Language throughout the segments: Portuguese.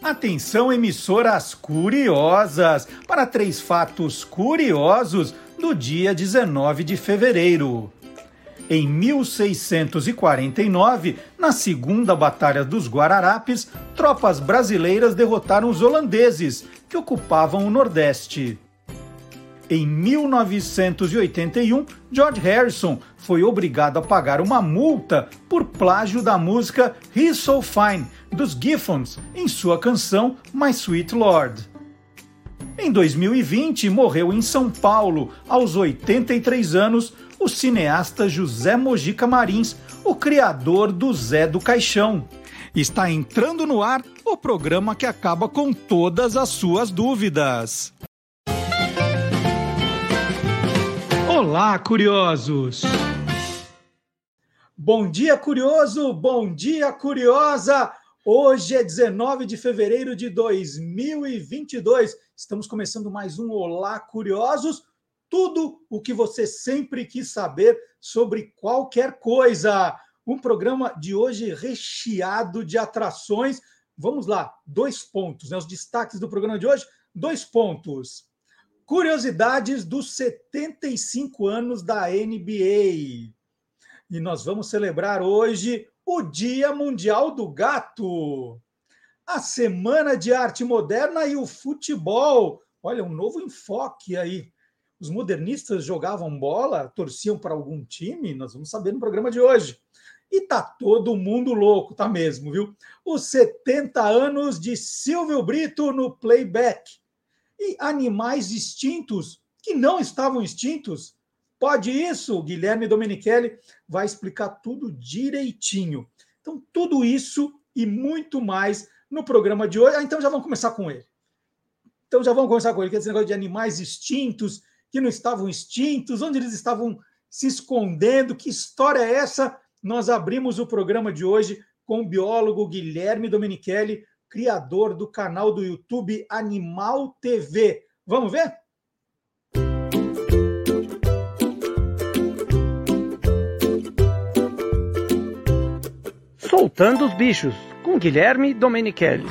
Atenção, emissoras curiosas, para 3 fatos curiosos do dia 19 de fevereiro. Em 1649, na Segunda Batalha dos Guararapes, tropas brasileiras derrotaram os holandeses, que ocupavam o Nordeste. Em 1981, George Harrison foi obrigado a pagar uma multa por plágio da música He's So Fine, dos Giffons, em sua canção My Sweet Lord. Em 2020, morreu em São Paulo, aos 83 anos, o cineasta José Mojica Marins, o criador do Zé do Caixão. Está entrando no ar o programa que acaba com todas as suas dúvidas. Olá, curiosos! Bom dia, curioso! Bom dia, curiosa! Hoje é 19 de fevereiro de 2022. Estamos começando mais um Olá, curiosos! Tudo o que você sempre quis saber sobre qualquer coisa. Um programa de hoje recheado de atrações. Vamos lá, 2 pontos, né? Os destaques do programa de hoje, 2 pontos. Curiosidades dos 75 anos da NBA. E nós vamos celebrar hoje o Dia Mundial do Gato, a Semana de Arte Moderna e o futebol. Olha, um novo enfoque aí. Os modernistas jogavam bola, torciam para algum time? Nós vamos saber no programa de hoje. E tá todo mundo louco, tá mesmo, viu? Os 70 anos de Silvio Brito no playback. E animais extintos que não estavam extintos? Pode isso? Guilherme Domenichelli vai explicar tudo direitinho. Então, tudo isso e muito mais no programa de hoje. Então, já vamos começar com ele. Que é esse negócio de animais extintos que não estavam extintos, onde eles estavam se escondendo, que história é essa? Nós abrimos o programa de hoje com o biólogo Guilherme Domenichelli, criador do canal do YouTube Animal TV. Vamos ver? Soltando os bichos, com Guilherme Domenichelli.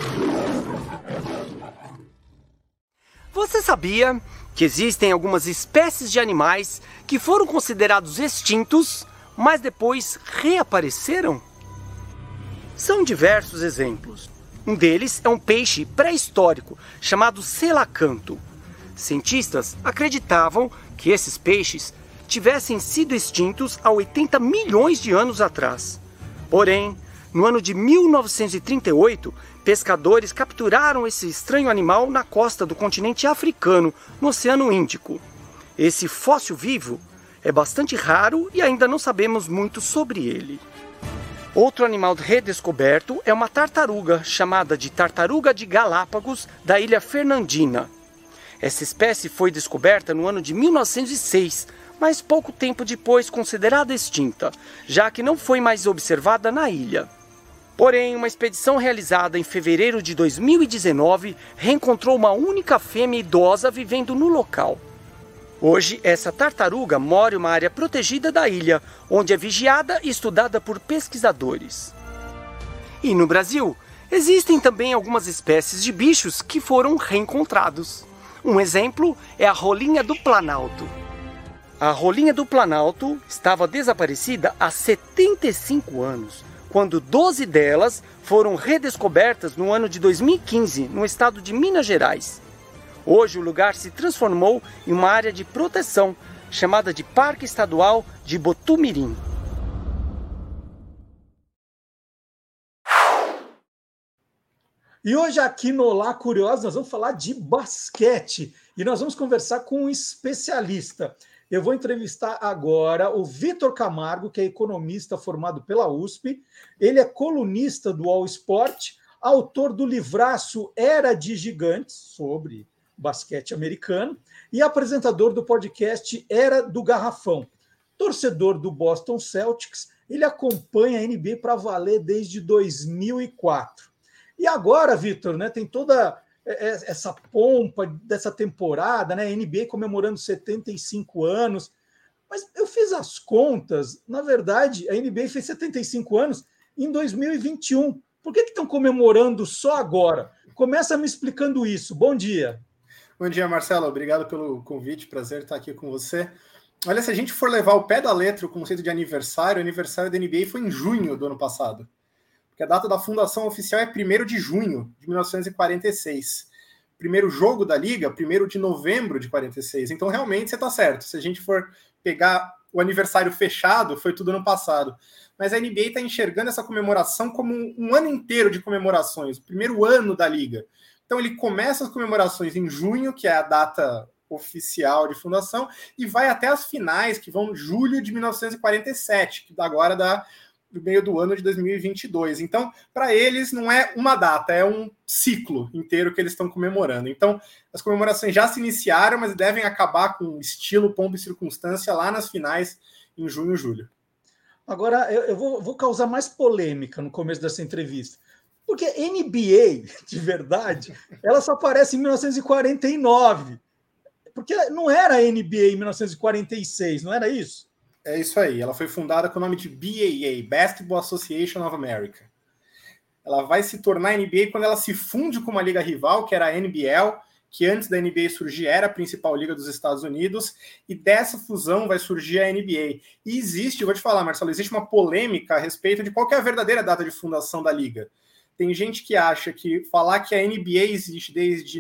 Você sabia que existem algumas espécies de animais que foram considerados extintos, mas depois reapareceram? São diversos exemplos. Um deles é um peixe pré-histórico chamado selacanto. Cientistas acreditavam que esses peixes tivessem sido extintos há 80 milhões de anos atrás. Porém, no ano de 1938, pescadores capturaram esse estranho animal na costa do continente africano, no Oceano Índico. Esse fóssil vivo é bastante raro e ainda não sabemos muito sobre ele. Outro animal redescoberto é uma tartaruga, chamada de tartaruga de Galápagos, da ilha Fernandina. Essa espécie foi descoberta no ano de 1906, mas pouco tempo depois considerada extinta, já que não foi mais observada na ilha. Porém, uma expedição realizada em fevereiro de 2019 reencontrou uma única fêmea idosa vivendo no local. Hoje, essa tartaruga mora em uma área protegida da ilha, onde é vigiada e estudada por pesquisadores. E no Brasil, existem também algumas espécies de bichos que foram reencontrados. Um exemplo é a rolinha do Planalto. A rolinha do Planalto estava desaparecida há 75 anos, quando 12 delas foram redescobertas no ano de 2015, no estado de Minas Gerais. Hoje o lugar se transformou em uma área de proteção, chamada de Parque Estadual de Botumirim. E hoje aqui no Olá Curioso nós vamos falar de basquete e nós vamos conversar com um especialista. Eu vou entrevistar agora o Vitor Camargo, que é economista formado pela USP. Ele é colunista do All Sport, autor do livraço Era de Gigantes, sobre basquete americano, e apresentador do podcast Era do Garrafão. Torcedor do Boston Celtics, ele acompanha a NBA para valer desde 2004. E agora, Vitor, né, tem toda essa pompa dessa temporada, né, a NBA comemorando 75 anos, mas eu fiz as contas, na verdade, a NBA fez 75 anos em 2021. Por que estão comemorando só agora? Começa me explicando isso. Bom dia. Bom dia, Marcelo. Obrigado pelo convite. Prazer estar aqui com você. Olha, se a gente for levar ao pé da letra o conceito de aniversário, o aniversário da NBA foi em junho do ano passado. Porque a data da fundação oficial é 1º de junho de 1946. Primeiro jogo da Liga, 1º de novembro de 46. Então, realmente, você está certo. Se a gente for pegar o aniversário fechado, foi tudo ano passado. Mas a NBA está enxergando essa comemoração como um ano inteiro de comemorações, o primeiro ano da Liga. Então, ele começa as comemorações em junho, que é a data oficial de fundação, e vai até as finais, que vão em julho de 1947, que agora dá no meio do ano de 2022. Então, para eles, não é uma data, é um ciclo inteiro que eles estão comemorando. Então, as comemorações já se iniciaram, mas devem acabar com estilo, pompa e circunstância lá nas finais em junho e julho. Agora, eu vou causar mais polêmica no começo dessa entrevista. Porque NBA, de verdade, ela só aparece em 1949. Porque não era a NBA em 1946, não era isso? É isso aí. Ela foi fundada com o nome de BAA, Basketball Association of America. Ela vai se tornar NBA quando ela se funde com uma liga rival, que era a NBL, que antes da NBA surgir era a principal liga dos Estados Unidos, e dessa fusão vai surgir a NBA. E existe, vou te falar, Marcelo, existe uma polêmica a respeito de qual que é a verdadeira data de fundação da liga. Tem gente que acha que falar que a NBA existe desde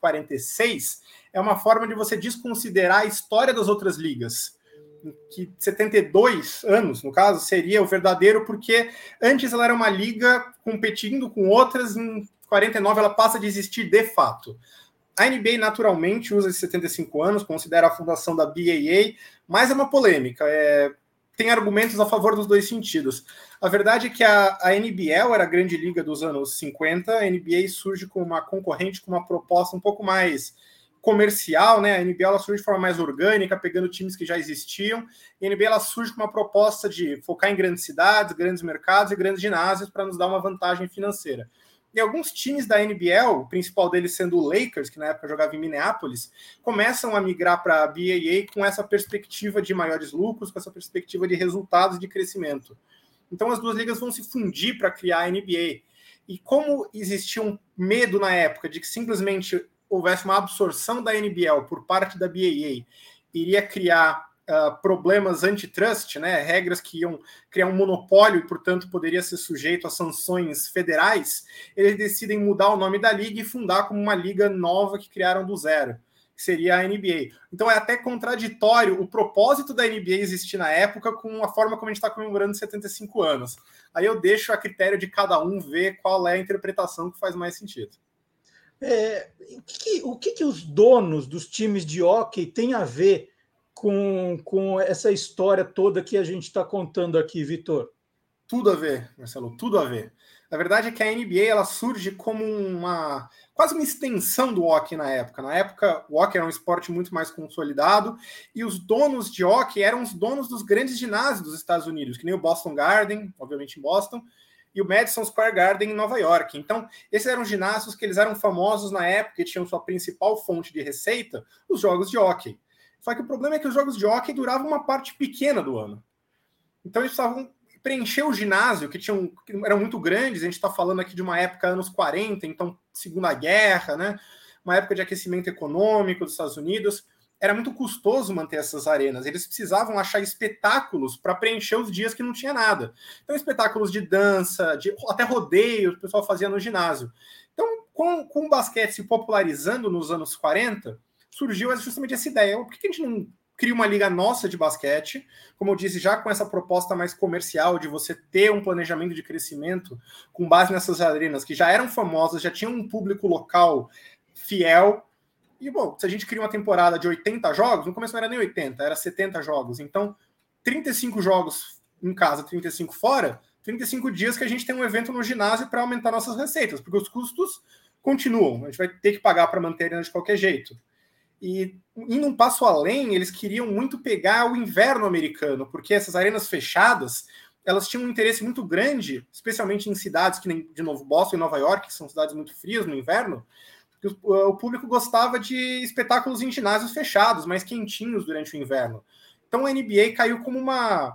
1946 é uma forma de você desconsiderar a história das outras ligas. Que 72 anos, no caso, seria o verdadeiro, porque antes ela era uma liga competindo com outras, em 49 ela passa a existir de fato. A NBA naturalmente usa esses 75 anos, considera a fundação da BAA, mas é uma polêmica, tem argumentos a favor dos dois sentidos. A verdade é que a NBL era a grande liga dos anos 50, a NBA surge como uma concorrente com uma proposta um pouco mais comercial, né? A NBA ela surge de forma mais orgânica, pegando times que já existiam, e a NBA ela surge com uma proposta de focar em grandes cidades, grandes mercados e grandes ginásios para nos dar uma vantagem financeira. E alguns times da NBL, o principal deles sendo o Lakers, que na época jogava em Minneapolis, começam a migrar para a BAA com essa perspectiva de maiores lucros, com essa perspectiva de resultados de crescimento. Então as duas ligas vão se fundir para criar a NBA. E como existia um medo na época de que simplesmente houvesse uma absorção da NBL por parte da BAA, iria criar problemas antitrust, né, regras que iam criar um monopólio e, portanto, poderia ser sujeito a sanções federais, eles decidem mudar o nome da liga e fundar como uma liga nova que criaram do zero, que seria a NBA. Então é até contraditório o propósito da NBA existir na época com a forma como a gente está comemorando 75 anos. Aí eu deixo a critério de cada um ver qual é a interpretação que faz mais sentido. O que os donos dos times de hóquei têm a ver com essa história toda que a gente está contando aqui, Vitor? Tudo a ver, Marcelo, tudo a ver. A verdade é que a NBA ela surge como quase uma extensão do hóquei na época. Na época, o hóquei era um esporte muito mais consolidado e os donos de hóquei eram os donos dos grandes ginásios dos Estados Unidos, que nem o Boston Garden, obviamente em Boston, e o Madison Square Garden em Nova York. Então, esses eram ginásios que eles eram famosos na época e tinham sua principal fonte de receita, os jogos de hóquei. Só que o problema é que os jogos de hóquei duravam uma parte pequena do ano. Então, eles precisavam preencher o ginásio, que eram muito grandes. A gente está falando aqui de uma época, anos 40, então, Segunda Guerra, né? Uma época de aquecimento econômico dos Estados Unidos. Era muito custoso manter essas arenas. Eles precisavam achar espetáculos para preencher os dias que não tinha nada. Então, espetáculos de dança, até rodeio, o pessoal fazia no ginásio. Então, com o basquete se popularizando nos anos 40, surgiu justamente essa ideia. Por que a gente não cria uma liga nossa de basquete? Como eu disse, já com essa proposta mais comercial de você ter um planejamento de crescimento com base nessas arenas que já eram famosas, já tinham um público local fiel. E, bom, se a gente cria uma temporada de 80 jogos, no começo não era nem 80, era 70 jogos. Então, 35 jogos em casa, 35 fora, 35 dias que a gente tem um evento no ginásio para aumentar nossas receitas, porque os custos continuam. A gente vai ter que pagar para manter a arena de qualquer jeito. E, indo um passo além, eles queriam muito pegar o inverno americano, porque essas arenas fechadas, elas tinham um interesse muito grande, especialmente em cidades que nem, de novo, Boston e Nova York, que são cidades muito frias no inverno. O público gostava de espetáculos em ginásios fechados, mais quentinhos durante o inverno. Então a NBA caiu como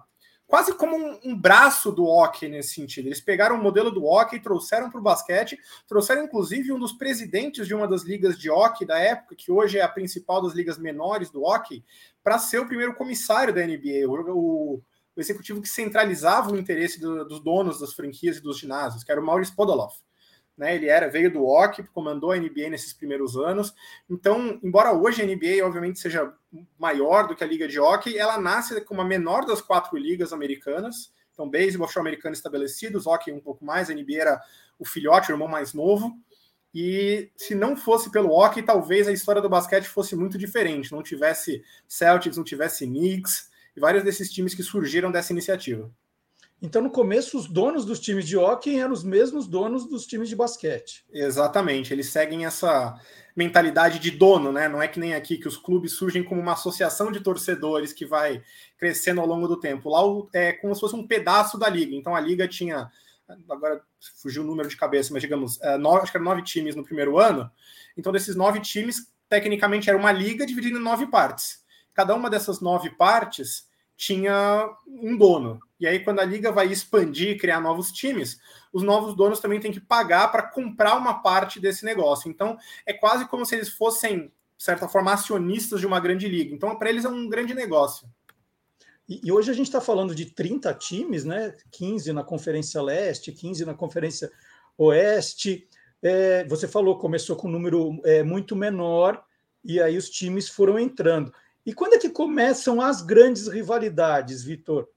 quase como um braço do hockey nesse sentido. Eles pegaram o modelo do hockey, trouxeram para o basquete, trouxeram inclusive um dos presidentes de uma das ligas de hockey da época, que hoje é a principal das ligas menores do hockey, para ser o primeiro comissário da NBA, o executivo que centralizava o interesse dos donos das franquias e dos ginásios, que era o Maurice Podoloff. Né, ele veio do hockey, comandou a NBA nesses primeiros anos. Então, embora hoje a NBA, obviamente, seja maior do que a liga de hockey, ela nasce como a menor das 4 ligas americanas. Então, beisebol, futebol americano estabelecidos, hockey um pouco mais, a NBA era o filhote, o irmão mais novo. E se não fosse pelo hockey, talvez a história do basquete fosse muito diferente. Não tivesse Celtics, não tivesse Knicks, e vários desses times que surgiram dessa iniciativa. Então, no começo, os donos dos times de hóquei eram os mesmos donos dos times de basquete. Exatamente, eles seguem essa mentalidade de dono, né? Não é que nem aqui que os clubes surgem como uma associação de torcedores que vai crescendo ao longo do tempo. Lá é como se fosse um pedaço da liga. Então a liga tinha, agora fugiu o número de cabeça, mas digamos, acho que eram 9 times no primeiro ano. Então desses 9 times, tecnicamente era uma liga dividida em 9 partes. Cada uma dessas 9 partes tinha um dono. E aí, quando a liga vai expandir e criar novos times, os novos donos também têm que pagar para comprar uma parte desse negócio. Então, é quase como se eles fossem, de certa forma, acionistas de uma grande liga. Então, para eles é um grande negócio. E hoje a gente está falando de 30 times, né? 15 na Conferência Leste, 15 na Conferência Oeste. Você falou, começou com um número muito menor, e aí os times foram entrando. E quando é que começam as grandes rivalidades, Vitor?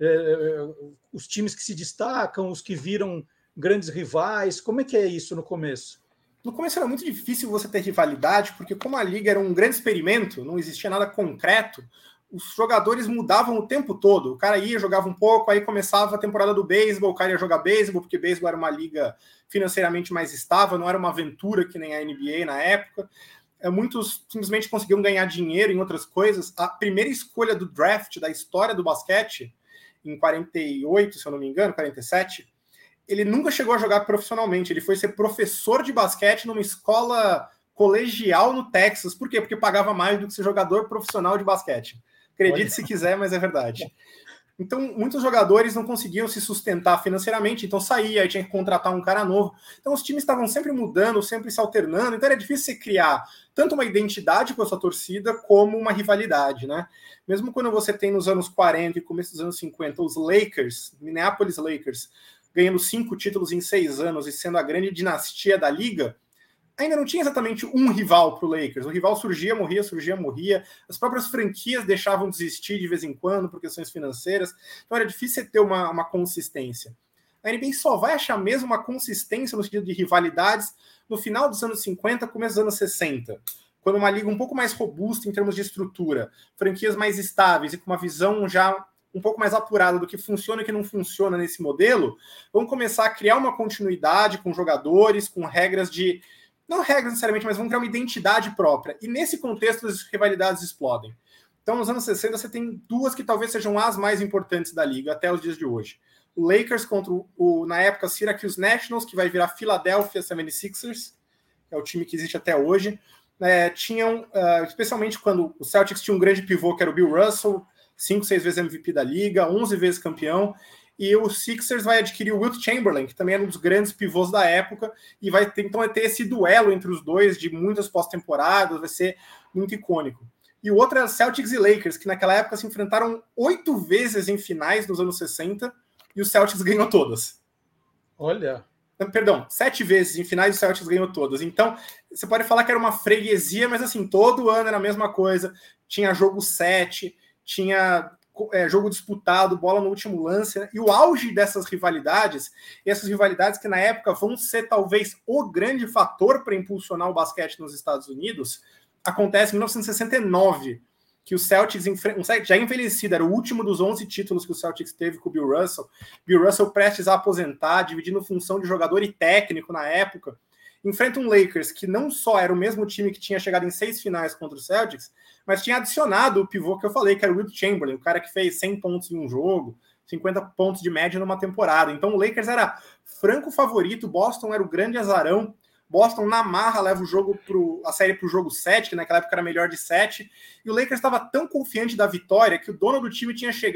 Os times que se destacam, os que viram grandes rivais, como é que é isso no começo? No começo era muito difícil você ter rivalidade, porque como a liga era um grande experimento, não existia nada concreto, os jogadores mudavam o tempo todo. O cara ia, jogava um pouco, aí começava a temporada do beisebol, o cara ia jogar beisebol, porque beisebol era uma liga financeiramente mais estável, não era uma aventura que nem a NBA na época. Muitos simplesmente conseguiam ganhar dinheiro em outras coisas. A primeira escolha do draft da história do basquete, em 48, se eu não me engano, 47, ele nunca chegou a jogar profissionalmente. Ele foi ser professor de basquete numa escola colegial no Texas. Por quê? Porque pagava mais do que ser jogador profissional de basquete. Acredite se quiser, mas é verdade. Então, muitos jogadores não conseguiam se sustentar financeiramente, então saía, aí tinha que contratar um cara novo. Então, os times estavam sempre mudando, sempre se alternando, então era difícil você criar tanto uma identidade com a sua torcida, como uma rivalidade, né? Mesmo quando você tem nos anos 40 e começo dos anos 50, os Lakers, Minneapolis Lakers, ganhando 5 títulos em 6 anos e sendo a grande dinastia da liga, ainda não tinha exatamente um rival para o Lakers. O rival surgia, morria. As próprias franquias deixavam de existir de vez em quando por questões financeiras. Então era difícil ter uma consistência. A NBA só vai achar mesmo uma consistência no sentido de rivalidades no final dos anos 50, começo dos anos 60. Quando uma liga um pouco mais robusta em termos de estrutura, franquias mais estáveis e com uma visão já um pouco mais apurada do que funciona e que não funciona nesse modelo, vão começar a criar uma continuidade com jogadores, com regras de... Não regras necessariamente, mas vão criar uma identidade própria. E nesse contexto, as rivalidades explodem. Então, nos anos 60, você tem 2 que talvez sejam as mais importantes da liga, até os dias de hoje. O Lakers contra na época, Syracuse Nationals, que vai virar Philadelphia 76ers, que é o time que existe até hoje. Tinham, especialmente quando o Celtics tinha um grande pivô, que era o Bill Russell, 5, 6 vezes MVP da liga, 11 vezes campeão. E o Sixers vai adquirir o Wilt Chamberlain, que também era um dos grandes pivôs da época, e vai ter esse duelo entre os dois de muitas pós-temporadas, vai ser muito icônico. E o outro é Celtics e Lakers, que naquela época se enfrentaram 8 vezes em finais nos anos 60, e o Celtics ganhou todas. Olha... Perdão, 7 vezes em finais, o Celtics ganhou todas. Então, você pode falar que era uma freguesia, mas assim, todo ano era a mesma coisa. Tinha jogo 7, tinha... jogo disputado, bola no último lance, né? E o auge dessas rivalidades, e essas rivalidades que na época vão ser talvez o grande fator para impulsionar o basquete nos Estados Unidos, acontece em 1969, que o Celtics, já envelhecido, era o último dos 11 títulos que o Celtics teve com o Bill Russell prestes a aposentar, dividindo função de jogador e técnico na época, enfrenta um Lakers que não só era o mesmo time que tinha chegado em 6 finais contra o Celtics, mas tinha adicionado o pivô que eu falei, que era o Wilt Chamberlain, o cara que fez 100 pontos em um jogo, 50 pontos de média numa temporada. Então o Lakers era franco favorito, Boston era o grande azarão, Boston na marra leva a série para o jogo 7, que naquela época era melhor de 7, e o Lakers estava tão confiante da vitória que o dono do time tinha chegado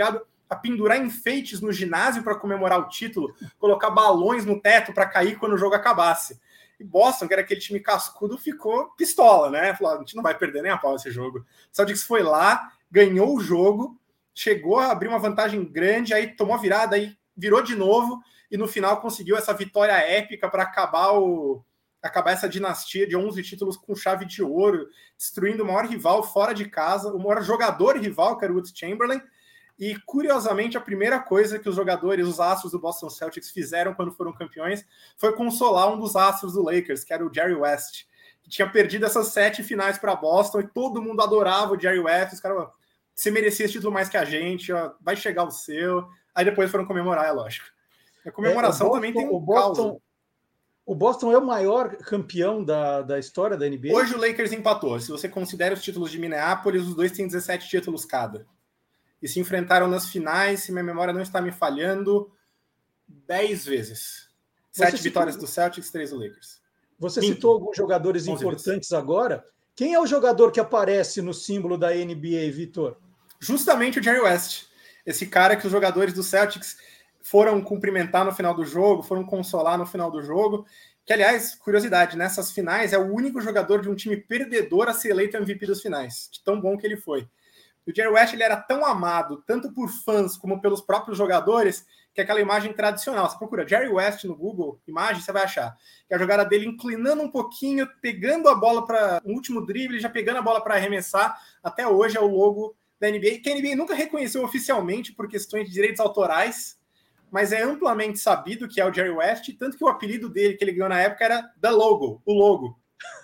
a pendurar enfeites no ginásio para comemorar o título, colocar balões no teto para cair quando o jogo acabasse. E Boston, que era aquele time cascudo, ficou pistola, né? Falou, a gente não vai perder nem a pau esse jogo. Celtics foi lá, ganhou o jogo, chegou a abrir uma vantagem grande, aí tomou a virada, aí virou de novo, e no final conseguiu essa vitória épica para acabar essa dinastia de 11 títulos com chave de ouro, destruindo o maior rival fora de casa, o maior jogador rival, que era o Wilt Chamberlain. E, curiosamente, a primeira coisa que os jogadores, os astros do Boston Celtics fizeram quando foram campeões foi consolar um dos astros do Lakers, que era o Jerry West, que tinha perdido essas 7 finais para Boston e todo mundo adorava o Jerry West. Os caras, você merecia esse título mais que a gente, ó, vai chegar o seu. Aí depois foram comemorar, é lógico. A comemoração também tem um caos. O Boston é o maior campeão da história da NBA? Hoje o Lakers empatou. Se você considera os títulos de Minneapolis, os dois têm 17 títulos cada. E se enfrentaram nas finais, se minha memória não está me falhando, 10 vezes. 7 vitórias do Celtics, 3 do Lakers. Você citou alguns jogadores importantes agora. Quem é o jogador que aparece no símbolo da NBA, Vitor? Justamente o Jerry West. Esse cara que os jogadores do Celtics foram cumprimentar no final do jogo, foram consolar no final do jogo. Que, aliás, curiosidade, nessas finais é o único jogador de um time perdedor a ser eleito MVP das finais. De tão bom que ele foi. O Jerry West ele era tão amado, tanto por fãs como pelos próprios jogadores, que aquela imagem tradicional, você procura Jerry West no Google, imagem, você vai achar, que é a jogada dele inclinando um pouquinho, pegando a bola para um último drible, já pegando a bola para arremessar, até hoje é o logo da NBA, que a NBA nunca reconheceu oficialmente por questões de direitos autorais, mas é amplamente sabido que é o Jerry West, tanto que o apelido dele que ele ganhou na época era The Logo, o logo.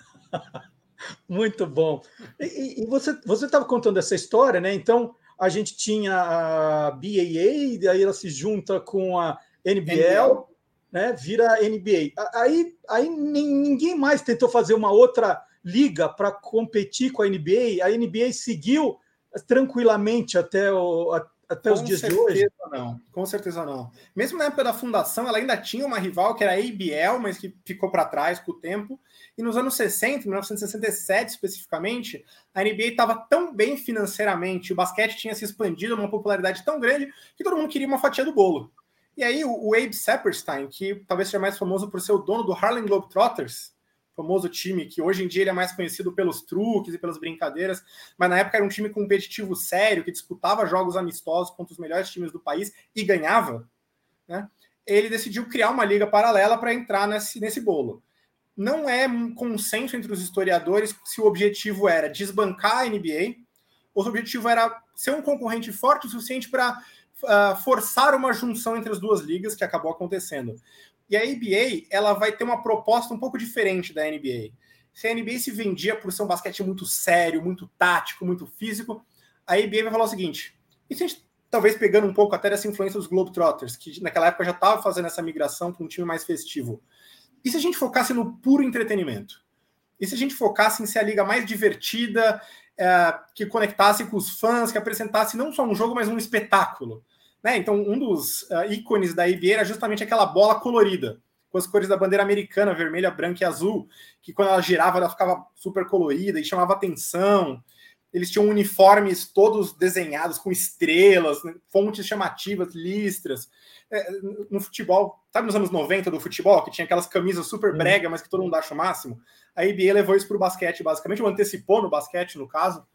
Muito bom. E você estava contando essa história, né? Então, a gente tinha a BAA, daí ela se junta com a NBL, né? Vira NBA. Aí ninguém mais tentou fazer uma outra liga para competir com a NBA. A NBA seguiu tranquilamente até os dias de hoje? Não, com certeza não. Mesmo na época da fundação, ela ainda tinha uma rival que era a ABL, mas que ficou para trás com o tempo. E nos anos 60, 1967 especificamente, a NBA estava tão bem financeiramente, o basquete tinha se expandido, uma popularidade tão grande, que todo mundo queria uma fatia do bolo. E aí o Abe Saperstein, que talvez seja mais famoso por ser o dono do Harlem Globetrotters, famoso time que hoje em dia ele é mais conhecido pelos truques e pelas brincadeiras, mas na época era um time competitivo sério, que disputava jogos amistosos contra os melhores times do país e ganhava, né? Ele decidiu criar uma liga paralela para entrar nesse bolo. Não é um consenso entre os historiadores se o objetivo era desbancar a NBA ou se o objetivo era ser um concorrente forte o suficiente para forçar uma junção entre as duas ligas, que acabou acontecendo. E a ABA, ela vai ter uma proposta um pouco diferente da NBA. Se a NBA se vendia por ser um basquete muito sério, muito tático, muito físico, a ABA vai falar o seguinte, e se a gente, talvez pegando um pouco até dessa influência dos Globetrotters, que naquela época já estava fazendo essa migração para um time mais festivo, e se a gente focasse no puro entretenimento? E se a gente focasse em ser a liga mais divertida, que conectasse com os fãs, que apresentasse não só um jogo, mas um espetáculo? Né? Então, um dos ícones da NBA era justamente aquela bola colorida, com as cores da bandeira americana, vermelha, branca e azul, que quando ela girava, ela ficava super colorida e chamava atenção. Eles tinham uniformes todos desenhados com estrelas, né? Fontes chamativas, listras. No futebol, sabe nos anos 90 do futebol, que tinha aquelas camisas super brega, mas que todo mundo acha o máximo? A NBA levou isso para o basquete, basicamente, ou antecipou no basquete, no caso.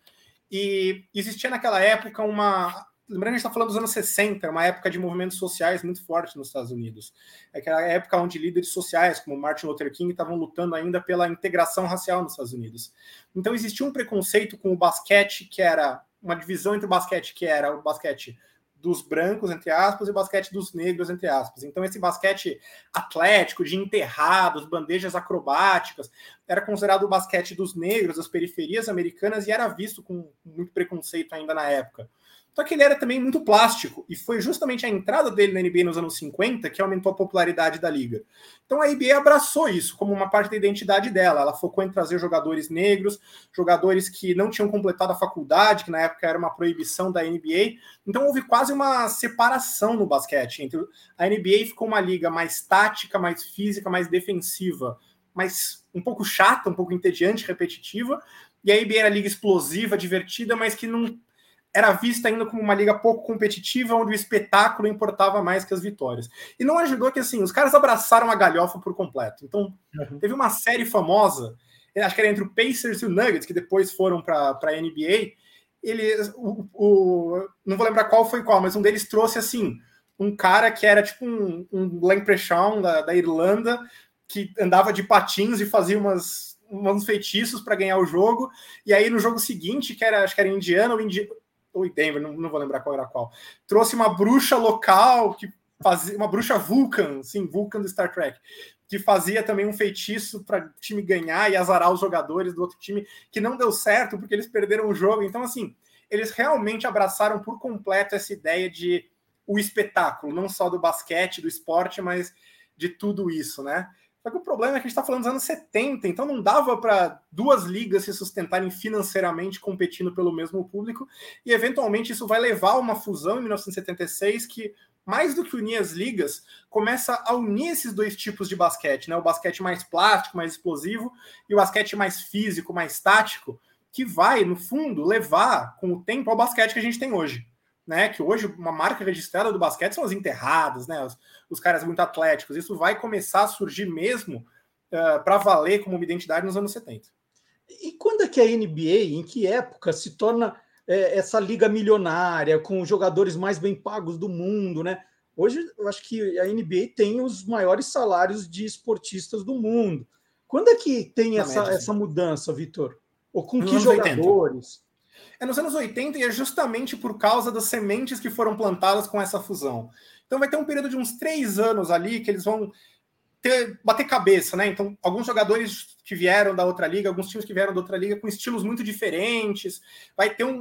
E existia naquela época uma... Lembrando que a gente está falando dos anos 60, uma época de movimentos sociais muito forte nos Estados Unidos. É aquela época onde líderes sociais, como Martin Luther King, estavam lutando ainda pela integração racial nos Estados Unidos. Então existia um preconceito com o basquete, que era uma divisão entre o basquete, que era o basquete dos brancos, entre aspas, e o basquete dos negros, entre aspas. Então esse basquete atlético, de enterrados, bandejas acrobáticas, era considerado o basquete dos negros, das periferias americanas, e era visto com muito preconceito ainda na época. Só que ele era também muito plástico, e foi justamente a entrada dele na NBA nos anos 50 que aumentou a popularidade da liga. Então a NBA abraçou isso como uma parte da identidade dela. Ela focou em trazer jogadores negros, jogadores que não tinham completado a faculdade, que na época era uma proibição da NBA. Então houve quase uma separação no basquete. A NBA ficou uma liga mais tática, mais física, mais defensiva, mas um pouco chata, um pouco entediante, repetitiva. E a NBA era a liga explosiva, divertida, mas que não era vista ainda como uma liga pouco competitiva, onde o espetáculo importava mais que as vitórias. E não ajudou que, assim, os caras abraçaram a galhofa por completo. Então, teve uma série famosa, acho que era entre o Pacers e o Nuggets, que depois foram para a NBA. Eles, não vou lembrar qual foi qual, mas um deles trouxe, assim, um cara que era tipo um Lamprechaun da Irlanda, que andava de patins e fazia uns feitiços para ganhar o jogo. E aí, no jogo seguinte, acho que era Indiana ou Denver, não vou lembrar qual era qual, trouxe uma bruxa local, que fazia uma bruxa Vulcan, sim, Vulcan do Star Trek, que fazia também um feitiço para o time ganhar e azarar os jogadores do outro time, que não deu certo porque eles perderam o jogo. Então, assim, eles realmente abraçaram por completo essa ideia de o espetáculo, não só do basquete, do esporte, mas de tudo isso, né? Só que o problema é que a gente está falando dos anos 70, então não dava para duas ligas se sustentarem financeiramente competindo pelo mesmo público, e eventualmente isso vai levar a uma fusão em 1976 que, mais do que unir as ligas, começa a unir esses dois tipos de basquete, né? O basquete mais plástico, mais explosivo, e o basquete mais físico, mais tático, que vai, no fundo, levar com o tempo ao basquete que a gente tem hoje. Né, que hoje uma marca registrada do basquete são as enterradas, né, os caras muito atléticos. Isso vai começar a surgir mesmo para valer como uma identidade nos anos 70. E quando é que a NBA, em que época, se torna essa liga milionária, com os jogadores mais bem pagos do mundo, né? Hoje, eu acho que a NBA tem os maiores salários de esportistas do mundo. Quando é que tem essa mudança, Vitor? Ou com que jogadores? 80. Nos anos 80, e é justamente por causa das sementes que foram plantadas com essa fusão. Então vai ter um período de uns 3 anos ali que eles vão bater cabeça, né? Então, alguns jogadores que vieram da outra liga, alguns times que vieram da outra liga com estilos muito diferentes. Vai ter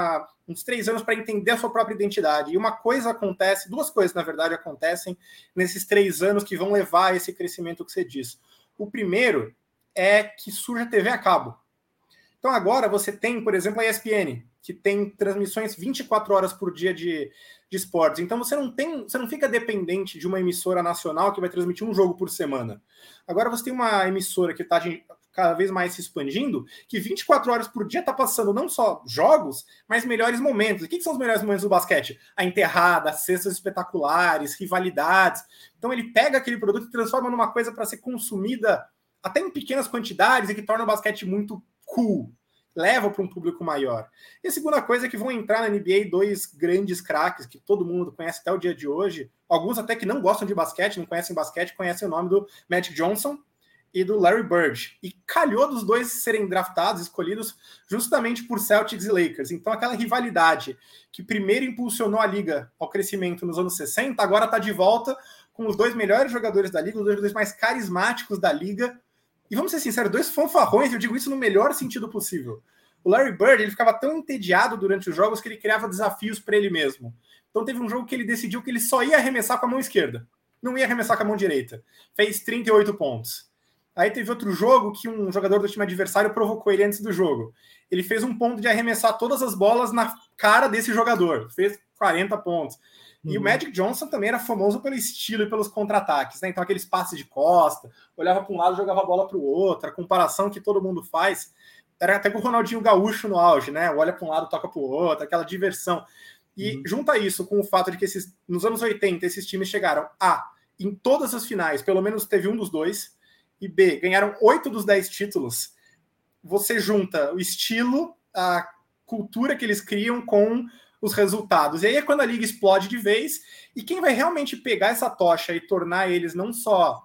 uns 3 anos para entender a sua própria identidade. E uma coisa acontece, 2 coisas, na verdade, acontecem nesses 3 anos que vão levar a esse crescimento que você disse. O primeiro é que surge a TV a cabo. Então agora você tem, por exemplo, a ESPN, que tem transmissões 24 horas por dia de esportes. Então você não fica dependente de uma emissora nacional que vai transmitir um jogo por semana. Agora você tem uma emissora que está cada vez mais se expandindo, que 24 horas por dia está passando não só jogos, mas melhores momentos. E o que são os melhores momentos do basquete? A enterrada, cestas espetaculares, rivalidades. Então ele pega aquele produto e transforma numa coisa para ser consumida até em pequenas quantidades e que torna o basquete muito cool, leva para um público maior. E a segunda coisa é que vão entrar na NBA 2 grandes craques que todo mundo conhece até o dia de hoje, alguns até que não gostam de basquete, não conhecem basquete, conhecem o nome do Magic Johnson e do Larry Bird. E calhou dos dois serem draftados, escolhidos justamente por Celtics e Lakers. Então aquela rivalidade que primeiro impulsionou a liga ao crescimento nos anos 60, agora está de volta com os 2 melhores jogadores da liga, os 2 mais carismáticos da liga. E vamos ser sinceros, 2 fanfarrões, eu digo isso no melhor sentido possível. O Larry Bird, ele ficava tão entediado durante os jogos que ele criava desafios para ele mesmo. Então teve um jogo que ele decidiu que ele só ia arremessar com a mão esquerda, não ia arremessar com a mão direita. Fez 38 pontos. Aí teve outro jogo que um jogador do time adversário provocou ele antes do jogo. Ele fez um ponto de arremessar todas as bolas na cara desse jogador. Fez 40 pontos. E o Magic Johnson também era famoso pelo estilo e pelos contra-ataques, né? Então aqueles passes de costa, olhava para um lado, jogava a bola para o outro, a comparação que todo mundo faz, era até com o Ronaldinho Gaúcho no auge, né? Olha para um lado, toca para o outro, aquela diversão. E junta isso com o fato de que nos anos 80 esses times chegaram em todas as finais, pelo menos teve um dos 2, e B, ganharam 8 dos 10 títulos. Você junta o estilo, a cultura que eles criam com os resultados. E aí é quando a liga explode de vez, e quem vai realmente pegar essa tocha e tornar eles não só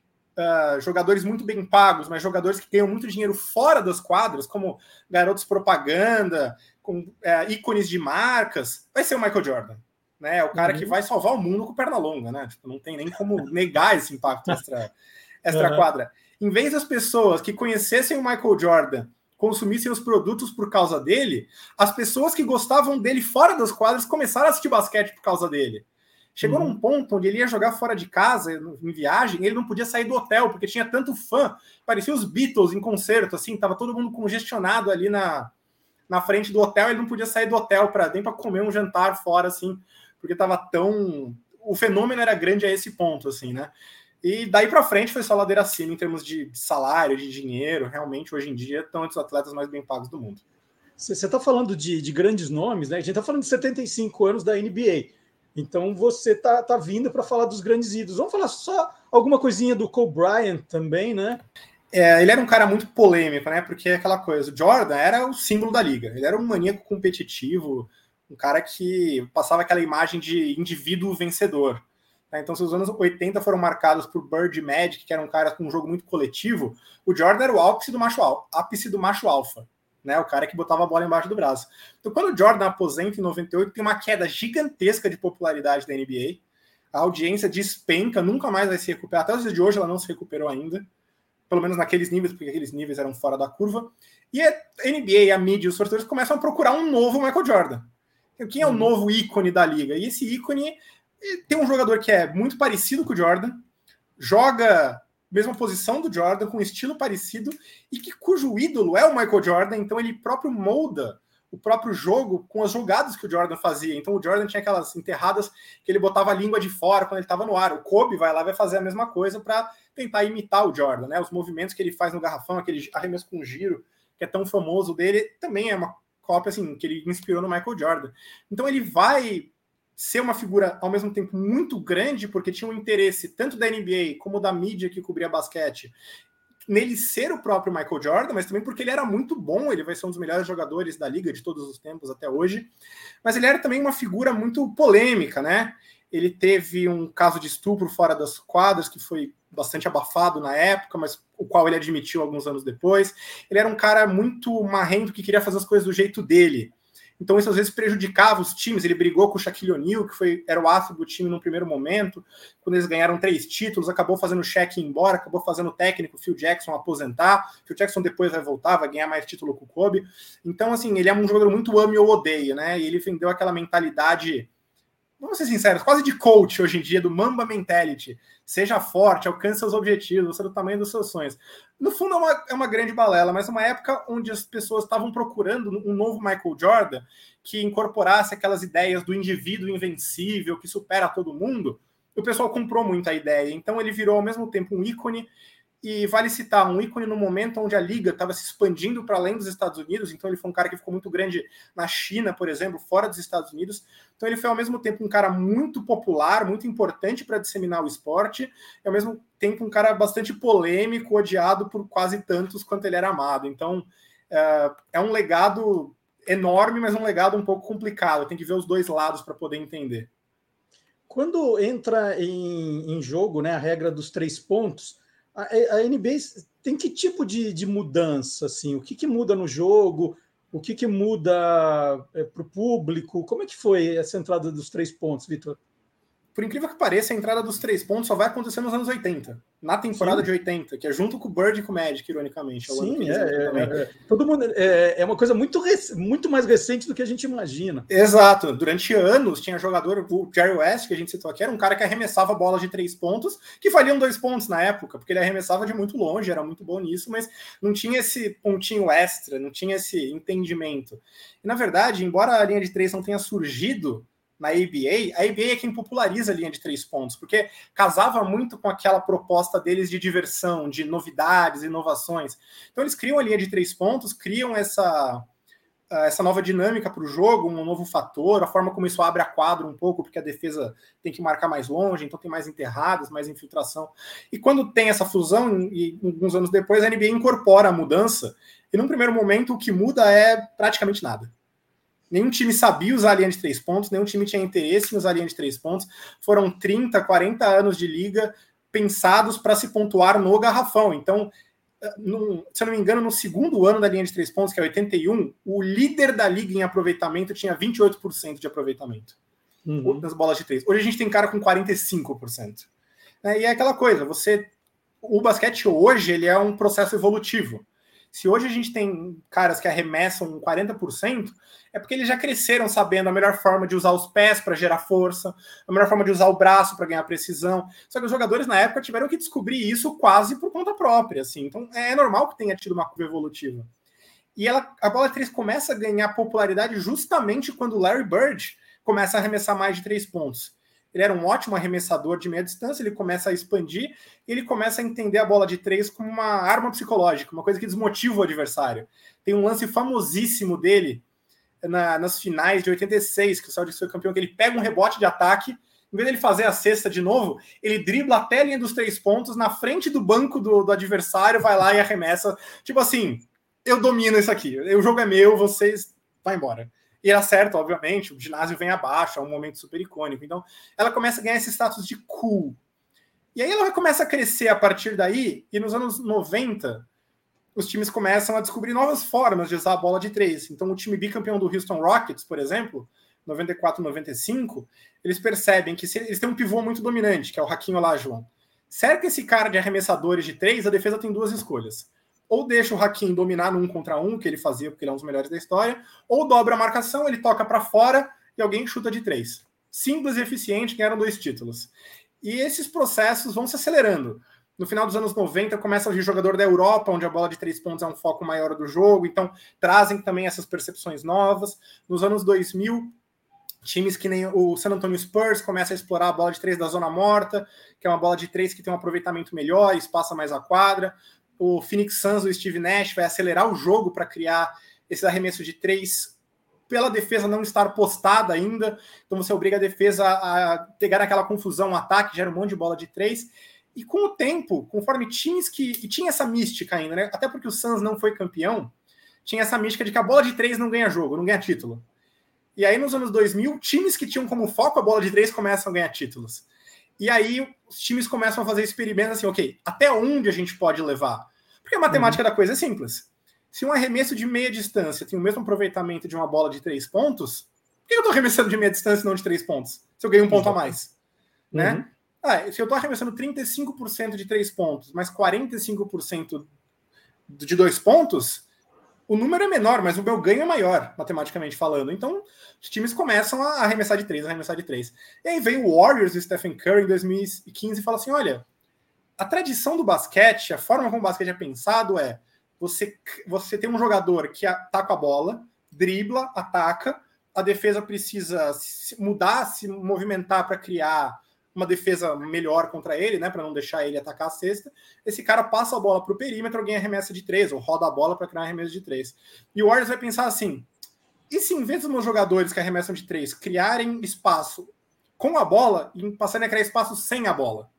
jogadores muito bem pagos, mas jogadores que ganham muito dinheiro fora das quadras, como garotos propaganda, com ícones de marcas, vai ser o Michael Jordan. Né? É o cara que vai salvar o mundo com perna longa, né? Tipo, não tem nem como negar esse impacto extra-quadra. Em vez das pessoas que conhecessem o Michael Jordan consumissem os produtos por causa dele, as pessoas que gostavam dele fora das quadras começaram a assistir basquete por causa dele. Chegou num ponto onde ele ia jogar fora de casa, em viagem, ele não podia sair do hotel, porque tinha tanto fã, parecia os Beatles em concerto, assim, tava todo mundo congestionado ali na frente do hotel, ele não podia sair do hotel nem para comer um jantar fora, assim, porque tava tão... O fenômeno era grande a esse ponto, assim, né? E daí para frente foi só ladeira acima em termos de salário, de dinheiro. Realmente, hoje em dia, estão entre os atletas mais bem pagos do mundo. Você está falando de grandes nomes, né? A gente está falando de 75 anos da NBA. Então você tá vindo para falar dos grandes ídolos. Vamos falar só alguma coisinha do Kobe Bryant também, né? Ele era um cara muito polêmico, né? Porque é aquela coisa, o Jordan era o símbolo da liga. Ele era um maníaco competitivo, um cara que passava aquela imagem de indivíduo vencedor. Então, se os anos 80 foram marcados por Bird e Magic, que era um cara com um jogo muito coletivo, o Jordan era o ápice do macho alfa, né? O cara que botava a bola embaixo do braço. Então, quando o Jordan aposenta em 98, tem uma queda gigantesca de popularidade da NBA. A audiência despenca, nunca mais vai se recuperar. Até os dias de hoje ela não se recuperou ainda. Pelo menos naqueles níveis, porque aqueles níveis eram fora da curva. E a NBA, a mídia e os torcedores começam a procurar um novo Michael Jordan. Quem é o novo ícone da liga? E esse ícone tem um jogador que é muito parecido com o Jordan, joga mesma posição do Jordan, com um estilo parecido, e cujo ídolo é o Michael Jordan, então ele próprio molda o próprio jogo com as jogadas que o Jordan fazia. Então o Jordan tinha aquelas enterradas que ele botava a língua de fora quando ele estava no ar. O Kobe vai lá e vai fazer a mesma coisa para tentar imitar o Jordan, né? Os movimentos que ele faz no garrafão, aquele arremesso com giro, que é tão famoso dele, também é uma cópia assim, que ele inspirou no Michael Jordan. Então ele vai ser uma figura, ao mesmo tempo, muito grande, porque tinha um interesse tanto da NBA como da mídia que cobria basquete, nele ser o próprio Michael Jordan, mas também porque ele era muito bom, ele vai ser um dos melhores jogadores da liga de todos os tempos até hoje, mas ele era também uma figura muito polêmica, né? Ele teve um caso de estupro fora das quadras, que foi bastante abafado na época, mas o qual ele admitiu alguns anos depois. Ele era um cara muito marrento, que queria fazer as coisas do jeito dele. Então isso às vezes prejudicava os times. Ele brigou com o Shaquille O'Neal, que era o astro do time no primeiro momento. Quando eles ganharam 3 títulos, acabou fazendo o Shaq ir embora, acabou fazendo o técnico Phil Jackson aposentar. Phil Jackson depois vai voltar, vai ganhar mais título com o Kobe. Então, assim, ele é um jogador muito ame ou odeia, né? E ele vendeu aquela mentalidade, vamos ser sinceros, quase de coach hoje em dia, do Mamba Mentality. Seja forte, alcance seus objetivos, seja do tamanho dos seus sonhos. No fundo é uma grande balela, mas uma época onde as pessoas estavam procurando um novo Michael Jordan que incorporasse aquelas ideias do indivíduo invencível, que supera todo mundo, o pessoal comprou muito a ideia. Então ele virou ao mesmo tempo um ícone. E vale citar, um ícone no momento onde a liga estava se expandindo para além dos Estados Unidos. Então ele foi um cara que ficou muito grande na China, por exemplo, fora dos Estados Unidos. Então ele foi ao mesmo tempo um cara muito popular, muito importante para disseminar o esporte, e ao mesmo tempo um cara bastante polêmico, odiado por quase tantos quanto ele era amado. Então é um legado enorme, mas um legado um pouco complicado. Tem que ver os dois lados para poder entender. Quando entra em jogo, né, a regra dos 3 pontos, a NBA tem que tipo de mudança? Assim? O que muda no jogo? O que muda para o público? Como é que foi essa entrada dos 3 pontos, Vitor? Por incrível que pareça, a entrada dos 3 pontos só vai acontecer nos anos 80, na temporada de 80, que é junto com o Bird e com o Magic, ironicamente. Sim, todo mundo é uma coisa muito mais recente do que a gente imagina. Exato. Durante anos tinha jogador, o Jerry West, que a gente citou aqui, era um cara que arremessava bolas de 3 pontos, que valiam 2 pontos na época, porque ele arremessava de muito longe, era muito bom nisso, mas não tinha esse pontinho extra, não tinha esse entendimento. E, na verdade, embora a linha de 3 não tenha surgido na ABA, a ABA é quem populariza a linha de 3 pontos, porque casava muito com aquela proposta deles de diversão, de novidades, inovações. Então eles criam a linha de 3 pontos, criam essa nova dinâmica para o jogo, um novo fator, a forma como isso abre a quadra um pouco, porque a defesa tem que marcar mais longe, então tem mais enterradas, mais infiltração. E quando tem essa fusão, e alguns anos depois, a NBA incorpora a mudança, e num primeiro momento o que muda é praticamente nada. Nenhum time sabia usar a linha de 3 pontos, nenhum time tinha interesse em usar a linha de 3 pontos. Foram 30, 40 anos de liga pensados para se pontuar no garrafão. Então, se eu não me engano, no segundo ano da linha de 3 pontos, que é 81, o líder da liga em aproveitamento tinha 28% de aproveitamento nas bolas de 3. Hoje a gente tem cara com 45%. E é aquela coisa, o basquete hoje ele é um processo evolutivo. Se hoje a gente tem caras que arremessam 40%, é porque eles já cresceram sabendo a melhor forma de usar os pés para gerar força, a melhor forma de usar o braço para ganhar precisão. Só que os jogadores na época tiveram que descobrir isso quase por conta própria. Assim. Então é normal que tenha tido uma curva evolutiva. E a bola de 3 começa a ganhar popularidade justamente quando o Larry Bird começa a arremessar mais de 3 pontos. ele era um ótimo arremessador de meia distância, ele começa a expandir, e ele começa a entender a bola de 3 como uma arma psicológica, uma coisa que desmotiva o adversário. Tem um lance famosíssimo dele nas finais de 86, que o Celtics foi campeão, que ele pega um rebote de ataque, em vez dele fazer a cesta de novo, ele dribla até a linha dos 3 pontos, na frente do banco do adversário, vai lá e arremessa. Tipo assim, eu domino isso aqui, o jogo é meu, vocês vão embora. E ela acerta, obviamente, o ginásio vem abaixo, é um momento super icônico. Então, ela começa a ganhar esse status de cool. E aí ela começa a crescer a partir daí, e nos anos 90, os times começam a descobrir novas formas de usar a bola de 3. Então, o time bicampeão do Houston Rockets, por exemplo, 94, 95, eles percebem que se eles têm um pivô muito dominante, que é o Hakeem Olajuwon. Cerca esse cara de arremessadores de 3, a defesa tem 2 escolhas. Ou deixa o Hakeem dominar no 1 contra 1, que ele fazia porque ele é um dos melhores da história, ou dobra a marcação, ele toca para fora e alguém chuta de 3. Simples e eficiente, ganharam 2 títulos. E esses processos vão se acelerando. No final dos anos 90, começa a vir jogador da Europa, onde a bola de 3 pontos é um foco maior do jogo, então trazem também essas percepções novas. Nos anos 2000, times que nem o San Antonio Spurs começam a explorar a bola de 3 da zona morta, que é uma bola de 3 que tem um aproveitamento melhor, espaça mais a quadra. O Phoenix Suns, o Steve Nash, vai acelerar o jogo para criar esse arremesso de 3 pela defesa não estar postada ainda. Então você obriga a defesa a pegar aquela confusão, um ataque, gera um monte de bola de 3. E com o tempo, conforme times que tinha essa mística ainda, né? Até porque o Suns não foi campeão, tinha essa mística de que a bola de 3 não ganha jogo, não ganha título. E aí, nos anos 2000, times que tinham como foco a bola de 3 começam a ganhar títulos. E aí, os times começam a fazer experimentos assim, ok, até onde a gente pode levar? Porque a matemática da coisa é simples. Se um arremesso de meia distância tem o mesmo aproveitamento de uma bola de 3 pontos, por que eu estou arremessando de meia distância e não de 3 pontos? Se eu ganho um ponto a mais. Né? Se eu estou arremessando 35% de 3 pontos, mas 45% de 2 pontos, o número é menor, mas o meu ganho é maior, matematicamente falando. Então, os times começam a arremessar de 3, E aí vem o Warriors do Stephen Curry em 2015 e fala assim, olha, a tradição do basquete, a forma como o basquete é pensado é você tem um jogador que tá com a bola, dribla, ataca, a defesa precisa mudar, se movimentar para criar uma defesa melhor contra ele, né, para não deixar ele atacar a cesta. Esse cara passa a bola para o perímetro, alguém arremessa de 3, ou roda a bola para criar um arremesso de 3. E o Warriors vai pensar assim, e se em vez dos meus jogadores que arremessam de 3 criarem espaço com a bola e passarem a criar espaço sem a bola?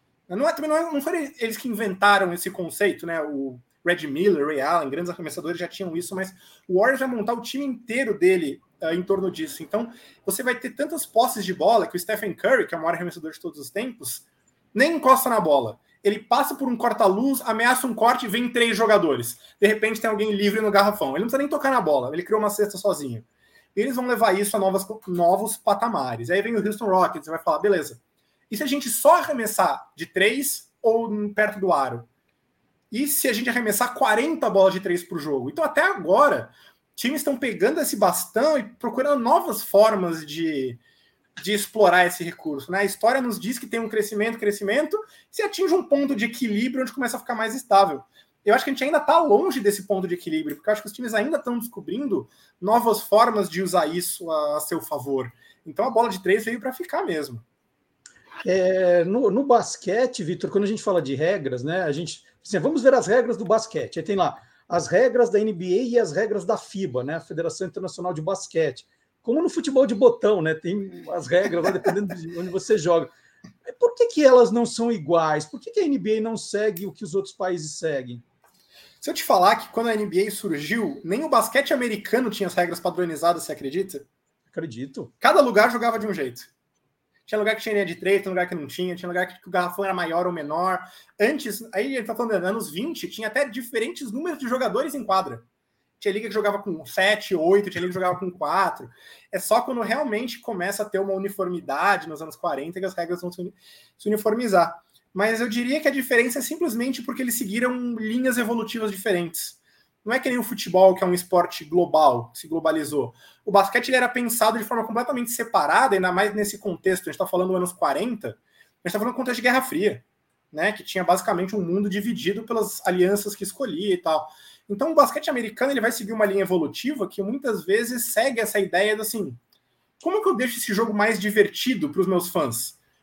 Não foram eles que inventaram esse conceito, né? O Reggie Miller, Ray Allen, grandes arremessadores já tinham isso, mas o Warriors vai montar o time inteiro dele em torno disso. Então, você vai ter tantas posses de bola que o Stephen Curry, que é o maior arremessador de todos os tempos, nem encosta na bola. Ele passa por um corta-luz, ameaça um corte e vem 3 jogadores. De repente tem alguém livre no garrafão. Ele não precisa nem tocar na bola, ele criou uma cesta sozinho. E eles vão levar isso a novos patamares. Aí vem o Houston Rockets e vai falar, beleza, e se a gente só arremessar de 3 ou perto do aro? E se a gente arremessar 40 bolas de 3 por jogo? Então, até agora, times estão pegando esse bastão e procurando novas formas de explorar esse recurso. Né? A história nos diz que tem um crescimento, se atinge um ponto de equilíbrio onde começa a ficar mais estável. Eu acho que a gente ainda está longe desse ponto de equilíbrio, porque eu acho que os times ainda estão descobrindo novas formas de usar isso a seu favor. Então, a bola de 3 veio para ficar mesmo. No basquete, Vitor, quando a gente fala de regras, né, vamos ver as regras do basquete. Aí tem lá as regras da NBA e as regras da FIBA, né, a Federação Internacional de Basquete. Como no futebol de botão, né, tem as regras lá dependendo de onde você joga. Por que elas não são iguais? Por que a NBA não segue o que os outros países seguem? Se eu te falar que quando a NBA surgiu, nem o basquete americano tinha as regras padronizadas, você acredita? Acredito. Cada lugar jogava de um jeito. Tinha lugar que tinha linha de 3, tinha lugar que não tinha lugar que o garrafão era maior ou menor. Antes, aí ele tá falando, anos 20, tinha até diferentes números de jogadores em quadra. Tinha liga que jogava com 7, 8, tinha liga que jogava com 4. É só quando realmente começa a ter uma uniformidade nos anos 40 que as regras vão se uniformizar. Mas eu diria que a diferença é simplesmente porque eles seguiram linhas evolutivas diferentes. Não é que nem o futebol, que é um esporte global, que se globalizou. O basquete ele era pensado de forma completamente separada, ainda mais nesse contexto. A gente está falando dos anos 40, a gente está falando do contexto de Guerra Fria, né, que tinha basicamente um mundo dividido pelas alianças que escolhia e tal. Então o basquete americano ele vai seguir uma linha evolutiva que muitas vezes segue essa ideia de assim, como que eu deixo esse jogo mais divertido para os meus fãs?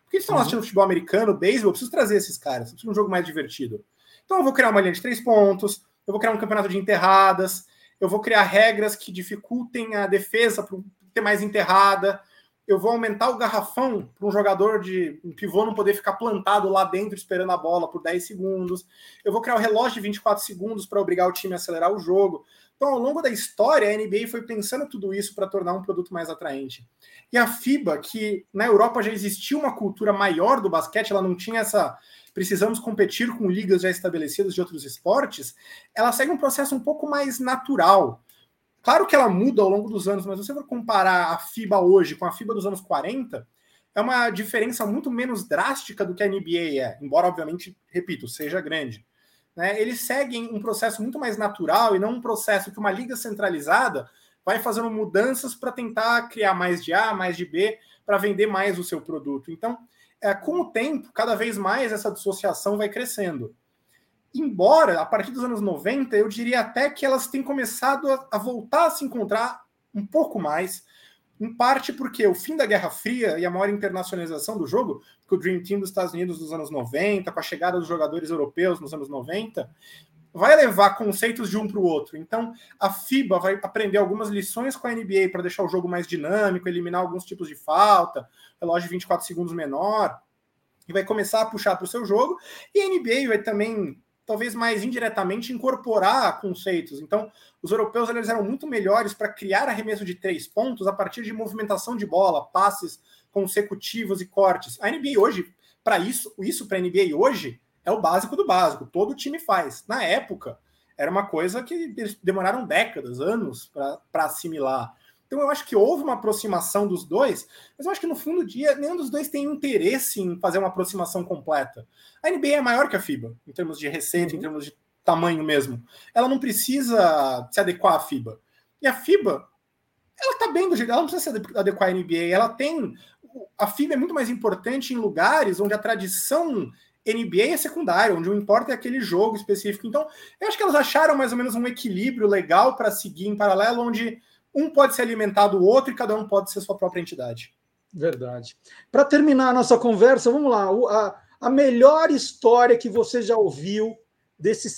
Porque eles estão assistindo futebol americano, beisebol, eu preciso trazer esses caras, eu preciso de um jogo mais divertido. Então eu vou criar uma linha de 3 pontos, eu vou criar um campeonato de enterradas, eu vou criar regras que dificultem a defesa para ter mais enterrada, eu vou aumentar o garrafão para um jogador de um pivô não poder ficar plantado lá dentro esperando a bola por 10 segundos, eu vou criar um relógio de 24 segundos para obrigar o time a acelerar o jogo. Então, ao longo da história, a NBA foi pensando tudo isso para tornar um produto mais atraente. E a FIBA, que na Europa já existia uma cultura maior do basquete, ela não tinha essa precisamos competir com ligas já estabelecidas de outros esportes, ela segue um processo um pouco mais natural. Claro que ela muda ao longo dos anos, mas se você for comparar a FIBA hoje com a FIBA dos anos 40, é uma diferença muito menos drástica do que a NBA é, embora, obviamente, repito, seja grande. Né? Eles seguem um processo muito mais natural e não um processo que uma liga centralizada vai fazendo mudanças para tentar criar mais de A, mais de B, para vender mais o seu produto. Então, com o tempo, cada vez mais essa dissociação vai crescendo. Embora, a partir dos anos 90, eu diria até que elas têm começado a voltar a se encontrar um pouco mais, em parte porque o fim da Guerra Fria e a maior internacionalização do jogo, que o Dream Team dos Estados Unidos nos anos 90, com a chegada dos jogadores europeus nos anos 90, vai levar conceitos de um para o outro. Então, a FIBA vai aprender algumas lições com a NBA para deixar o jogo mais dinâmico, eliminar alguns tipos de falta, relógio de 24 segundos menor, e vai começar a puxar para o seu jogo. E a NBA vai também, talvez mais indiretamente, incorporar conceitos. Então, os europeus eles eram muito melhores para criar arremesso de 3 pontos a partir de movimentação de bola, passes consecutivos e cortes. A NBA hoje, para isso para a NBA hoje, é o básico do básico, todo time faz. Na época, era uma coisa que eles demoraram décadas, anos para assimilar. Então eu acho que houve uma aproximação dos dois, mas eu acho que no fundo do dia, nenhum dos dois tem interesse em fazer uma aproximação completa. A NBA é maior que a FIBA, em termos de receita, em termos de tamanho mesmo. Ela não precisa se adequar à FIBA. E a FIBA, ela está bem do jeito, ela não precisa se adequar à NBA, ela tem... A FIBA é muito mais importante em lugares onde a tradição NBA é secundário, onde o importa é aquele jogo específico. Então, eu acho que elas acharam mais ou menos um equilíbrio legal para seguir em paralelo, onde um pode se alimentar do outro e cada um pode ser sua própria entidade. Verdade. Para terminar a nossa conversa, vamos lá. A melhor história que você já ouviu desses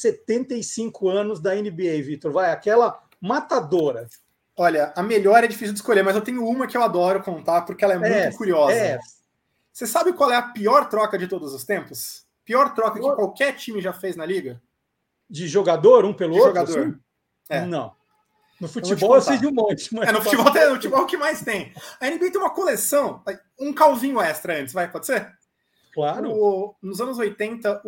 75 anos da NBA, Vitor? Vai, aquela matadora. Olha, a melhor é difícil de escolher, mas eu tenho uma que eu adoro contar, porque ela é muito curiosa. Você sabe qual é a pior troca de todos os tempos? Pior troca que qualquer time já fez na liga? De jogador, um pelo outro? Jogador. Assim? Não. No futebol eu sei de um monte. Mas no futebol é o que mais tem. A NBA tem uma coleção, um calzinho extra antes, pode ser? Claro. Nos anos 80,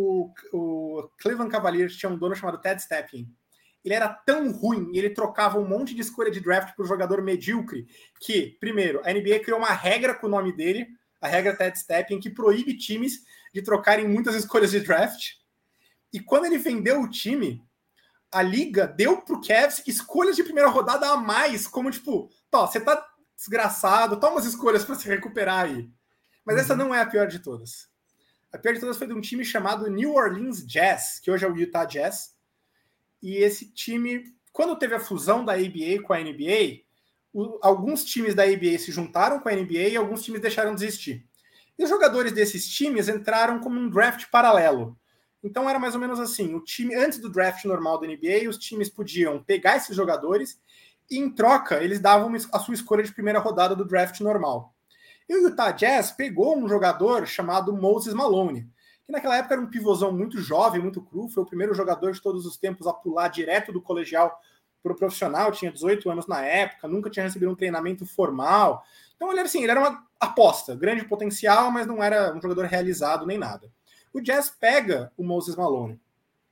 o Cleveland Cavaliers tinha um dono chamado Ted Stepien. Ele era tão ruim e ele trocava um monte de escolha de draft por jogador medíocre que, primeiro, a NBA criou uma regra com o nome dele, a regra Ted Stepien, que proíbe times de trocarem muitas escolhas de draft. E quando ele vendeu o time, a liga deu pro Cavs escolhas de primeira rodada a mais, como tipo, você tá desgraçado, toma umas escolhas para se recuperar aí. Mas essa não é a pior de todas. A pior de todas foi de um time chamado New Orleans Jazz, que hoje é o Utah Jazz. E esse time, quando teve a fusão da ABA com a NBA, alguns times da ABA se juntaram com a NBA e alguns times deixaram de existir. E os jogadores desses times entraram como um draft paralelo. Então era mais ou menos assim, o time antes do draft normal da NBA, os times podiam pegar esses jogadores e em troca eles davam a sua escolha de primeira rodada do draft normal. E o Utah Jazz pegou um jogador chamado Moses Malone, que naquela época era um pivôzão muito jovem, muito cru, foi o primeiro jogador de todos os tempos a pular direto do colegial para o profissional, tinha 18 anos na época, nunca tinha recebido um treinamento formal. Então ele era uma aposta, grande potencial, mas não era um jogador realizado nem nada. O Jazz pega o Moses Malone.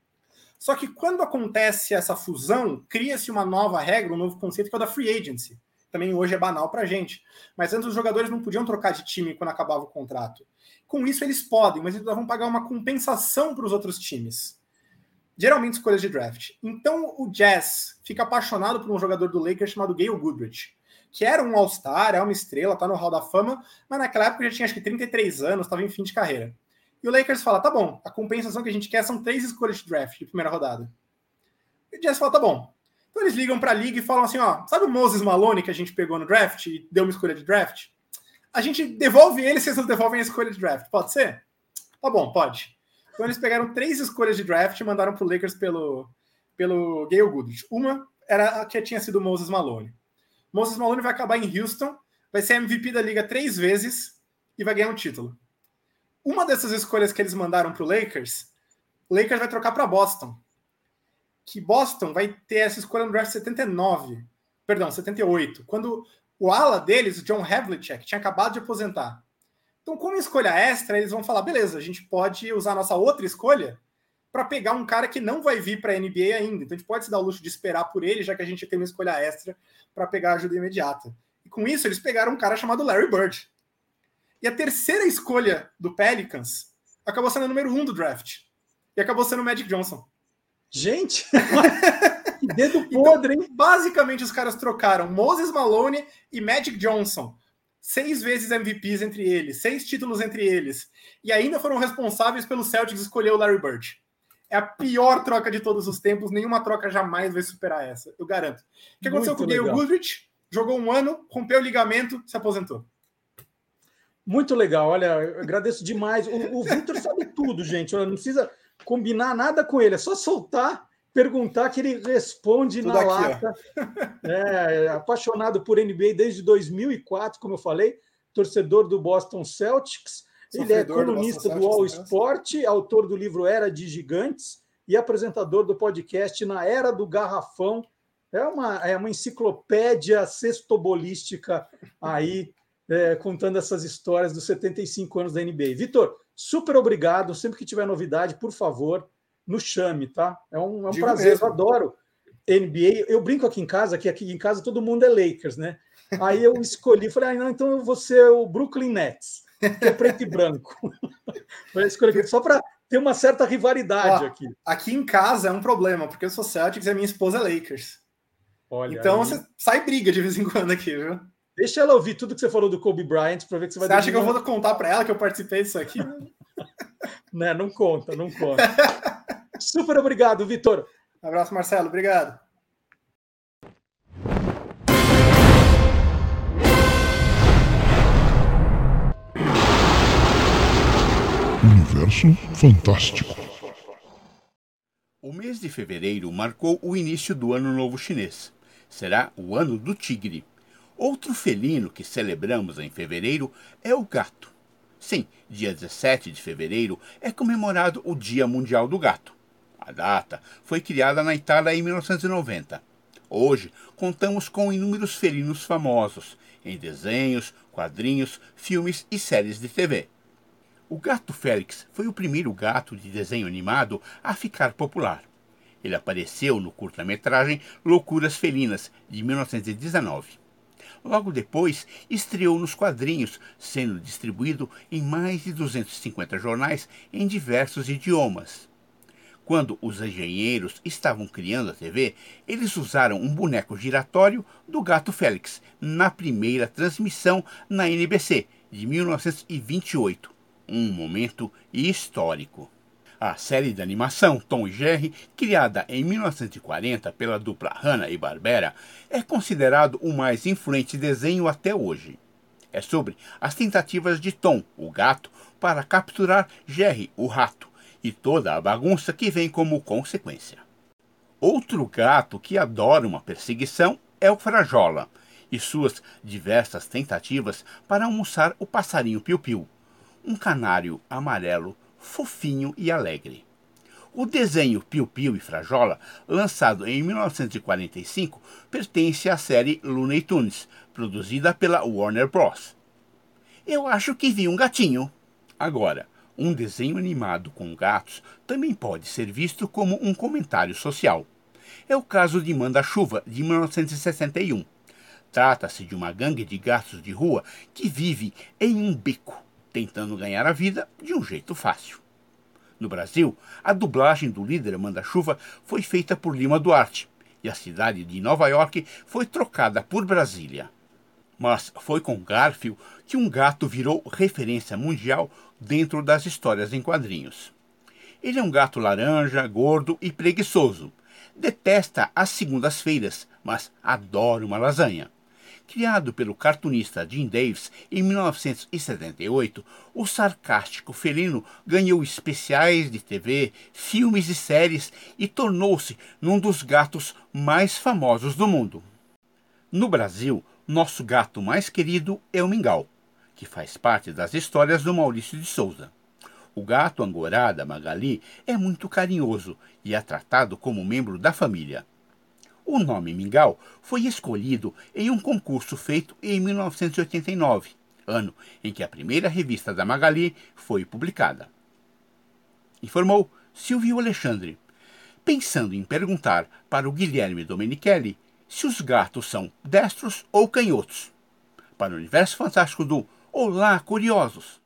Só que quando acontece essa fusão, cria-se uma nova regra, um novo conceito que é o da free agency. Também hoje é banal pra gente. Mas antes os jogadores não podiam trocar de time quando acabava o contrato. Com isso eles podem, mas eles vão pagar uma compensação para os outros times. Geralmente escolhas de draft. Então o Jazz fica apaixonado por um jogador do Lakers chamado Gayle Goodrich, que era um All-Star, é uma estrela, tá no Hall da Fama, mas naquela época já tinha acho que 33 anos, estava em fim de carreira. E o Lakers fala, tá bom, a compensação que a gente quer são 3 escolhas de draft de primeira rodada. E o Jazz fala, tá bom. Então eles ligam pra liga e falam assim, sabe o Moses Malone que a gente pegou no draft e deu uma escolha de draft? a gente devolve ele, vocês nos devolvem a escolha de draft. Pode ser? Tá bom, pode. Então eles pegaram 3 escolhas de draft e mandaram pro Lakers pelo Gale Goodrich. Uma era a que tinha sido Moses Malone. Moses Malone vai acabar em Houston, vai ser MVP da liga 3 vezes e vai ganhar um título. Uma dessas escolhas que eles mandaram pro Lakers, o Lakers vai trocar para Boston. Que Boston vai ter essa escolha no draft 78, quando o ala deles, o John Havlicek, tinha acabado de aposentar. Então, como escolha extra, eles vão falar, beleza, a gente pode usar a nossa outra escolha para pegar um cara que não vai vir para a NBA ainda. Então, a gente pode se dar o luxo de esperar por ele, já que a gente tem uma escolha extra para pegar ajuda imediata. E com isso, eles pegaram um cara chamado Larry Bird. E a terceira escolha do Pelicans acabou sendo a número 1 do draft. E acabou sendo o Magic Johnson. Gente, que dedo podre, hein? Então, basicamente, os caras trocaram Moses Malone e Magic Johnson. 6 vezes MVPs entre eles, 6 títulos entre eles. E ainda foram responsáveis pelo Celtics escolher o Larry Bird. É a pior troca de todos os tempos. Nenhuma troca jamais vai superar essa, eu garanto. O que aconteceu com o Gale Goodrich? Jogou um ano, rompeu o ligamento, se aposentou. Muito legal, olha, eu agradeço demais. O Victor sabe tudo, gente. Não precisa combinar nada com ele, é só soltar, perguntar que ele responde tudo na aqui, lata. Apaixonado por NBA desde 2004, como eu falei, torcedor do Boston Celtics. Ele é colunista do All Sport, autor do livro Era de Gigantes e apresentador do podcast Na Era do Garrafão. É uma enciclopédia sextobolística aí, contando essas histórias dos 75 anos da NBA. Vitor, super obrigado. Sempre que tiver novidade, por favor, nos chame, tá? É um prazer, mesmo. Eu adoro NBA. Eu brinco aqui em casa, que aqui em casa todo mundo é Lakers, né? Aí eu escolhi, falei, não, então eu vou ser o Brooklyn Nets, que é preto e branco. Só para ter uma certa rivalidade aqui. Aqui em casa é um problema, porque eu sou Celtics e a minha esposa é Lakers. Olha então aí. Você sai briga de vez em quando aqui, viu? Deixa ela ouvir tudo que você falou do Kobe Bryant para ver que você vai... Você acha que eu vou contar para ela que eu participei disso aqui? Né? Não conta. Super obrigado, Vitor. Um abraço, Marcelo. Obrigado. Universo Fantástico. O mês de fevereiro marcou o início do Ano Novo Chinês. Será o Ano do Tigre. Outro felino que celebramos em fevereiro é o gato. Sim, dia 17 de fevereiro é comemorado o Dia Mundial do Gato. A data foi criada na Itália em 1990. Hoje, contamos com inúmeros felinos famosos, em desenhos, quadrinhos, filmes e séries de TV. O gato Félix foi o primeiro gato de desenho animado a ficar popular. Ele apareceu no curta-metragem Loucuras Felinas, de 1919. Logo depois, estreou nos quadrinhos, sendo distribuído em mais de 250 jornais em diversos idiomas. Quando os engenheiros estavam criando a TV, eles usaram um boneco giratório do gato Félix na primeira transmissão na NBC, de 1928. Um momento histórico. A série de animação Tom e Jerry, criada em 1940 pela dupla Hanna-Barbera, é considerado o mais influente desenho até hoje. É sobre as tentativas de Tom, o gato, para capturar Jerry, o rato, e toda a bagunça que vem como consequência. Outro gato que adora uma perseguição é o Frajola, e suas diversas tentativas para almoçar o passarinho Piu-Piu, um canário amarelo fofinho e alegre. O desenho Piu-Piu e Frajola, lançado em 1945, pertence à série Looney Tunes, produzida pela Warner Bros. Eu acho que vi um gatinho. Agora, um desenho animado com gatos também pode ser visto como um comentário social. É o caso de Manda-Chuva, de 1961. Trata-se de uma gangue de gatos de rua que vive em um beco, tentando ganhar a vida de um jeito fácil. No Brasil, a dublagem do líder Manda-Chuva foi feita por Lima Duarte, e a cidade de Nova York foi trocada por Brasília. Mas foi com Garfield que um gato virou referência mundial dentro das histórias em quadrinhos. Ele é um gato laranja, gordo e preguiçoso. Detesta as segundas-feiras, mas adora uma lasanha. Criado pelo cartunista Jim Davis em 1978, o sarcástico felino ganhou especiais de TV, filmes e séries e tornou-se um dos gatos mais famosos do mundo. No Brasil, nosso gato mais querido é o Mingau, que faz parte das histórias do Maurício de Souza. O gato angorá da Magali é muito carinhoso e é tratado como membro da família. O nome Mingau foi escolhido em um concurso feito em 1989, ano em que a primeira revista da Magali foi publicada. Informou Silvio Alexandre, pensando em perguntar para o Guilherme Domenichelli se os gatos são destros ou canhotos. Para o Universo Fantástico do Olá, Curiosos!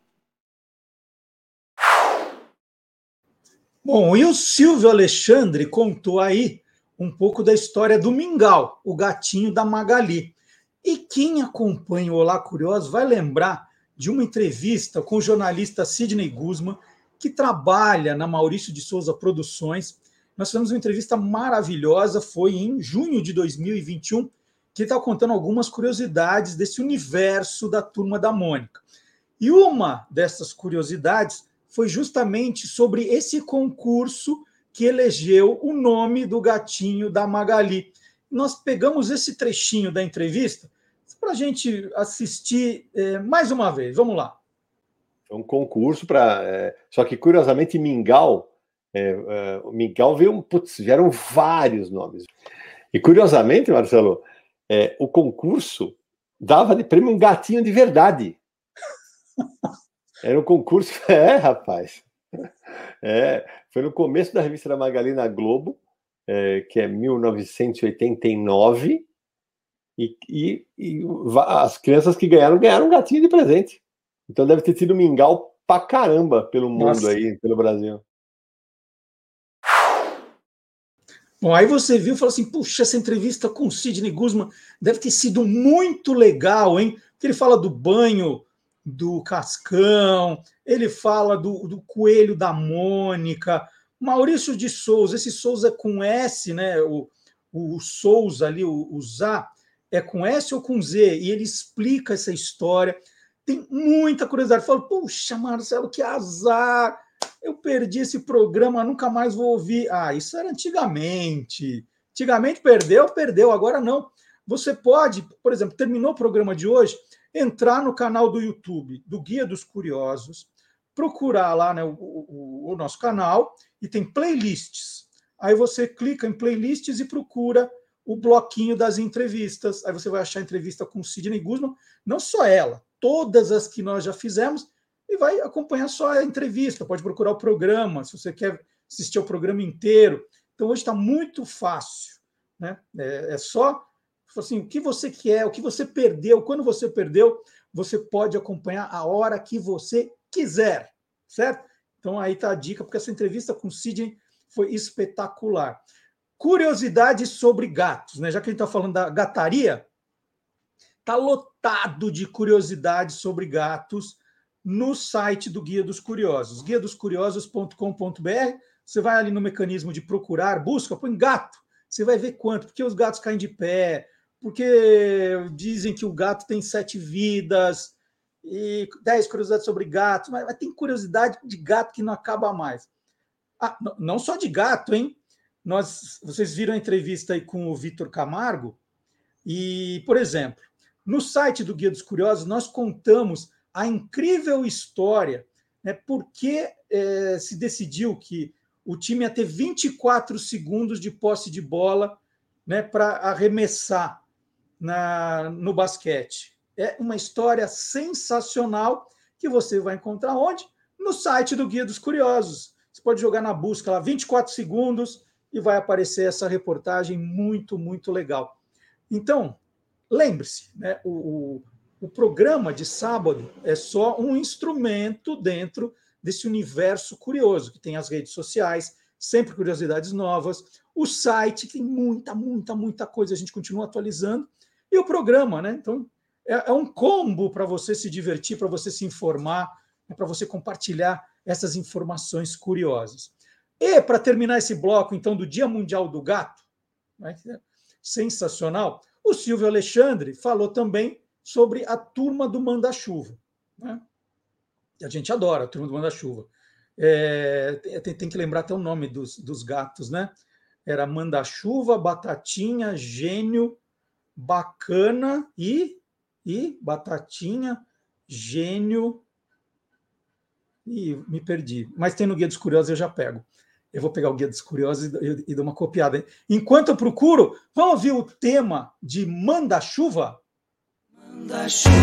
Bom, e o Silvio Alexandre contou aí um pouco da história do Mingau, o gatinho da Magali. E quem acompanha o Olá Curioso vai lembrar de uma entrevista com o jornalista Sidney Guzman, que trabalha na Maurício de Souza Produções. Nós fizemos uma entrevista maravilhosa, foi em junho de 2021, que está contando algumas curiosidades desse universo da Turma da Mônica. E uma dessas curiosidades foi justamente sobre esse concurso que elegeu o nome do gatinho da Magali. Nós pegamos esse trechinho da entrevista para a gente assistir mais uma vez. Vamos lá. Foi um concurso para... só que, curiosamente, Mingau... o Mingau veio... vieram vários nomes. E, curiosamente, Marcelo, o concurso dava de prêmio um gatinho de verdade. Era um concurso... rapaz... foi no começo da revista da Magali na Globo, que é 1989, e as crianças que ganharam um gatinho de presente. Então deve ter sido Mingau pra caramba pelo mundo. Nossa. Aí, pelo Brasil. Bom, aí você viu e falou assim, puxa, essa entrevista com o Sidney Guzman deve ter sido muito legal, hein? Porque ele fala do banho do Cascão, ele fala do coelho da Mônica, Maurício de Souza, esse Souza é com S, né? O Souza ali, o Zá, é com S ou com Z? E ele explica essa história. Tem muita curiosidade. Fala, puxa, Marcelo, que azar! Eu perdi esse programa, nunca mais vou ouvir. Ah, isso era antigamente. Antigamente perdeu, agora não. Você pode, por exemplo, terminou o programa de hoje, entrar no canal do YouTube do Guia dos Curiosos, procurar lá, né, o nosso canal, e tem playlists. Aí você clica em playlists e procura o bloquinho das entrevistas. Aí você vai achar a entrevista com o Sidney Guzman, não só ela, todas as que nós já fizemos, e vai acompanhar só a entrevista. Pode procurar o programa, se você quer assistir ao programa inteiro. Então hoje está muito fácil, né? É só assim, o que você quer, o que você perdeu, quando você perdeu, você pode acompanhar a hora que você quiser, certo? Então aí está a dica, porque essa entrevista com o Sidney foi espetacular. Curiosidades sobre gatos, né? Já que a gente está falando da gataria, está lotado de curiosidades sobre gatos no site do Guia dos Curiosos, guiadoscuriosos.com.br. Você vai ali no mecanismo de procurar, busca, põe gato, você vai ver quanto, porque os gatos caem de pé, porque dizem que o gato tem 7 vidas, e 10 curiosidades sobre gatos, mas tem curiosidade de gato que não acaba mais. Ah, não só de gato, hein? Vocês viram a entrevista aí com o Vitor Camargo, e, por exemplo, no site do Guia dos Curiosos, nós contamos a incrível história, né, por que se decidiu que o time ia ter 24 segundos de posse de bola, né, para arremessar no basquete. É uma história sensacional que você vai encontrar onde? No site do Guia dos Curiosos. Você pode jogar na busca lá 24 segundos e vai aparecer essa reportagem muito, muito legal. Então, lembre-se, né, o programa de sábado é só um instrumento dentro desse universo curioso, que tem as redes sociais, sempre curiosidades novas, o site, que tem muita, muita, muita coisa, a gente continua atualizando, e o programa, né? Então, é um combo para você se divertir, para você se informar, para você compartilhar essas informações curiosas. E, para terminar esse bloco, então, do Dia Mundial do Gato, né, sensacional, O Silvio Alexandre falou também sobre a Turma do Manda-Chuva, né? A gente adora a Turma do Manda-Chuva. Tem que lembrar até o nome dos gatos, né? Era Manda-Chuva, Batatinha, Gênio, Bacana e Batatinha, Gênio e me perdi. Mas tem no Guia dos Curiosos, eu já pego. Eu vou pegar o Guia dos Curiosos e dar uma copiada. Enquanto eu procuro, vamos ouvir o tema de Manda-Chuva? Manda-chuva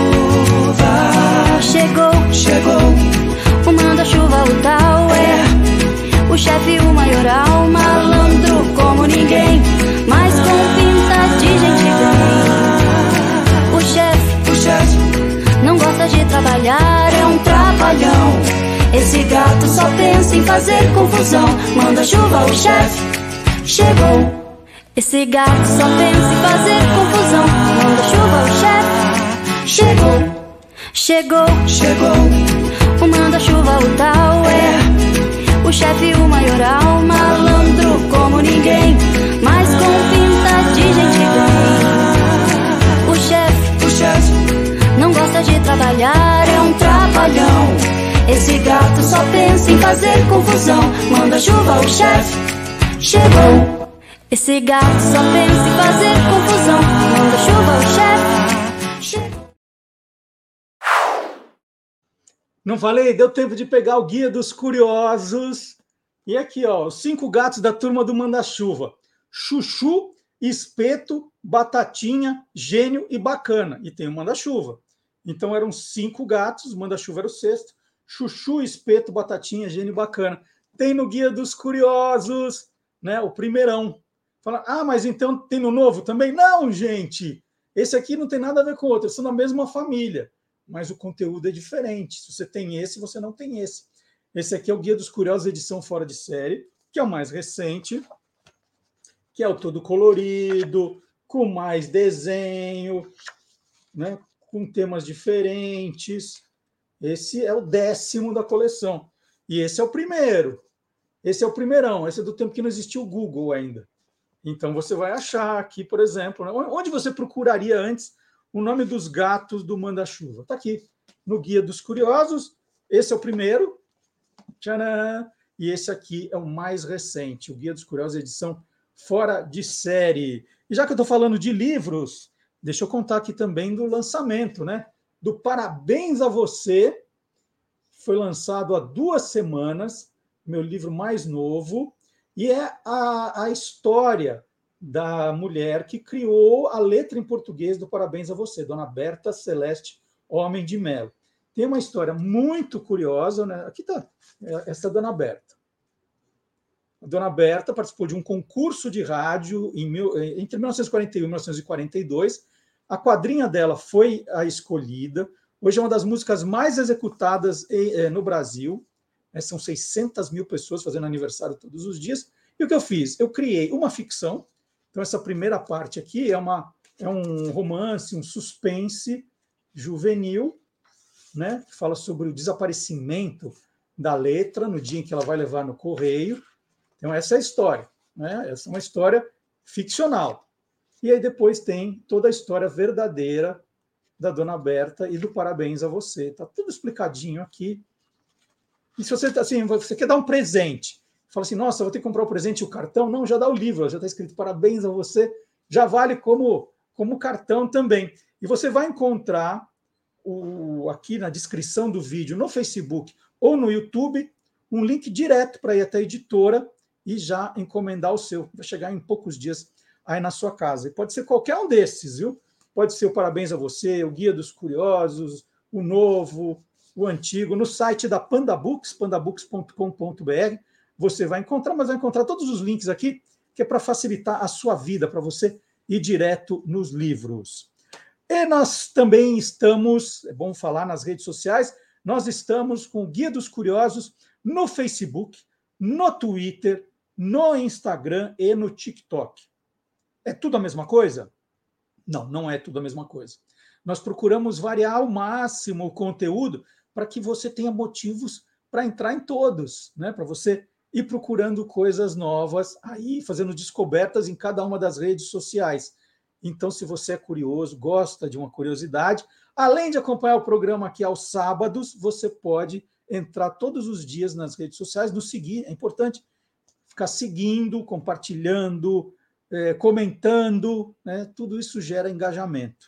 chegou, o manda-chuva, o tal o chefe, o maioral, malandro como ninguém, mas com pinta de gente bem. O chefe não gosta de trabalhar, é um trapalhão. Esse gato só pensa em fazer confusão. Manda-chuva, o chefe chegou. Esse gato só pensa em fazer confusão. Manda-chuva, o chefe chegou. O manda-chuva, o tal o chefe, o maioral, malandro como ninguém, mas com pinta de gente bem. O chefe não gosta de trabalhar, é um trapalhão. Esse gato só pensa em fazer confusão. Manda-chuva, o chefe chegou. Esse gato só pensa em fazer confusão. Manda-chuva, o chefe chegou. Não falei? Deu tempo de pegar o Guia dos Curiosos. E aqui, ó, os 5 gatos da Turma do Manda-Chuva. Chuchu, Espeto, Batatinha, Gênio e Bacana. E tem o Manda-Chuva. Então eram 5 gatos, o Manda-Chuva era o 6º. Chuchu, Espeto, Batatinha, Gênio e Bacana. Tem no Guia dos Curiosos, né? O primeirão. Fala, mas então tem no novo também? Não, gente! Esse aqui não tem nada a ver com o outro, são da mesma família. Mas o conteúdo é diferente. Se você tem esse, você não tem esse. Esse aqui é o Guia dos Curiosos, edição fora de série, que é o mais recente, que é o todo colorido, com mais desenho, né? Com temas diferentes. Esse é o 10º da coleção. E esse é o primeiro. Esse é o primeirão. Esse é do tempo que não existia o Google ainda. Então você vai achar aqui, por exemplo, né? Onde você procuraria antes o nome dos gatos do Manda-Chuva? Está aqui, no Guia dos Curiosos. Esse é o primeiro. Tcharam! E esse aqui é o mais recente, o Guia dos Curiosos, edição fora de série. E já que eu estou falando de livros, deixa eu contar aqui também do lançamento, né? Do Parabéns a Você. Foi lançado há 2 semanas, meu livro mais novo, e é a história da mulher que criou a letra em português do Parabéns a Você, Dona Berta Celeste Homem de Melo. Tem uma história muito curiosa, né? Aqui está, essa é a Dona Berta. A Dona Berta participou de um concurso de rádio entre 1941 e 1942. A quadrinha dela foi a escolhida. Hoje é uma das músicas mais executadas no Brasil. São 600 mil pessoas fazendo aniversário todos os dias. E o que eu fiz? Eu criei uma ficção. Então, essa primeira parte aqui é um romance, um suspense juvenil, né, que fala sobre o desaparecimento da letra no dia em que ela vai levar no correio. Então, essa é a história, né? Essa é uma história ficcional. E aí depois tem toda a história verdadeira da Dona Berta e do Parabéns a Você. Está tudo explicadinho aqui. E se você, assim, você quer dar um presente, fala assim, nossa, vou ter que comprar o presente e o cartão? Não, já dá o livro, já está escrito Parabéns a Você, já vale como cartão também. E você vai encontrar aqui na descrição do vídeo, no Facebook ou no YouTube, um link direto para ir até a editora e já encomendar o seu. Vai chegar em poucos dias aí na sua casa. E pode ser qualquer um desses, viu? Pode ser o Parabéns a Você, o Guia dos Curiosos, o novo, o antigo. No site da Panda Books, pandabooks.com.br, você vai encontrar, mas vai encontrar todos os links aqui, que é para facilitar a sua vida, para você ir direto nos livros. E nós também estamos, é bom falar nas redes sociais, nós estamos com o Guia dos Curiosos no Facebook, no Twitter, no Instagram e no TikTok. É tudo a mesma coisa? Não, não é tudo a mesma coisa. Nós procuramos variar ao máximo o conteúdo para que você tenha motivos para entrar em todos, né? Para você ir procurando coisas novas, aí fazendo descobertas em cada uma das redes sociais. Então, se você é curioso, gosta de uma curiosidade, além de acompanhar o programa aqui aos sábados, você pode entrar todos os dias nas redes sociais, nos seguir. É importante ficar seguindo, compartilhando, comentando, né? Tudo isso gera engajamento.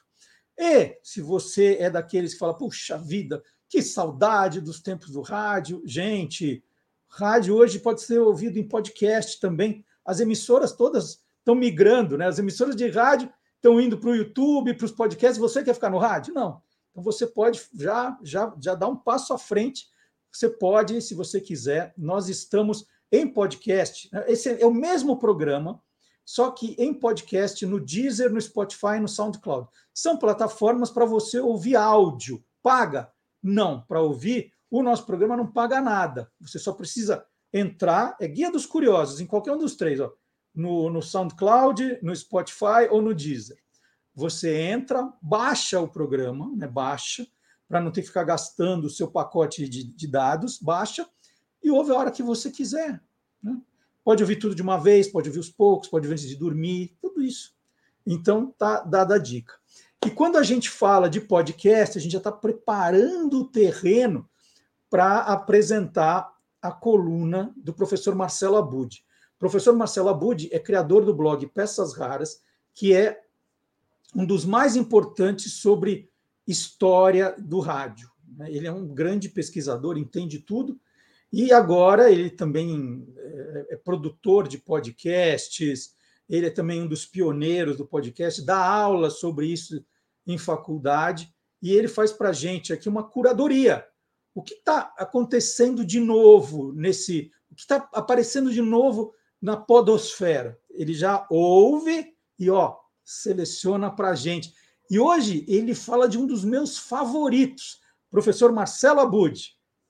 E se você é daqueles que fala, puxa vida, que saudade dos tempos do rádio. Gente, rádio hoje pode ser ouvido em podcast também. As emissoras todas estão migrando, né? As emissoras de rádio estão indo para o YouTube, para os podcasts. Você quer ficar no rádio? Não. Então você pode já dar um passo à frente. Você pode, se você quiser. Nós estamos em podcast. Esse é o mesmo programa, só que em podcast, no Deezer, no Spotify e no SoundCloud. São plataformas para você ouvir áudio. Paga? Não. Para ouvir, o nosso programa não paga nada. Você só precisa entrar, é Guia dos Curiosos, em qualquer um dos três, ó, no SoundCloud, no Spotify ou no Deezer. Você entra, baixa o programa, né, baixa, para não ter que ficar gastando o seu pacote de dados, baixa, e ouve a hora que você quiser. Né? Pode ouvir tudo de uma vez, pode ouvir os poucos, pode ouvir antes de dormir, tudo isso. Então, tá dada a dica. E quando a gente fala de podcast, a gente já está preparando o terreno para apresentar a coluna do professor Marcelo Abud. O professor Marcelo Abud é criador do blog Peças Raras, que é um dos mais importantes sobre história do rádio. Ele é um grande pesquisador, entende tudo, e agora ele também é produtor de podcasts, ele é também um dos pioneiros do podcast, dá aula sobre isso em faculdade, e ele faz para a gente aqui uma curadoria. O que está acontecendo de novo o que está aparecendo de novo na podosfera? Ele já ouve e seleciona para a gente. E hoje ele fala de um dos meus favoritos, professor Marcelo Abud.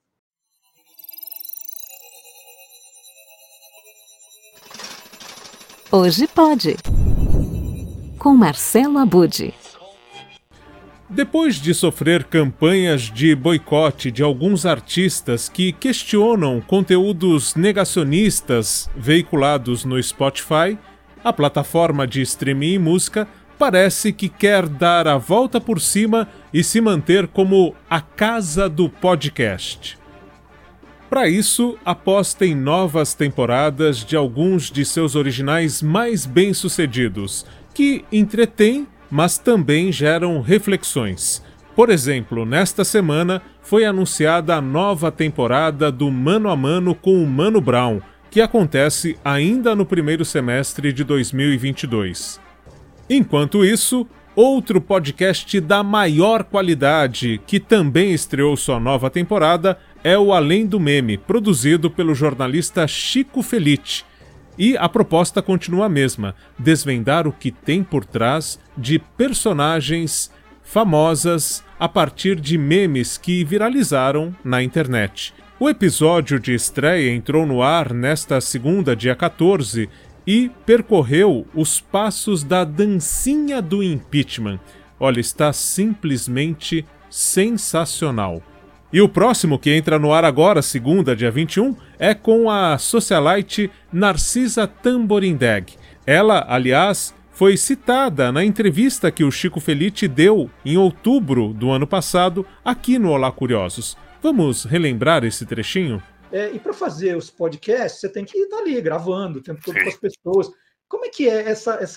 Hoje pode, com Marcelo Abud. Depois de sofrer campanhas de boicote de alguns artistas que questionam conteúdos negacionistas veiculados no Spotify, a plataforma de streaming e música parece que quer dar a volta por cima e se manter como a casa do podcast. Para isso, aposta em novas temporadas de alguns de seus originais mais bem-sucedidos, que entretêm, mas também geram reflexões. Por exemplo, nesta semana foi anunciada a nova temporada do Mano a Mano com o Mano Brown, que acontece ainda no primeiro semestre de 2022. Enquanto isso, outro podcast da maior qualidade, que também estreou sua nova temporada, é o Além do Meme, produzido pelo jornalista Chico Felitti. E a proposta continua a mesma, desvendar o que tem por trás de personagens famosas a partir de memes que viralizaram na internet. O episódio de estreia entrou no ar nesta segunda, dia 14, e percorreu os passos da dancinha do impeachment. Olha, está simplesmente sensacional. E o próximo, que entra no ar agora, segunda, dia 21, é com a socialite Narcisa Tamborindeg. Ela, aliás, foi citada na entrevista que o Chico Felitti deu em outubro do ano passado aqui no Olá Curiosos. Vamos relembrar esse trechinho? E para fazer os podcasts, você tem que estar ali gravando o tempo todo com as pessoas. Como é que é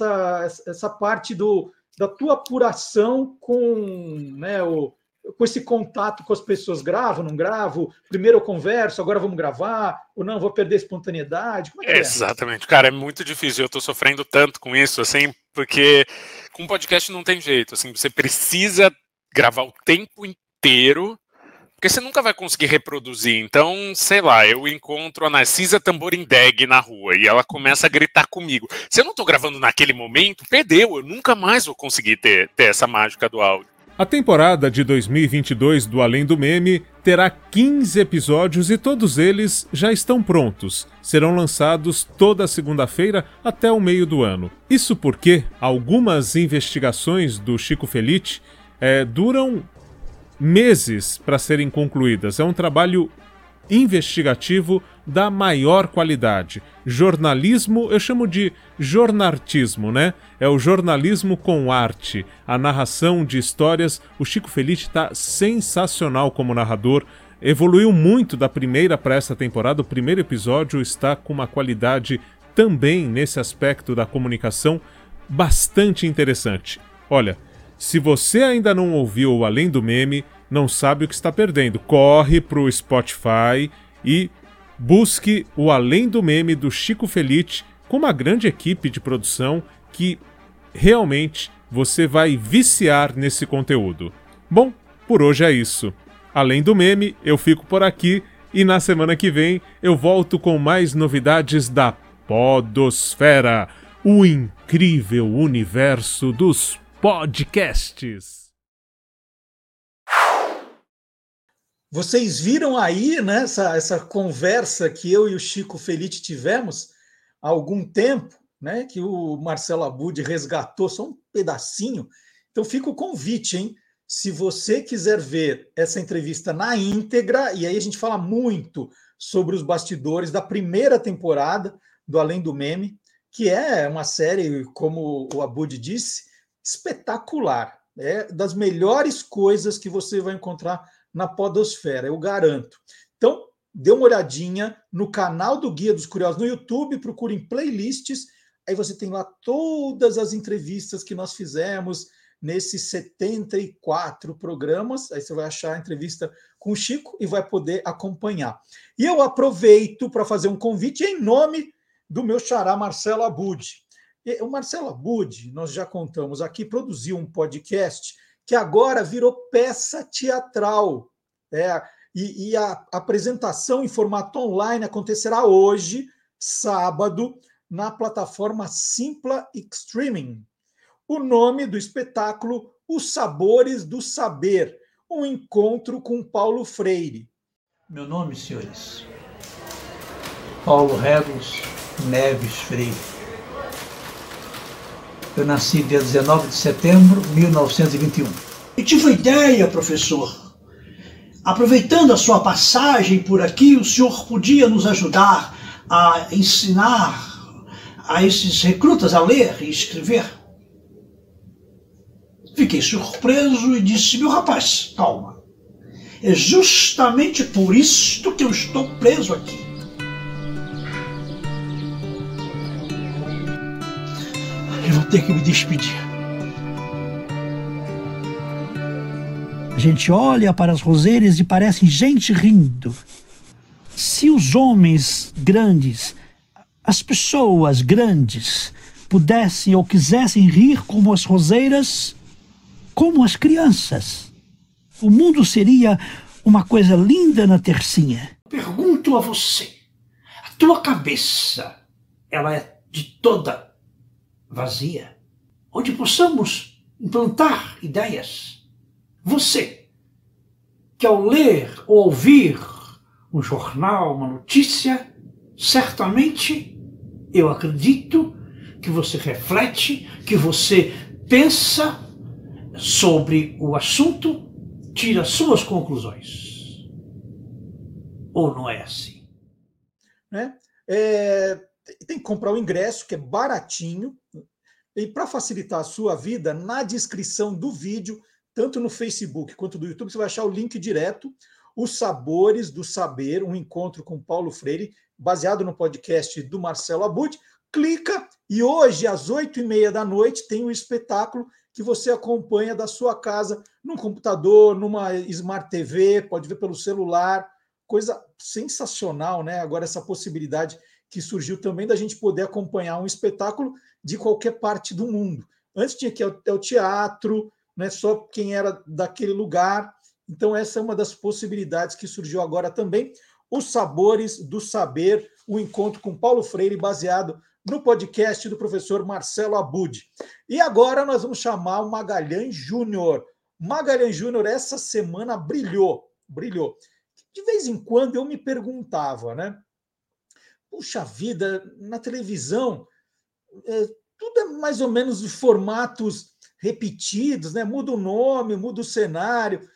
essa parte da tua apuração com, né, com esse contato com as pessoas? Gravo, não gravo? Primeiro eu converso, agora vamos gravar? Ou não, vou perder a espontaneidade? Como é que é? Exatamente. Cara, é muito difícil. Eu tô sofrendo tanto com isso, assim, porque com podcast não tem jeito. Assim, você precisa gravar o tempo inteiro, porque você nunca vai conseguir reproduzir. Então, sei lá, eu encontro a Narcisa Tamborindeg na rua e ela começa a gritar comigo. Se eu não tô gravando naquele momento, perdeu. Eu nunca mais vou conseguir ter essa mágica do áudio. A temporada de 2022 do Além do Meme terá 15 episódios e todos eles já estão prontos. Serão lançados toda segunda-feira até o meio do ano. Isso porque algumas investigações do Chico Felitti duram meses para serem concluídas. É um trabalho investigativo da maior qualidade. Jornalismo, eu chamo de jornartismo, né? É o jornalismo com arte, a narração de histórias. O Chico Felitti está sensacional como narrador, evoluiu muito da primeira para essa temporada. O primeiro episódio está com uma qualidade também nesse aspecto da comunicação bastante interessante. Olha, se você ainda não ouviu o Além do Meme, não sabe o que está perdendo. Corre para o Spotify e busque o Além do Meme do Chico Felitti com uma grande equipe de produção que realmente você vai viciar nesse conteúdo. Bom, por hoje é isso. Além do Meme, eu fico por aqui e na semana que vem eu volto com mais novidades da Podosfera, o incrível universo dos podcasts. Vocês viram aí, né, essa conversa que eu e o Chico Felitti tivemos há algum tempo, né, que o Marcelo Abud resgatou só um pedacinho. Então fica o convite, hein? Se você quiser ver essa entrevista na íntegra, e aí a gente fala muito sobre os bastidores da primeira temporada do Além do Meme, que é uma série, como o Abud disse, espetacular. É das melhores coisas que você vai encontrar na podosfera, eu garanto. Então, dê uma olhadinha no canal do Guia dos Curiosos no YouTube, procurem playlists, aí você tem lá todas as entrevistas que nós fizemos nesses 74 programas, aí você vai achar a entrevista com o Chico e vai poder acompanhar. E eu aproveito para fazer um convite em nome do meu xará Marcelo Abud. O Marcelo Abud, nós já contamos aqui, produziu um podcast que agora virou peça teatral. E a apresentação em formato online acontecerá hoje, sábado, na plataforma Simpla Streaming. O nome do espetáculo, Os Sabores do Saber, um encontro com Paulo Freire. Meu nome, senhores, Paulo Regulus Neves Freire. Eu nasci dia 19 de setembro de 1921. Eu tive uma ideia, professor. Aproveitando a sua passagem por aqui, o senhor podia nos ajudar a ensinar a esses recrutas a ler e escrever? Fiquei surpreso e disse: meu rapaz, calma. É justamente por isto que eu estou preso aqui. Eu vou ter que me despedir. A gente olha para as roseiras e parece gente rindo. Se os homens grandes, as pessoas grandes, pudessem ou quisessem rir como as roseiras, como as crianças, o mundo seria uma coisa linda na tercinha. Pergunto a você, a tua cabeça, ela é de toda vazia, onde possamos implantar ideias. Você, que ao ler ou ouvir um jornal, uma notícia, certamente, eu acredito que você reflete, que você pensa sobre o assunto, tira suas conclusões. Ou não é assim? Tem que comprar o ingresso, que é baratinho. E para facilitar a sua vida, na descrição do vídeo, tanto no Facebook quanto no YouTube, você vai achar o link direto, Os Sabores do Saber, um encontro com Paulo Freire, baseado no podcast do Marcelo Abud. Clica e hoje, às 8h30 da noite, tem um espetáculo que você acompanha da sua casa, num computador, numa Smart TV, pode ver pelo celular. Coisa sensacional, né? Agora essa possibilidade que surgiu também da gente poder acompanhar um espetáculo de qualquer parte do mundo. Antes tinha que ir ao teatro, né? Só quem era daquele lugar. Então essa é uma das possibilidades que surgiu agora também. Os Sabores do Saber, o encontro com Paulo Freire, baseado no podcast do professor Marcelo Abud. E agora nós vamos chamar o Magalhães Júnior. Magalhães Júnior essa semana brilhou. De vez em quando eu me perguntava, né? Puxa vida, na televisão, tudo é mais ou menos de formatos repetidos, né? Muda o nome, muda o cenário,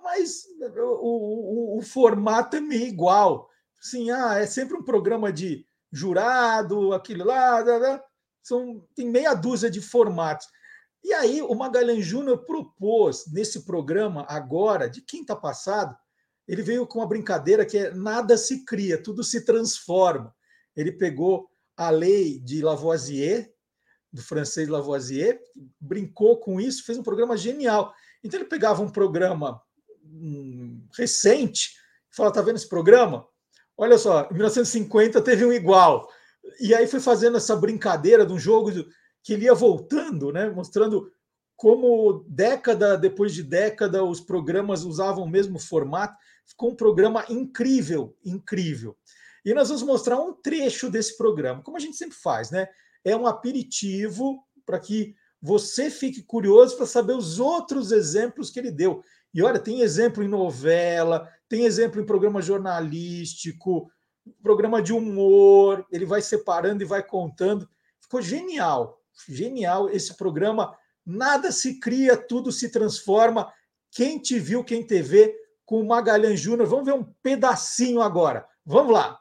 mas o formato é meio igual. Assim, é sempre um programa de jurado, aquilo lá, tem meia dúzia de formatos. E aí o Magalhães Júnior propôs nesse programa agora, de quinta passada, ele veio com uma brincadeira que é nada se cria, tudo se transforma. Ele pegou a lei de Lavoisier, do francês Lavoisier, brincou com isso, fez um programa genial. Então ele pegava um programa recente e falava, tá vendo esse programa? Olha só, em 1950 teve um igual. E aí foi fazendo essa brincadeira de um jogo que ele ia voltando, né, mostrando como década depois de década os programas usavam o mesmo formato. Ficou um programa incrível, incrível. E nós vamos mostrar um trecho desse programa, como a gente sempre faz, né? É um aperitivo para que você fique curioso para saber os outros exemplos que ele deu. E olha, tem exemplo em novela, tem exemplo em programa jornalístico, programa de humor, ele vai separando e vai contando. Ficou genial, genial esse programa. Nada se cria, tudo se transforma. Quem te viu, quem te vê, com o Magalhães Júnior. Vamos ver um pedacinho agora. Vamos lá.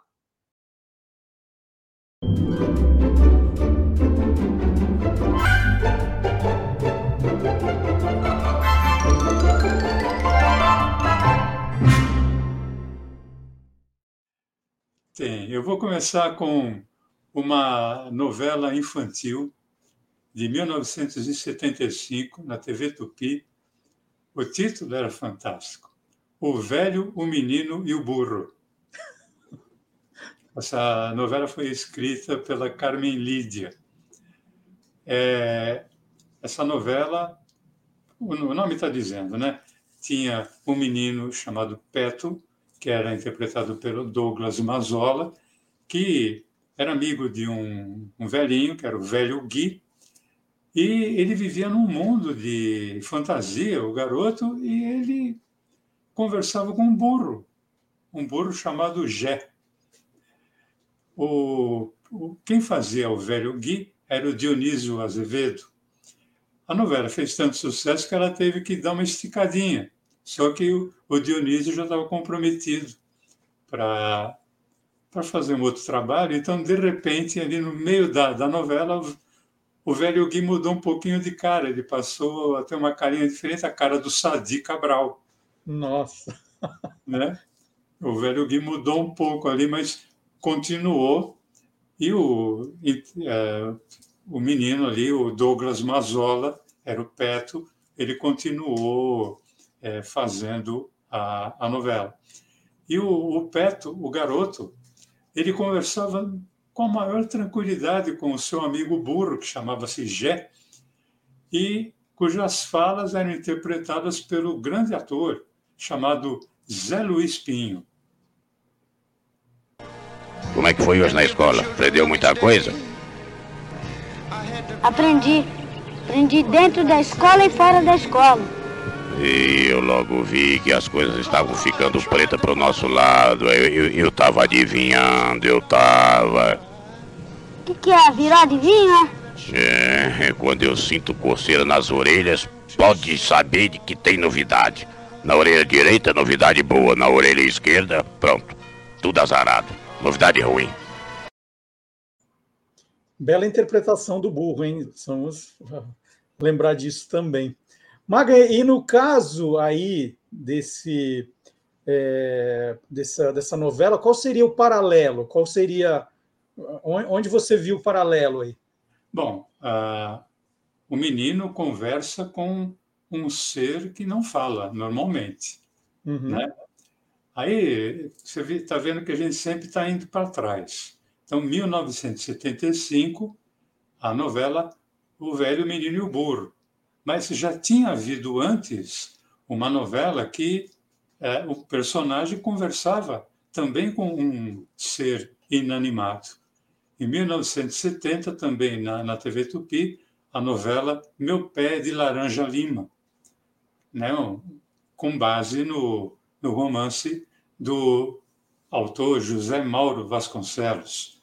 Eu vou começar com uma novela infantil de 1975, na TV Tupi. O título era fantástico. O Velho, o Menino e o Burro. Essa novela foi escrita pela Carmen Lídia. Essa novela, o nome está dizendo, né? Tinha um menino chamado Peto, que era interpretado pelo Douglas Mazzola, que era amigo de um velhinho, que era o Velho Gui, e ele vivia num mundo de fantasia, o garoto, e ele conversava com um burro chamado Gé. Quem fazia o Velho Gui era o Dionísio Azevedo. A novela fez tanto sucesso que ela teve que dar uma esticadinha, só que o Dionísio já estava comprometido para fazer um outro trabalho, então, de repente, ali no meio da novela, o Velho Gui mudou um pouquinho de cara, ele passou a ter uma carinha diferente, a cara do Sadi Cabral. Nossa! Né? O Velho Gui mudou um pouco ali, mas continuou, e o menino ali, o Douglas Mazzola, era o Peto, ele continuou fazendo a novela. E o Peto, o garoto, ele conversava com a maior tranquilidade com o seu amigo burro, que chamava-se Gé, e cujas falas eram interpretadas pelo grande ator chamado Zé Luiz Pinho. Como é que foi hoje na escola? Aprendeu muita coisa? Aprendi. Aprendi dentro da escola e fora da escola. E eu logo vi que as coisas estavam ficando pretas para o nosso lado. Eu estava adivinhando, O que é? Virou adivinha? Quando eu sinto coceira nas orelhas, pode saber de que tem novidade. Na orelha direita, novidade boa. Na orelha esquerda, pronto. Tudo azarado. Novidade ruim. Bela interpretação do burro, hein? Vamos lembrar disso também. Maga, e no caso aí dessa novela, qual seria o paralelo? Qual seria... Onde você viu o paralelo aí? Bom, o menino conversa com um ser que não fala normalmente. Né? Aí você está vendo que a gente sempre está indo para trás. Então, 1975, a novela O Velho, o Menino e o Burro. Mas já tinha havido antes uma novela que o personagem conversava também com um ser inanimado. Em 1970, também na TV Tupi, a novela Meu Pé de Laranja Lima, né? Com base no romance do autor José Mauro Vasconcelos.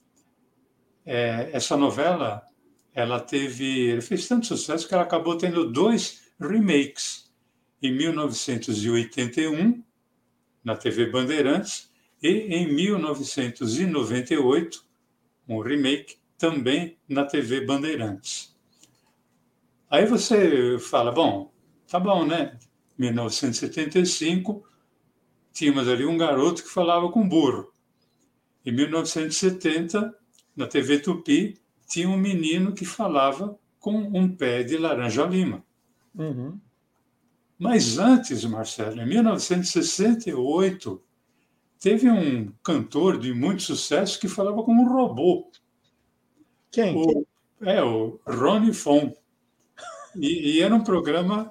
Essa novela ela fez tanto sucesso que ela acabou tendo 2 remakes. em 1981, na TV Bandeirantes, e em 1998, um remake, também na TV Bandeirantes. Aí você fala, bom, tá bom, né? 1975, tínhamos ali um garoto que falava com burro. Em 1970, na TV Tupi, tinha um menino que falava com um pé de laranja-lima. Uhum. Mas antes, Marcelo, em 1968, teve um cantor de muito sucesso que falava com um robô. Quem? O Ronnie Fon. E era um programa...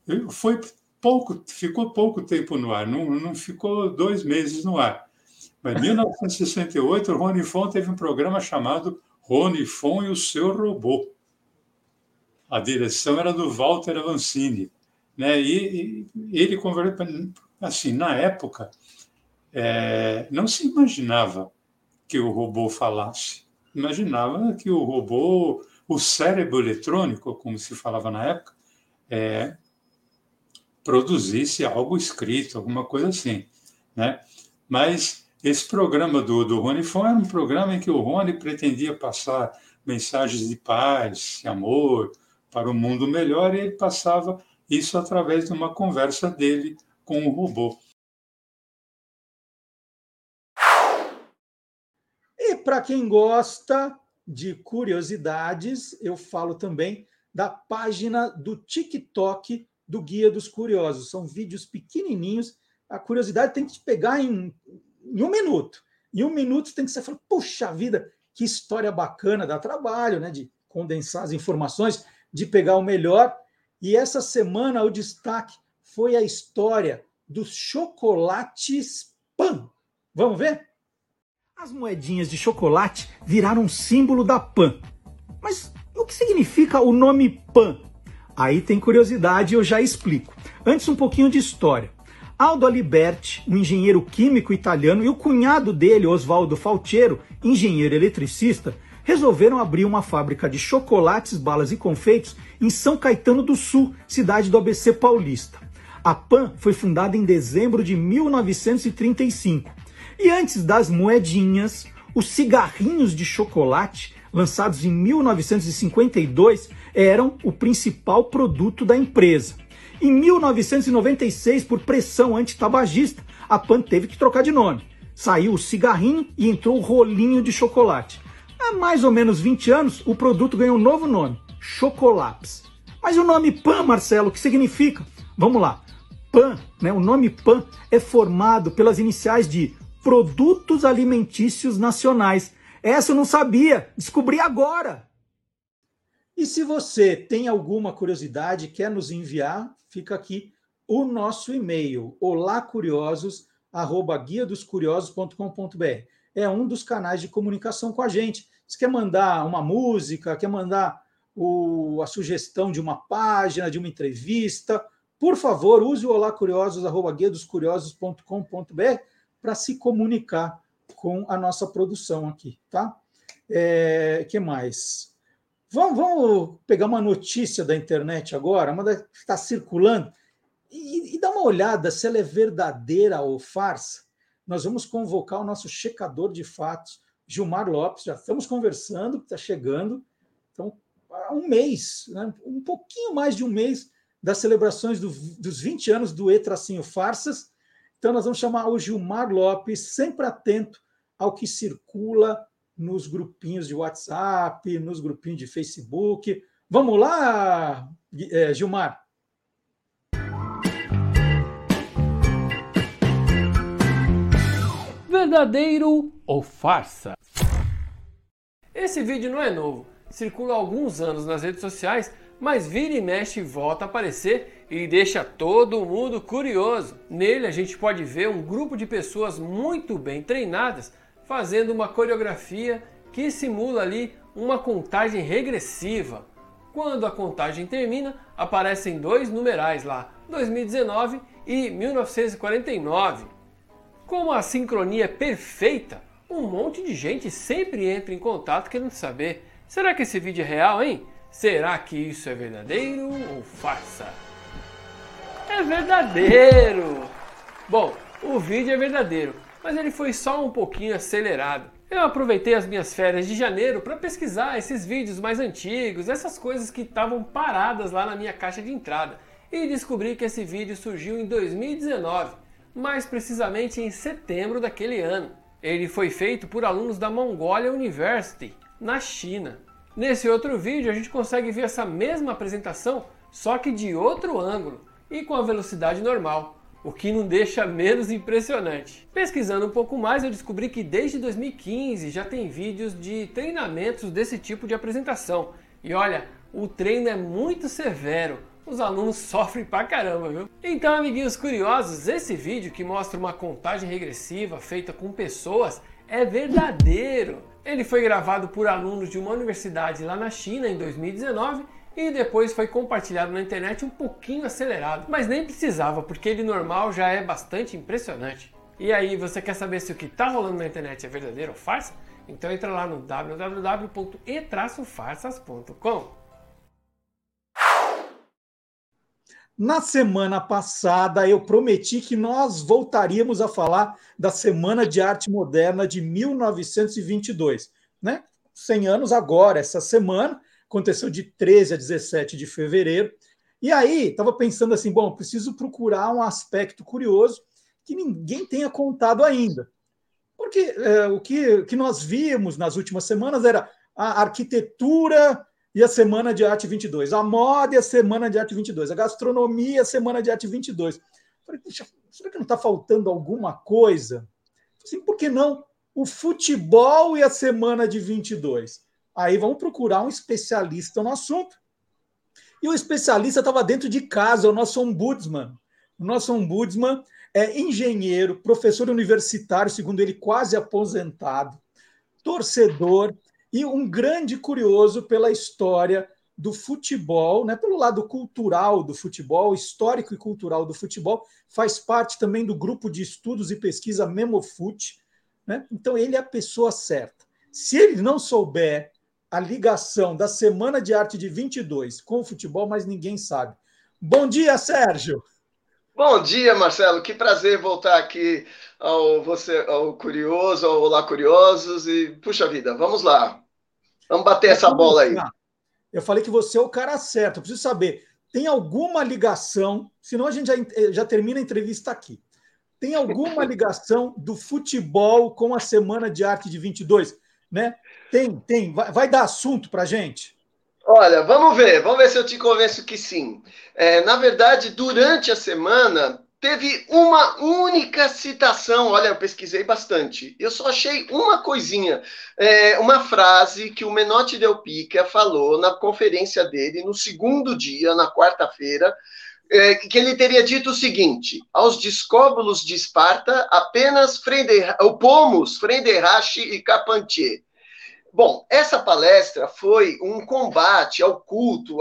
ficou pouco tempo no ar, não ficou 2 meses no ar. Mas em 1968, o Ronnie Fon teve um programa chamado Ronnie Fon e o Seu Robô. A direção era do Walter Avancini, né? E ele conversou, assim, na época, não se imaginava que o robô falasse. Imaginava que o robô, o cérebro eletrônico, como se falava na época, produzisse algo escrito, alguma coisa assim, né? Mas esse programa do Ronnie Fon era um programa em que o Rony pretendia passar mensagens de paz, de amor, para um mundo melhor, e ele passava isso através de uma conversa dele com o robô. E para quem gosta de curiosidades, eu falo também da página do TikTok do Guia dos Curiosos. São vídeos pequenininhos. A curiosidade tem que te pegar em 1 minuto. Em 1 minuto você tem que falar, puxa vida, que história bacana, dá trabalho, né, de condensar as informações, de pegar o melhor. E essa semana o destaque foi a história dos chocolates Pan. Vamos ver? As moedinhas de chocolate viraram símbolo da Pan. Mas o que significa o nome Pan? Aí tem curiosidade e eu já explico. Antes, um pouquinho de história. Aldo Aliberti, um engenheiro químico italiano, e o cunhado dele, Osvaldo Faltiero, engenheiro eletricista, resolveram abrir uma fábrica de chocolates, balas e confeitos em São Caetano do Sul, cidade do ABC paulista. A Pan foi fundada em dezembro de 1935. E antes das moedinhas, os cigarrinhos de chocolate, lançados em 1952, eram o principal produto da empresa. Em 1996, por pressão antitabagista, a Pan teve que trocar de nome. Saiu o cigarrinho e entrou o rolinho de chocolate. Há mais ou menos 20 anos, o produto ganhou um novo nome, Chocolaps. Mas o nome Pan, Marcelo, o que significa? Vamos lá. Pan, né, o nome Pan é formado pelas iniciais de Produtos Alimentícios Nacionais. Essa eu não sabia, descobri agora. E se você tem alguma curiosidade, quer nos enviar, fica aqui o nosso e-mail, olacuriosos@guiadoscuriosos.com.br. É um dos canais de comunicação com a gente. Se quer mandar uma música, quer mandar a sugestão de uma página, de uma entrevista, por favor, use o olacuriosos@guiadoscuriosos.com.br para se comunicar com a nossa produção aqui, tá? Que mais? Vamos pegar uma notícia da internet agora, uma que está circulando, e dar uma olhada se ela é verdadeira ou farsa. Nós vamos convocar o nosso checador de fatos, Gilmar Lopes, já estamos conversando, está chegando. Então, há um mês, né, um pouquinho mais de um mês, das celebrações dos 20 anos do E-Farsas. Então, nós vamos chamar o Gilmar Lopes, sempre atento ao que circula nos grupinhos de WhatsApp, nos grupinhos de Facebook. Vamos lá, Gilmar? Verdadeiro ou farsa? Esse vídeo não é novo, circula há alguns anos nas redes sociais, mas vira e mexe volta a aparecer e deixa todo mundo curioso. Nele a gente pode ver um grupo de pessoas muito bem treinadas fazendo uma coreografia que simula ali uma contagem regressiva. Quando a contagem termina, aparecem 2 numerais lá, 2019 e 1949. Como a sincronia é perfeita, um monte de gente sempre entra em contato querendo saber: será que esse vídeo é real, hein? Será que isso é verdadeiro ou farsa? é verdadeiro. Bom, o vídeo é verdadeiro, mas ele foi só um pouquinho acelerado. Eu aproveitei as minhas férias de janeiro para pesquisar esses vídeos mais antigos, essas coisas que estavam paradas lá na minha caixa de entrada, e descobri que esse vídeo surgiu em 2019, mais precisamente em setembro daquele ano. Ele foi feito por alunos da Mongolia University, na China. Nesse outro vídeo a gente consegue ver essa mesma apresentação, só que de outro ângulo e com a velocidade normal, o que não deixa menos impressionante. Pesquisando um pouco mais, eu descobri que desde 2015 já tem vídeos de treinamentos desse tipo de apresentação. E olha, o treino é muito severo, os alunos sofrem pra caramba, viu? Então, amiguinhos curiosos, esse vídeo que mostra uma contagem regressiva feita com pessoas é verdadeiro. Ele foi gravado por alunos de uma universidade lá na China em 2019 e depois foi compartilhado na internet um pouquinho acelerado, mas nem precisava, porque ele normal já é bastante impressionante. E aí, você quer saber se o que tá rolando na internet é verdadeiro ou farsa? Então entra lá no www.e-farsas.com. Na semana passada, eu prometi que nós voltaríamos a falar da Semana de Arte Moderna de 1922, né? 100 anos agora, essa semana, aconteceu de 13 a 17 de fevereiro. E aí, estava pensando assim, bom, preciso procurar um aspecto curioso que ninguém tenha contado ainda. Porque o que nós vimos nas últimas semanas era a arquitetura e a Semana de Arte 22, a moda e a Semana de Arte 22, a gastronomia e a Semana de Arte 22. Falei, será que não está faltando alguma coisa? Assim, por que não o futebol e a Semana de 22? Aí vamos procurar um especialista no assunto. E o especialista estava dentro de casa, o nosso ombudsman. O nosso ombudsman é engenheiro, professor universitário, segundo ele, quase aposentado, torcedor, e um grande curioso pela história do futebol, né? Pelo lado cultural do futebol, histórico e cultural do futebol, faz parte também do grupo de estudos e pesquisa Memofut, né? Então ele é a pessoa certa. Se ele não souber a ligação da Semana de Arte de 22 com o futebol, mas ninguém sabe. Bom dia, Sérgio! Bom dia, Marcelo. Que prazer voltar aqui ao Curioso, ao Olá Curiosos. E, puxa vida, vamos lá. Vamos bater essa bola aí. Eu falei que você é o cara certo. Eu preciso saber, tem alguma ligação, senão a gente já termina a entrevista aqui. Tem alguma ligação do futebol com a Semana de Arte de 22? Né? Tem. Vai dar assunto para a gente? Olha, vamos ver se eu te convenço que sim. Na verdade, durante a semana, teve uma única citação. Olha, eu pesquisei bastante. Eu só achei uma coisinha. Uma frase que o Menotti Del Pica falou na conferência dele, no segundo dia, na quarta-feira, que ele teria dito o seguinte: aos discóbulos de Esparta, apenas o pomos, Freinderrache e Carpentier. Bom, essa palestra foi um combate ao culto,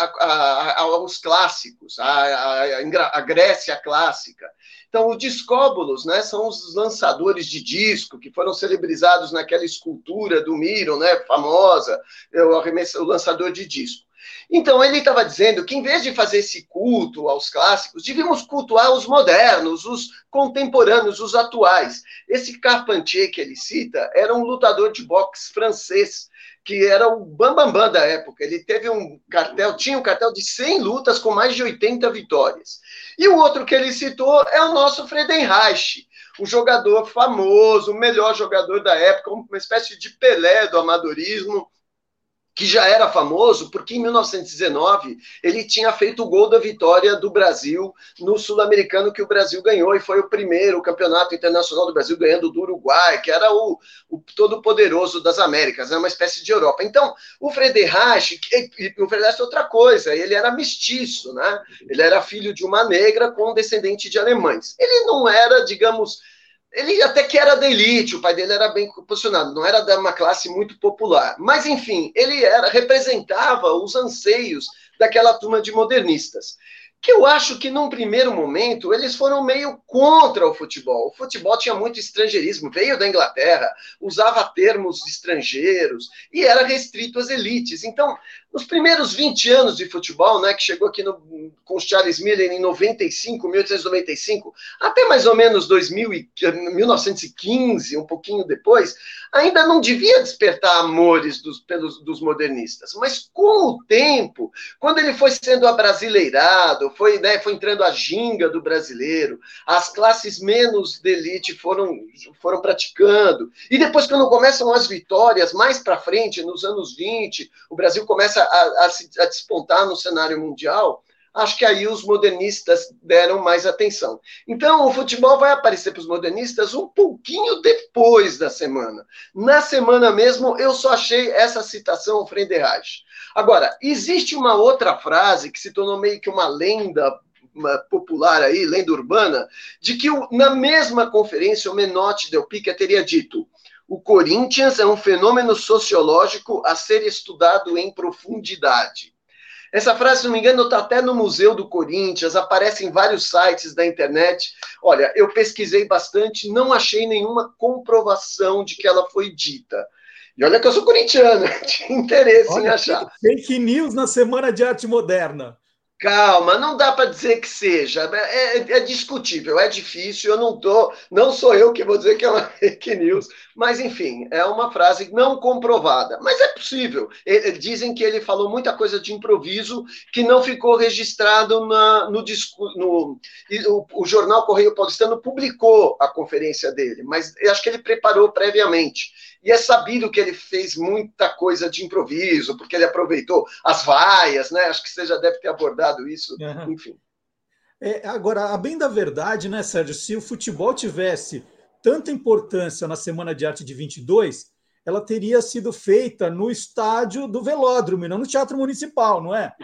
aos clássicos, à Grécia clássica. Então, os discóbulos, né, são os lançadores de disco que foram celebrizados naquela escultura do Miron, né, famosa, o lançador de disco. Então, ele estava dizendo que, em vez de fazer esse culto aos clássicos, devíamos cultuar os modernos, os contemporâneos, os atuais. Esse Carpentier que ele cita era um lutador de boxe francês, que era o bambambam da época. Ele tinha um cartel de 100 lutas com mais de 80 vitórias. E o outro que ele citou é o nosso Friedenreich, um jogador famoso, o melhor jogador da época, uma espécie de Pelé do amadorismo, que já era famoso porque em 1919 ele tinha feito o gol da vitória do Brasil no Sul-Americano que o Brasil ganhou, e foi o primeiro campeonato internacional do Brasil ganhando do Uruguai, que era o todo-poderoso das Américas, uma espécie de Europa. Então, o Friedenreich é outra coisa, ele era mestiço, né? Ele era filho de uma negra com descendente de alemães. Ele não era, digamos... Ele até que era da elite, o pai dele era bem posicionado, não era de uma classe muito popular. Mas, enfim, ele representava os anseios daquela turma de modernistas, que eu acho que num primeiro momento eles foram meio contra o futebol. O futebol tinha muito estrangeirismo, veio da Inglaterra, usava termos estrangeiros e era restrito às elites. Então, nos primeiros 20 anos de futebol, né, que chegou aqui com o Charles Miller em 1895, até mais ou menos 1915, um pouquinho depois, ainda não devia despertar amores dos modernistas. Mas com o tempo, quando ele foi sendo abrasileirado, foi entrando a ginga do brasileiro, as classes menos de elite foram praticando, e depois quando começam as vitórias, mais para frente, nos anos 20, o Brasil começa a despontar no cenário mundial, acho que aí os modernistas deram mais atenção. Então, o futebol vai aparecer para os modernistas um pouquinho depois da semana. Na semana mesmo, eu só achei essa citação ao Friedenreich. Agora, existe uma outra frase que se tornou meio que uma lenda popular aí, lenda urbana, de que na mesma conferência o Menotti Del Pica teria dito: o Corinthians é um fenômeno sociológico a ser estudado em profundidade. Essa frase, se não me engano, está até no Museu do Corinthians, aparece em vários sites da internet. Olha, eu pesquisei bastante, não achei nenhuma comprovação de que ela foi dita. E olha que eu sou corintiano, tinha interesse em achar. Fake news na Semana de Arte Moderna. Calma, não dá para dizer que seja. É discutível, é difícil. Não sou eu que vou dizer que é uma fake news, mas enfim, é uma frase não comprovada. Mas é possível. Dizem que ele falou muita coisa de improviso que não ficou registrado no discurso. O jornal Correio Paulistano publicou a conferência dele, mas eu acho que ele preparou previamente. E é sabido que ele fez muita coisa de improviso, porque ele aproveitou as vaias, né? Acho que você já deve ter abordado isso, enfim. Agora, a bem da verdade, né, Sérgio, se o futebol tivesse tanta importância na Semana de Arte de 22, ela teria sido feita no estádio do Velódromo, não no Teatro Municipal, não é?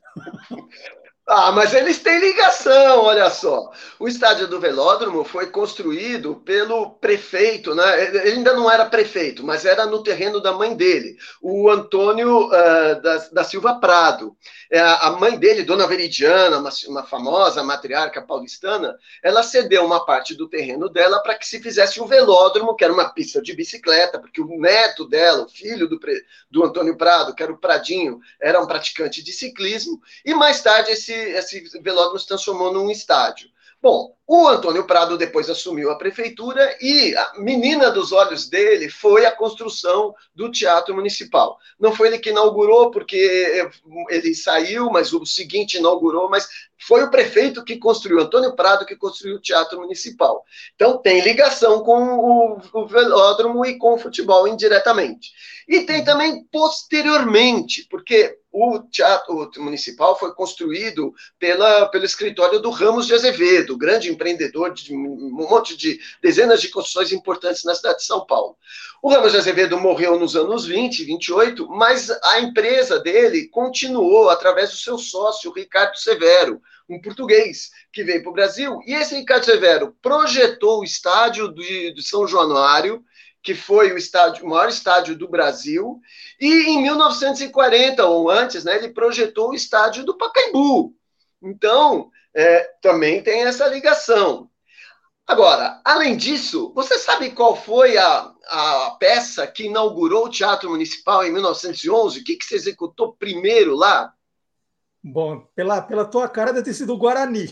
Ah, mas eles têm ligação, olha só. O estádio do Velódromo foi construído pelo prefeito, né? Ele ainda não era prefeito, mas era no terreno da mãe dele, o Antônio da Silva Prado. A mãe dele, Dona Veridiana, uma famosa matriarca paulistana, ela cedeu uma parte do terreno dela para que se fizesse um velódromo, que era uma pista de bicicleta, porque o neto dela, o filho do Antônio Prado, que era o Pradinho, era um praticante de ciclismo, e mais tarde esse velódromo se transformou num estádio. Bom, o Antônio Prado depois assumiu a prefeitura e a menina dos olhos dele foi a construção do Teatro Municipal. Não foi ele que inaugurou, porque ele saiu, mas o seguinte inaugurou, mas foi o prefeito que construiu, Antônio Prado, que construiu o Teatro Municipal. Então tem ligação com o velódromo e com o futebol indiretamente. E tem também posteriormente, porque o Teatro Municipal foi construído pelo escritório do Ramos de Azevedo, grande empreendedor de um monte de dezenas de construções importantes na cidade de São Paulo. O Ramos de Azevedo morreu nos anos 20, 28, mas a empresa dele continuou através do seu sócio, Ricardo Severo, um português que veio para o Brasil. E esse Ricardo Severo projetou o estádio de São Januário, que foi o maior estádio do Brasil, e em 1940, ou antes, né, ele projetou o estádio do Pacaembu. Então, também tem essa ligação. Agora, além disso, você sabe qual foi a peça que inaugurou o Teatro Municipal em 1911? O que se executou primeiro lá? Bom, pela tua cara deve ter sido o Guarani.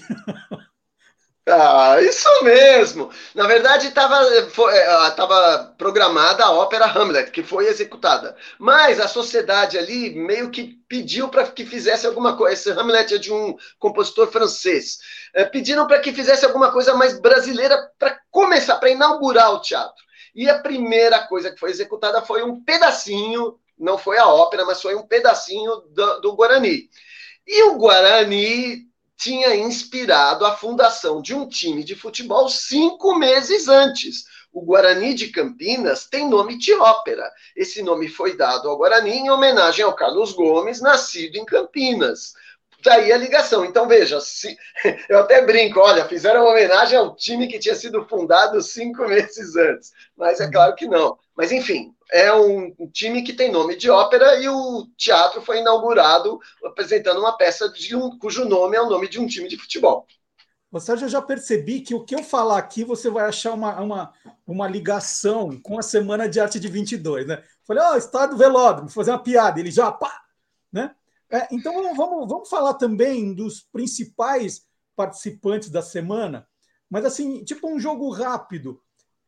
Ah, isso mesmo. Na verdade, estava programada a ópera Hamlet, que foi executada. Mas a sociedade ali meio que pediu para que fizesse alguma coisa. Esse Hamlet é de um compositor francês. Pediram para que fizesse alguma coisa mais brasileira para começar, para inaugurar o teatro. E a primeira coisa que foi executada foi um pedacinho, não foi a ópera, mas foi um pedacinho do Guarani. E o Guarani tinha inspirado a fundação de um time de futebol 5 meses antes. O Guarani de Campinas tem nome de ópera. Esse nome foi dado ao Guarani em homenagem ao Carlos Gomes, nascido em Campinas. daí a ligação. Então, veja, eu até brinco, olha, fizeram uma homenagem ao time que tinha sido fundado 5 meses antes, mas é claro que não. Mas, enfim, é um time que tem nome de ópera e o teatro foi inaugurado apresentando uma peça cujo nome é o nome de um time de futebol. Sérgio, eu já percebi que o que eu falar aqui você vai achar uma ligação com a Semana de Arte de 22, né? Falei, história do velódromo, fazer uma piada, ele já, pá, né? Então vamos falar também dos principais participantes da semana, mas assim, tipo um jogo rápido.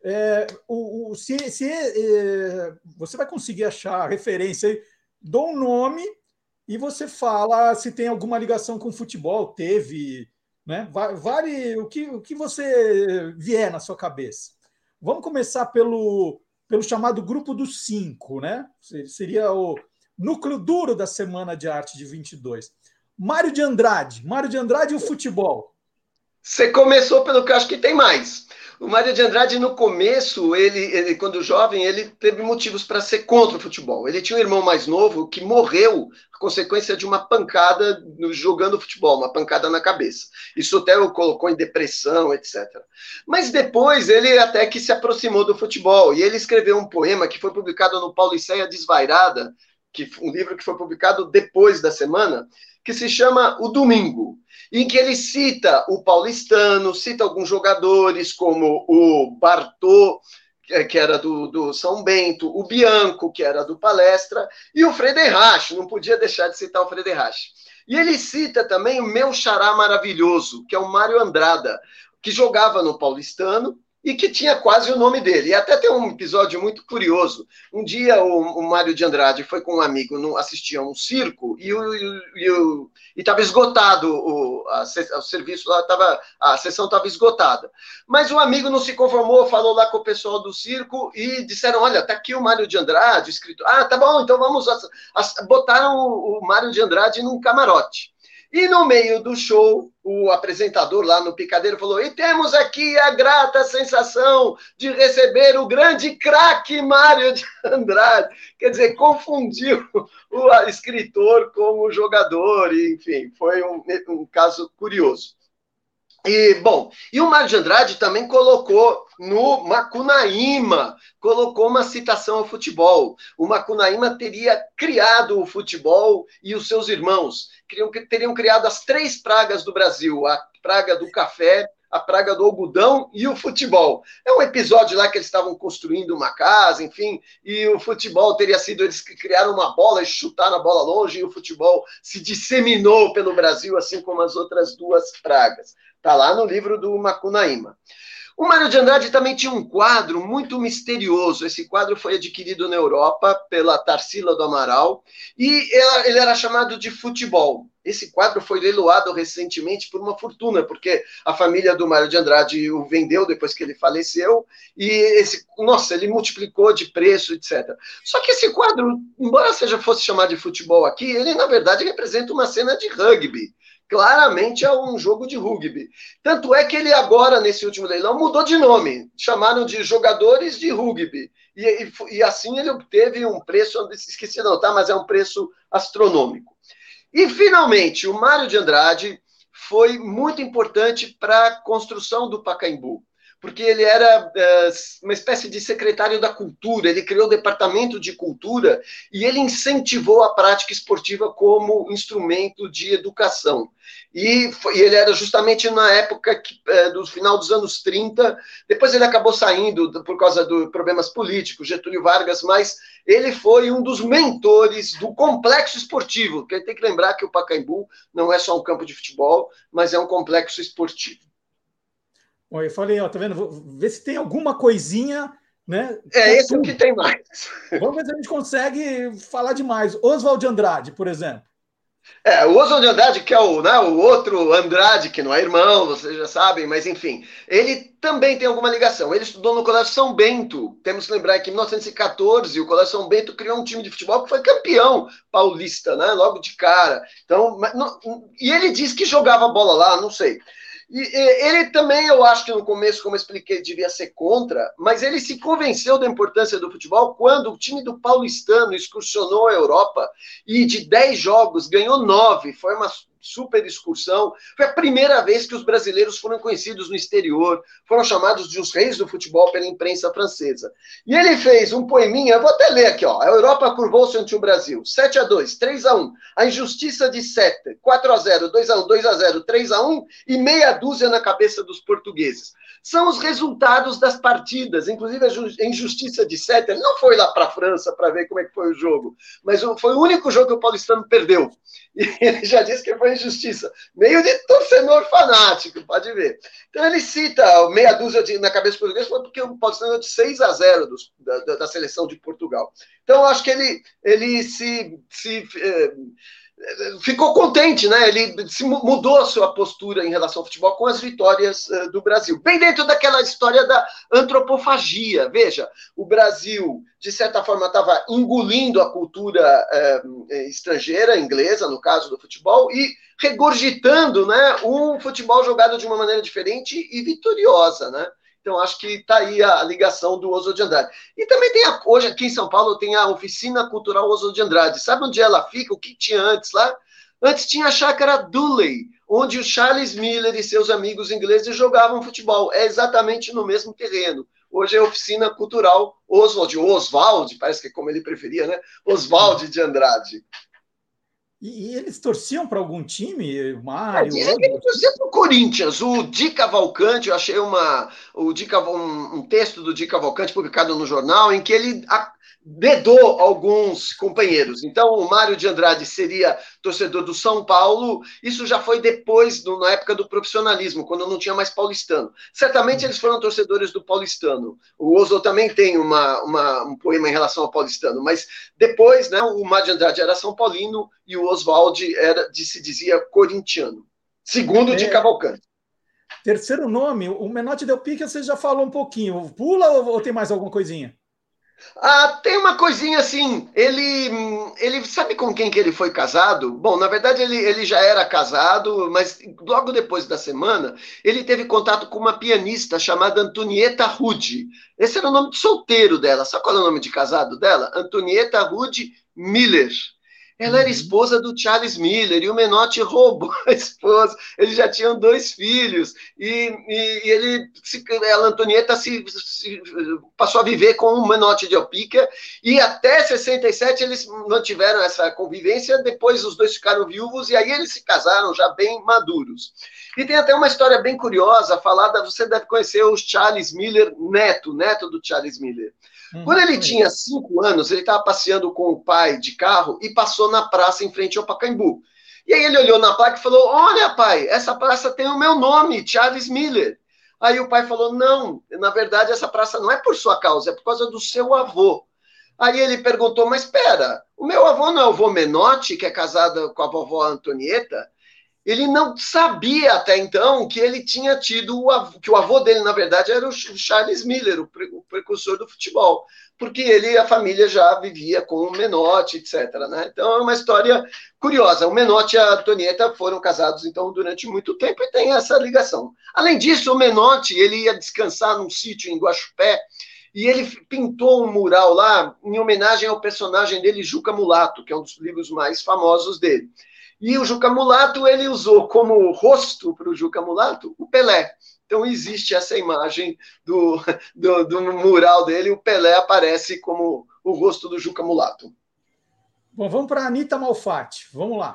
Você vai conseguir achar a referência aí, dou um nome e você fala se tem alguma ligação com futebol, teve... Né? Vale o que você vier na sua cabeça. Vamos começar pelo chamado Grupo dos 5, né? Seria o núcleo duro da Semana de Arte de 22. Mário de Andrade e o futebol. Você começou pelo que eu acho que tem mais. O Mário de Andrade, no começo, ele quando jovem, ele teve motivos para ser contra o futebol. Ele tinha um irmão mais novo que morreu a consequência de uma pancada jogando futebol, uma pancada na cabeça. Isso até o colocou em depressão, etc. Mas depois ele até que se aproximou do futebol e ele escreveu um poema que foi publicado no Pauliceia Desvairada, um livro que foi publicado depois da semana, que se chama O Domingo, em que ele cita o Paulistano, cita alguns jogadores como o Bartô, que era do São Bento, o Bianco, que era do Palestra, e o Frederich, não podia deixar de citar o Frederich. E ele cita também o meu xará maravilhoso, que é o Mário Andrada, que jogava no Paulistano, e que tinha quase o nome dele. E até tem um episódio muito curioso. Um dia o Mário de Andrade foi com um amigo assistir a um circo e estava esgotado o serviço lá, a sessão estava esgotada. Mas o amigo não se conformou, falou lá com o pessoal do circo e disseram, olha, tá aqui o Mário de Andrade, escrito. Ah, tá bom, então vamos... Botaram o Mário de Andrade num camarote. E no meio do show, o apresentador lá no Picadeiro falou, e temos aqui a grata sensação de receber o grande craque Mário de Andrade. Quer dizer, confundiu o escritor com o jogador, e, enfim, foi um caso curioso. E o Mário de Andrade também colocou no Macunaíma, colocou uma citação ao futebol. O Macunaíma teria criado o futebol e os seus irmãos teriam criado as 3 pragas do Brasil, a praga do café, a praga do algodão e o futebol. É um episódio lá que eles estavam construindo uma casa, enfim, e o futebol teria sido, eles criaram uma bola e chutaram a bola longe, e o futebol se disseminou pelo Brasil, assim como as outras 2 pragas. Está lá no livro do Macunaíma. O Mário de Andrade também tinha um quadro muito misterioso. Esse quadro foi adquirido na Europa pela Tarsila do Amaral e ele era chamado de Futebol. Esse quadro foi leiloado recentemente por uma fortuna, porque a família do Mário de Andrade o vendeu depois que ele faleceu e ele multiplicou de preço, etc. Só que esse quadro, embora fosse chamado de futebol aqui, ele na verdade representa uma cena de rugby. Claramente é um jogo de rugby. Tanto é que ele agora, nesse último leilão, mudou de nome. Chamaram de Jogadores de Rugby. E assim ele obteve um preço, esqueci de anotar, mas é um preço astronômico. E, finalmente, o Mário de Andrade foi muito importante para a construção do Pacaembu, porque ele era uma espécie de secretário da cultura, ele criou o departamento de cultura e ele incentivou a prática esportiva como instrumento de educação. E ele era justamente na época do final dos anos 30, depois ele acabou saindo por causa de problemas políticos, Getúlio Vargas, mas ele foi um dos mentores do complexo esportivo, porque tem que lembrar que o Pacaembu não é só um campo de futebol, mas é um complexo esportivo. Bom, eu falei, tá vendo? Vou ver se tem alguma coisinha, né? Esse é o que tem mais. Vamos ver se a gente consegue falar de mais. Oswald de Andrade, por exemplo. O Oswald de Andrade, que é o outro Andrade, que não é irmão, vocês já sabem, mas enfim, ele também tem alguma ligação. Ele estudou no Colégio São Bento. Temos que lembrar que em 1914 o Colégio São Bento criou um time de futebol que foi campeão paulista, né? Logo de cara. Então, e ele disse que jogava bola lá, não sei. E ele também, eu acho que no começo, como eu expliquei, devia ser contra, mas ele se convenceu da importância do futebol quando o time do Paulistano excursionou a Europa e de 10 jogos ganhou 9. Foi uma super excursão. Foi a primeira vez que os brasileiros foram conhecidos no exterior, foram chamados de os reis do futebol pela imprensa francesa. E ele fez um poeminha, eu vou até ler aqui, ó. A Europa curvou-se ante o Brasil. 7-2, 3-1. A injustiça de 7, 4-0, 2-1, 2-0, 3-1 e meia dúzia na cabeça dos portugueses. São os resultados das partidas, inclusive a injustiça de 7. Ele não foi lá para a França para ver como é que foi o jogo, mas foi o único jogo que o paulistano perdeu. E ele já disse que foi injustiça. Meio de torcedor fanático, pode ver. Então ele cita meia dúzia na cabeça do português, foi porque o paulistano deu de 6-0 da seleção de Portugal. Então eu acho que ele ficou contente, né? Ele mudou a sua postura em relação ao futebol com as vitórias do Brasil. Bem dentro daquela história da antropofagia. Veja, o Brasil, de certa forma, estava engolindo a cultura estrangeira, inglesa, no caso do futebol, e regurgitando, né, um futebol jogado de uma maneira diferente e vitoriosa, né? Então, acho que está aí a ligação do Oswald de Andrade. E também tem, hoje aqui em São Paulo, tem a Oficina Cultural Oswald de Andrade. Sabe onde ela fica? O que tinha antes lá? Antes tinha a Chácara Dooley, onde o Charles Miller e seus amigos ingleses jogavam futebol. É exatamente no mesmo terreno. Hoje é a Oficina Cultural Oswald, parece que é como ele preferia, né? Oswald de Andrade. E eles torciam para algum time, Mário? Ele torcia para o Corinthians. O Di Cavalcante, eu achei um texto do Di Cavalcante publicado no jornal, em que ele dedou alguns companheiros. Então, o Mário de Andrade seria torcedor do São Paulo. Isso já foi depois, na época do profissionalismo, quando não tinha mais paulistano. Certamente eles foram torcedores do paulistano. O Oswald também tem um poema em relação ao paulistano, mas depois, né, o Mário de Andrade era São Paulino e o Oswald se dizia corintiano, segundo de Cavalcante. Terceiro nome, o Menotti Del Pique, você já falou um pouquinho. Pula ou tem mais alguma coisinha? Tem uma coisinha assim, ele sabe com quem que ele foi casado? Bom, na verdade ele já era casado, mas logo depois da semana ele teve contato com uma pianista chamada Antonieta Rudi. Esse era o nome de solteiro dela. Sabe qual é o nome de casado dela? Antonieta Rudi Miller. Ela era esposa do Charles Miller, e o Menotti roubou a esposa. Eles já tinham 2 filhos, e a Antonieta passou a viver com o Menotti Del Pique, e até 67 eles mantiveram essa convivência. Depois os 2 ficaram viúvos, e aí eles se casaram já bem maduros. E tem até uma história bem curiosa, falada, você deve conhecer o Charles Miller, neto do Charles Miller. Quando ele tinha 5 anos, ele estava passeando com o pai de carro e passou na praça em frente ao Pacaembu. E aí ele olhou na placa e falou: olha, pai, essa praça tem o meu nome, Charles Miller. Aí o pai falou: não, na verdade essa praça não é por sua causa, é por causa do seu avô. Aí ele perguntou: mas espera, o meu avô não é o avô Menotti, que é casado com a vovó Antonieta? Ele não sabia até então que ele tinha tido que o avô dele, na verdade, era o Charles Miller, o precursor do futebol, porque a família já vivia com o Menotti, etc. Né? Então é uma história curiosa. O Menotti e a Antonieta foram casados então durante muito tempo e tem essa ligação. Além disso, o Menotti ele ia descansar num sítio em Guaxupé e ele pintou um mural lá em homenagem ao personagem dele, Juca Mulato, que é um dos livros mais famosos dele. E o Juca Mulato, ele usou como rosto para o Juca Mulato o Pelé. Então existe essa imagem do mural dele, o Pelé aparece como o rosto do Juca Mulato. Bom, vamos para a Anita Malfatti. Vamos lá.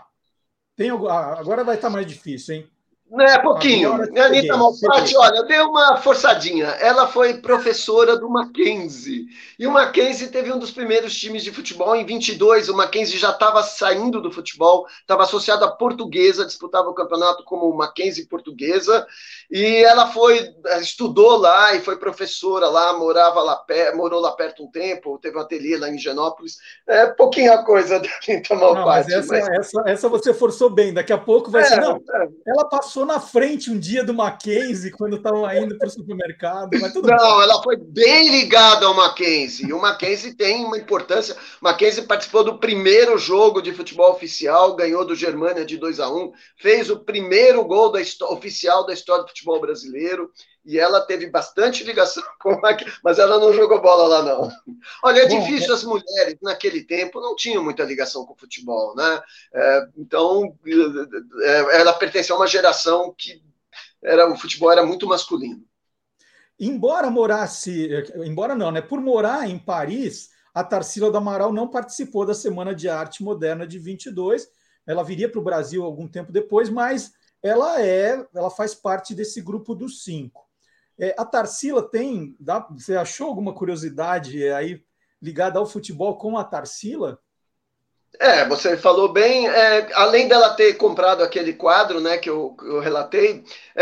Agora vai estar mais difícil, hein? Pouquinho. A Anita Malfatti, olha, deu uma forçadinha. Ela foi professora do Mackenzie. E o Mackenzie teve um dos primeiros times de futebol em 22. O Mackenzie já estava saindo do futebol, estava associado à Portuguesa, disputava o campeonato como Mackenzie Portuguesa. E ela estudou lá e foi professora lá, morou lá perto um tempo, teve um ateliê lá em Higienópolis. É pouquinha coisa da Anita Malfatti. Essa você forçou bem. Daqui a pouco vai ser... Não, ela passou na frente um dia do Mackenzie, quando estavam indo para o supermercado. Mas tudo bem. Ela foi bem ligada ao Mackenzie. E o Mackenzie tem uma importância. O Mackenzie participou do primeiro jogo de futebol oficial, ganhou do Germânia de 2-1, fez o primeiro gol oficial da história do futebol brasileiro. E ela teve bastante ligação com mas ela não jogou bola lá, não. Olha, é difícil, as mulheres, naquele tempo, não tinham muita ligação com o futebol, né? Então, ela pertencia a uma geração que o futebol era muito masculino. Embora não, né? Por morar em Paris, a Tarsila do Amaral não participou da Semana de Arte Moderna de 22. Ela viria para o Brasil algum tempo depois, mas ela faz parte desse grupo dos 5. A Tarsila você achou alguma curiosidade aí ligada ao futebol com a Tarsila? Você falou bem. Além dela ter comprado aquele quadro, né, que eu relatei,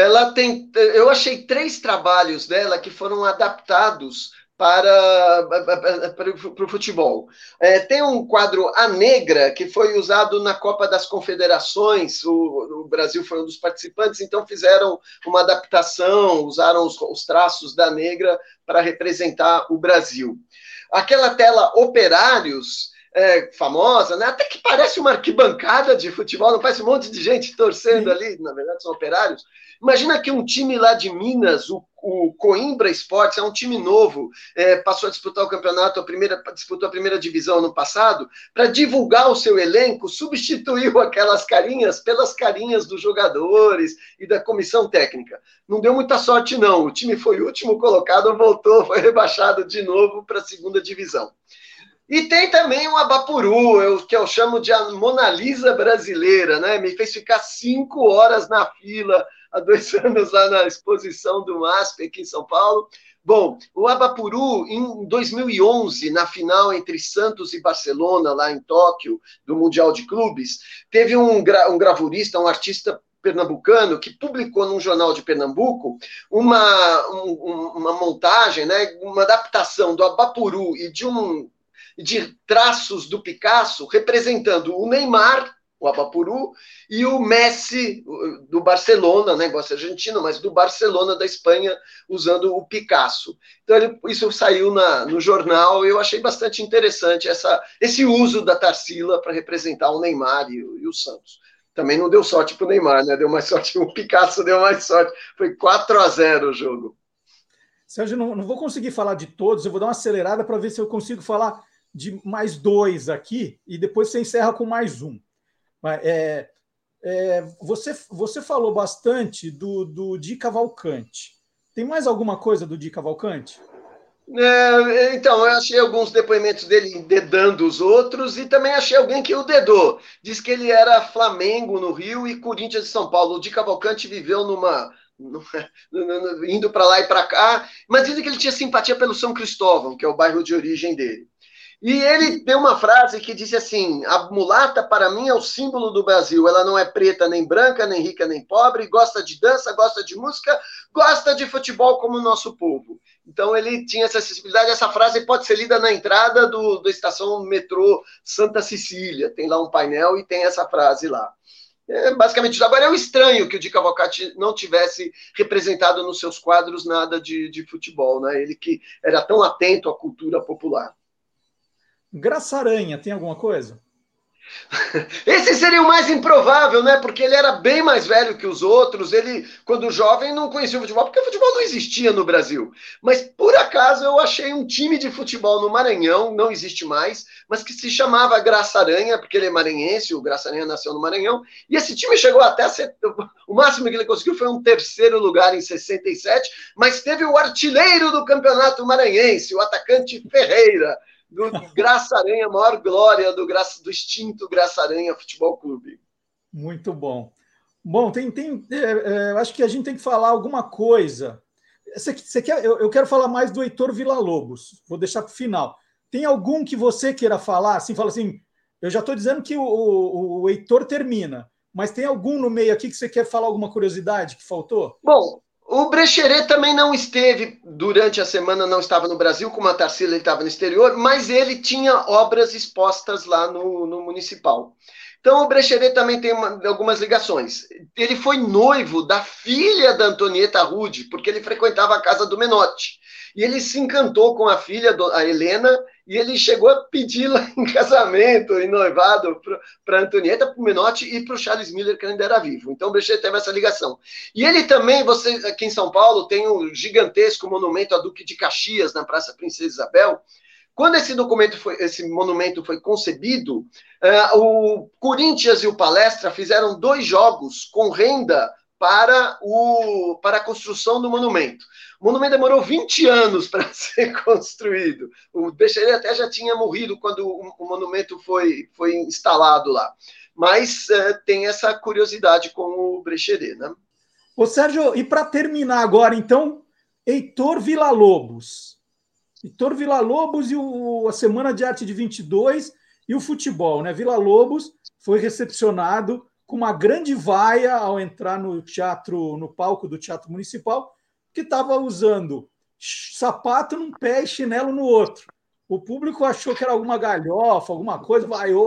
eu achei 3 trabalhos dela que foram adaptados para o futebol. Tem um quadro A Negra, que foi usado na Copa das Confederações. O Brasil foi um dos participantes, então fizeram uma adaptação, usaram os traços da Negra para representar o Brasil. Aquela tela Operários, famosa, né? Até que parece uma arquibancada de futebol, não parece um monte de gente torcendo ali, na verdade são operários. Imagina que um time lá de Minas, o Coimbra Esportes, é um time novo, passou a disputar o campeonato, disputou a primeira divisão ano passado, para divulgar o seu elenco, substituiu aquelas carinhas pelas carinhas dos jogadores e da comissão técnica. Não deu muita sorte, não. O time foi o último colocado, voltou, foi rebaixado de novo para a segunda divisão. E tem também o Abapuru, que eu chamo de a Mona Lisa brasileira, né? Me fez ficar 5 horas na fila há 2 anos lá na exposição do MASP aqui em São Paulo. Bom, o Abapuru, em 2011, na final entre Santos e Barcelona, lá em Tóquio, do Mundial de Clubes, teve um gravurista, um artista pernambucano, que publicou num jornal de Pernambuco uma montagem, né? Uma adaptação do Abapuru e de traços do Picasso, representando o Neymar, o Abapuru, e o Messi, do Barcelona, negócio argentino, mas do Barcelona, da Espanha, usando o Picasso. Então, isso saiu no jornal, e eu achei bastante interessante esse uso da Tarsila para representar o Neymar e o Santos. Também não deu sorte para o Neymar, né? Deu mais sorte, o Picasso deu mais sorte. Foi 4-0 o jogo. Sérgio, não vou conseguir falar de todos, eu vou dar uma acelerada para ver se eu consigo falar de mais 2 aqui, e depois você encerra com mais 1. Você falou bastante do Di Cavalcanti. Tem mais alguma coisa do Di Cavalcanti? Então, eu achei alguns depoimentos dele dedando os outros, e também achei alguém que o dedou. Diz que ele era Flamengo no Rio e Corinthians de São Paulo. O Di Cavalcanti viveu indo para lá e para cá, mas dizem que ele tinha simpatia pelo São Cristóvão, que é o bairro de origem dele. E ele deu uma frase que disse assim: a mulata para mim é o símbolo do Brasil, ela não é preta nem branca, nem rica nem pobre, gosta de dança, gosta de música, gosta de futebol como o nosso povo. Então ele tinha essa sensibilidade. Essa frase pode ser lida na entrada da estação metrô Santa Cecília, tem lá um painel e tem essa frase lá. Basicamente isso. Agora, é estranho que o Di Cavalcanti não tivesse representado nos seus quadros nada de futebol, né? Ele que era tão atento à cultura popular. Graça Aranha, tem alguma coisa? Esse seria o mais improvável, né? Porque ele era bem mais velho que os outros. Ele, quando jovem, não conhecia o futebol, porque o futebol não existia no Brasil. Mas, por acaso, eu achei um time de futebol no Maranhão, não existe mais, mas que se chamava Graça Aranha, porque ele é maranhense, o Graça Aranha nasceu no Maranhão, e esse time chegou até o máximo que ele conseguiu foi um 3º lugar em 67, mas teve o artilheiro do campeonato maranhense, o atacante Ferreira, do Graça Aranha, a maior glória do extinto Graça Aranha Futebol Clube. Muito bom. Bom, acho que a gente tem que falar alguma coisa. Eu quero falar mais do Heitor Villa-Lobos, vou deixar para o final. Tem algum que você queira falar? Fala assim, eu já estou dizendo que o Heitor termina, mas tem algum no meio aqui que você quer falar alguma curiosidade que faltou? Bom, o Brecheret também não esteve, durante a semana não estava no Brasil, como a Tarsila ele estava no exterior, mas ele tinha obras expostas lá no Municipal. Então o Brecheret também tem algumas ligações. Ele foi noivo da filha da Antonieta Rude, porque ele frequentava a casa do Menotti. E ele se encantou com a filha, a Helena, e ele chegou a pedi-la em casamento, em noivado, para Antonieta, para o Menotti e para o Charles Miller, que ainda era vivo. Então o Brecht teve essa ligação. E ele também, aqui em São Paulo, tem um gigantesco monumento a Duque de Caxias, na Praça Princesa Isabel. Quando esse monumento foi concebido, o Corinthians e o Palestra fizeram 2 jogos com renda para a construção do monumento. O monumento demorou 20 anos para ser construído. O Brecheret até já tinha morrido quando o monumento foi instalado lá. Mas tem essa curiosidade com o Brecheret, né? Ô, Sérgio, e para terminar agora, então, Heitor Villa-Lobos. Heitor Villa-Lobos e a Semana de Arte de 22 e o futebol, né? Villa-Lobos foi recepcionado com uma grande vaia ao entrar no palco do Teatro Municipal, que estava usando sapato num pé e chinelo no outro. O público achou que era alguma galhofa, alguma coisa,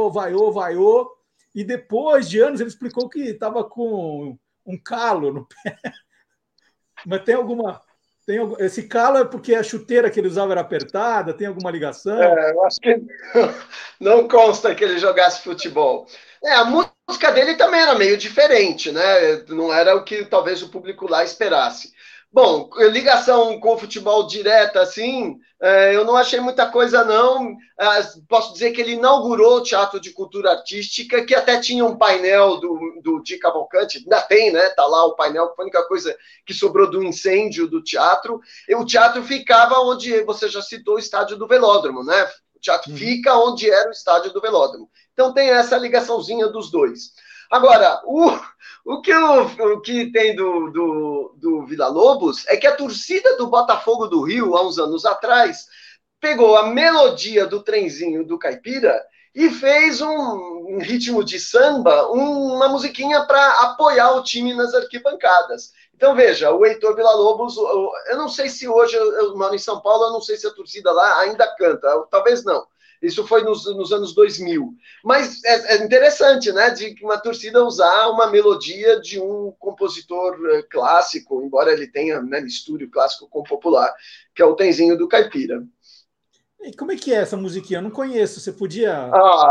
vaiou. E depois de anos ele explicou que estava com um calo no pé. Mas esse calo é porque a chuteira que ele usava era apertada? Tem alguma ligação? Eu acho que não consta que ele jogasse futebol. A música dele também era meio diferente, né? Não era o que talvez o público lá esperasse. Bom, ligação com o futebol direta, assim, eu não achei muita coisa, não. Posso dizer que ele inaugurou o Teatro de Cultura Artística, que até tinha um painel do Di Cavalcanti, ainda tem, né? Tá lá o painel, foi a única coisa que sobrou do incêndio do teatro. E o teatro ficava onde, você já citou, o estádio do Velódromo, né? O teatro fica onde era o estádio do Velódromo. Então tem essa ligaçãozinha dos dois. Agora, o que tem do Villa-Lobos é que a torcida do Botafogo do Rio, há uns anos atrás, pegou a melodia do trenzinho do Caipira e fez um ritmo de samba, uma musiquinha para apoiar o time nas arquibancadas. Então, veja, o Heitor Villa-Lobos, eu não sei se hoje, eu moro em São Paulo, eu não sei se a torcida lá ainda canta, talvez não. Isso foi nos anos 2000. Mas é interessante, né, de uma torcida usar uma melodia de um compositor clássico, embora ele tenha, né, misture o clássico com o popular, que é o Tenzinho do Caipira. E como é que é essa musiquinha? Eu não conheço. Você podia...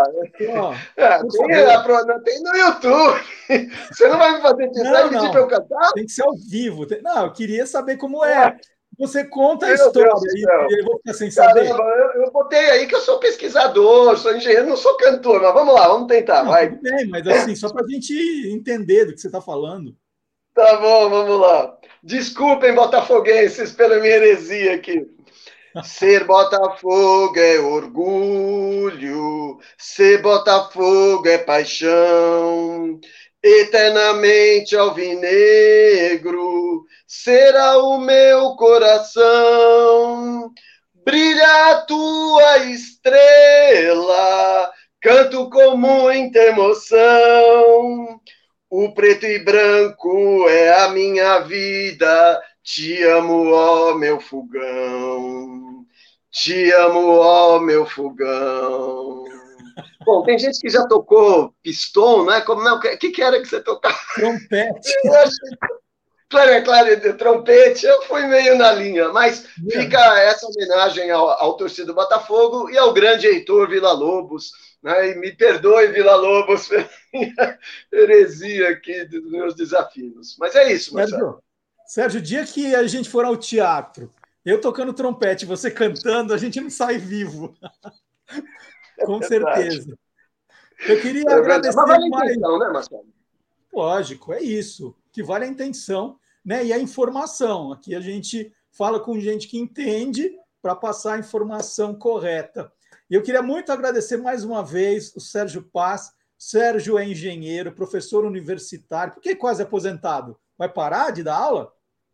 tem no YouTube. Você não vai me fazer pensar e pedir para eu cantar? Tem que ser ao vivo. Não, eu queria saber como é. Você conta a história e eu vou ficar sem saber. Caramba, eu botei aí que eu sou pesquisador, sou engenheiro, não sou cantor, mas vamos lá, vamos tentar. Vai. Tudo bem, mas assim, só para a gente entender do que você está falando. Tá bom, vamos lá. Desculpem, botafoguenses, pela minha heresia aqui. Ser Botafogo é orgulho, ser Botafogo é paixão, eternamente alvinegro será o meu coração. Brilha a tua estrela, canto com muita emoção. O preto e branco é a minha vida, te amo, ó meu fogão. Te amo, ó meu fogão. Bom, tem gente que já tocou pistão, né? O que era que você tocava? Trompete. Claro, trompete, eu fui meio na linha, mas fica essa homenagem ao torcedor do Botafogo e ao grande Heitor Villa-Lobos, né? E me perdoe, Villa-Lobos, pela minha heresia aqui dos meus desafios. Mas é isso, Marcelo. Sérgio, o dia que a gente for ao teatro, eu tocando trompete, você cantando, a gente não sai vivo. Com certeza. Eu queria agradecer mais. Mas vale a intenção, né, Marcelo? Lógico, é isso. Que vale a intenção, né? E a informação. Aqui a gente fala com gente que entende para passar a informação correta. E eu queria muito agradecer mais uma vez o Sérgio Paz. Sérgio é engenheiro, professor universitário, porque é quase aposentado. Vai parar de dar aula?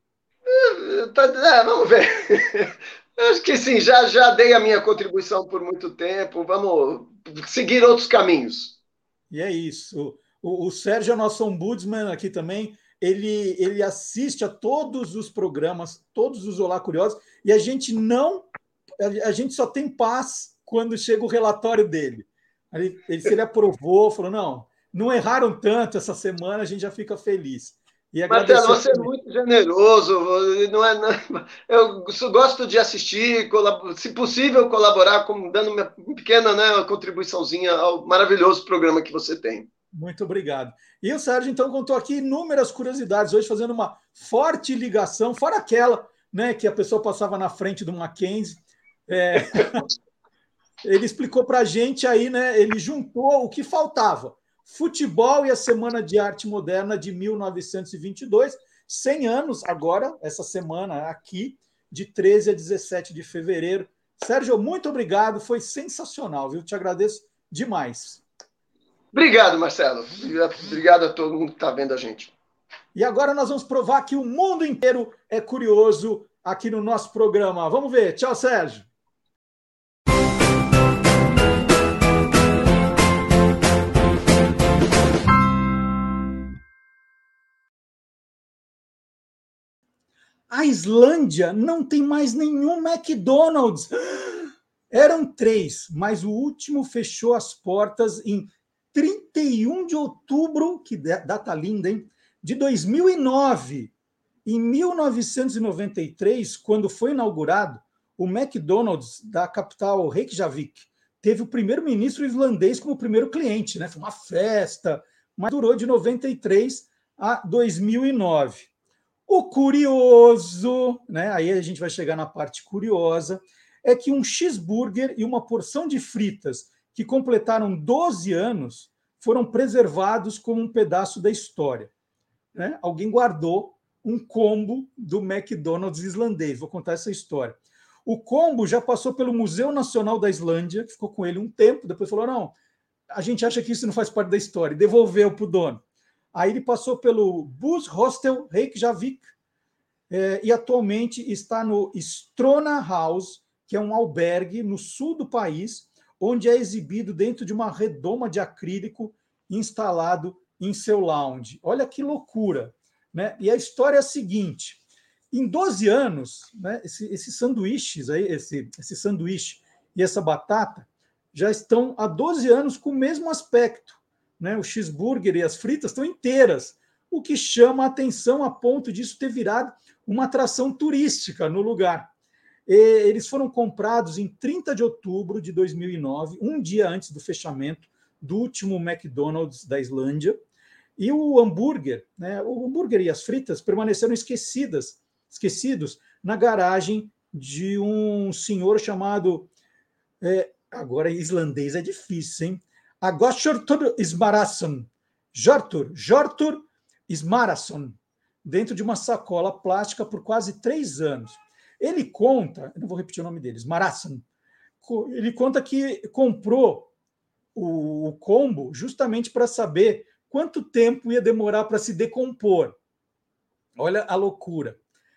Vamos ver. Acho que sim, já dei a minha contribuição por muito tempo. Vamos seguir outros caminhos. E é isso. O Sérgio é nosso ombudsman aqui também. Ele assiste a todos os programas, todos os Olá Curiosos, e a gente só tem paz quando chega o relatório dele. Se ele aprovou, falou, não erraram tanto essa semana, a gente já fica feliz. E Marcelo, você é muito generoso. Eu gosto de assistir, se possível, colaborar, dando uma pequena, né, contribuiçãozinha ao maravilhoso programa que você tem. Muito obrigado. E o Sérgio, então, contou aqui inúmeras curiosidades, hoje fazendo uma forte ligação, fora aquela, né, que a pessoa passava na frente do Mackenzie. Ele explicou para a gente aí, né, ele juntou o que faltava. Futebol e a Semana de Arte Moderna de 1922, 100 anos agora, essa semana aqui, de 13 a 17 de fevereiro. Sérgio, muito obrigado, foi sensacional, viu? Te agradeço demais. Obrigado, Marcelo. Obrigado a todo mundo que está vendo a gente. E agora nós vamos provar que o mundo inteiro é curioso aqui no nosso programa. Vamos ver. Tchau, Sérgio. A Islândia não tem mais nenhum McDonald's. Eram 3, mas o último fechou as portas em 31 de outubro, que data linda, hein? De 2009. Em 1993, quando foi inaugurado, o McDonald's da capital Reykjavik teve o primeiro-ministro islandês como primeiro cliente, né? Foi uma festa, mas durou de 93 a 2009. O curioso, né? Aí a gente vai chegar na parte curiosa, é que um cheeseburger e uma porção de fritas que completaram 12 anos foram preservados como um pedaço da história. Né? Alguém guardou um combo do McDonald's islandês. Vou contar essa história. O combo já passou pelo Museu Nacional da Islândia, que ficou com ele um tempo, depois falou, não, a gente acha que isso não faz parte da história, devolveu para o dono. Aí ele passou pelo Bus Hostel Reykjavik e atualmente está no Strona House, que é um albergue no sul do país, onde é exibido dentro de uma redoma de acrílico instalado em seu lounge. Olha que loucura, né? E a história é a seguinte, em 12 anos, né, esses sanduíches aí, esse sanduíche e essa batata já estão há 12 anos com o mesmo aspecto, né? O cheeseburger e as fritas estão inteiras, o que chama a atenção a ponto disso ter virado uma atração turística no lugar. Eles foram comprados em 30 de outubro de 2009, um dia antes do fechamento do último McDonald's da Islândia, e o hambúrguer e as fritas permaneceram esquecidos na garagem de um senhor chamado, agora islandês é difícil, hein? Hjörtur Smárason, Hjörtur Smárason, dentro de uma sacola plástica por quase 3 anos. Ele conta, eu não vou repetir o nome dele, Smárason, ele conta que comprou o combo justamente para saber quanto tempo ia demorar para se decompor. Olha a loucura.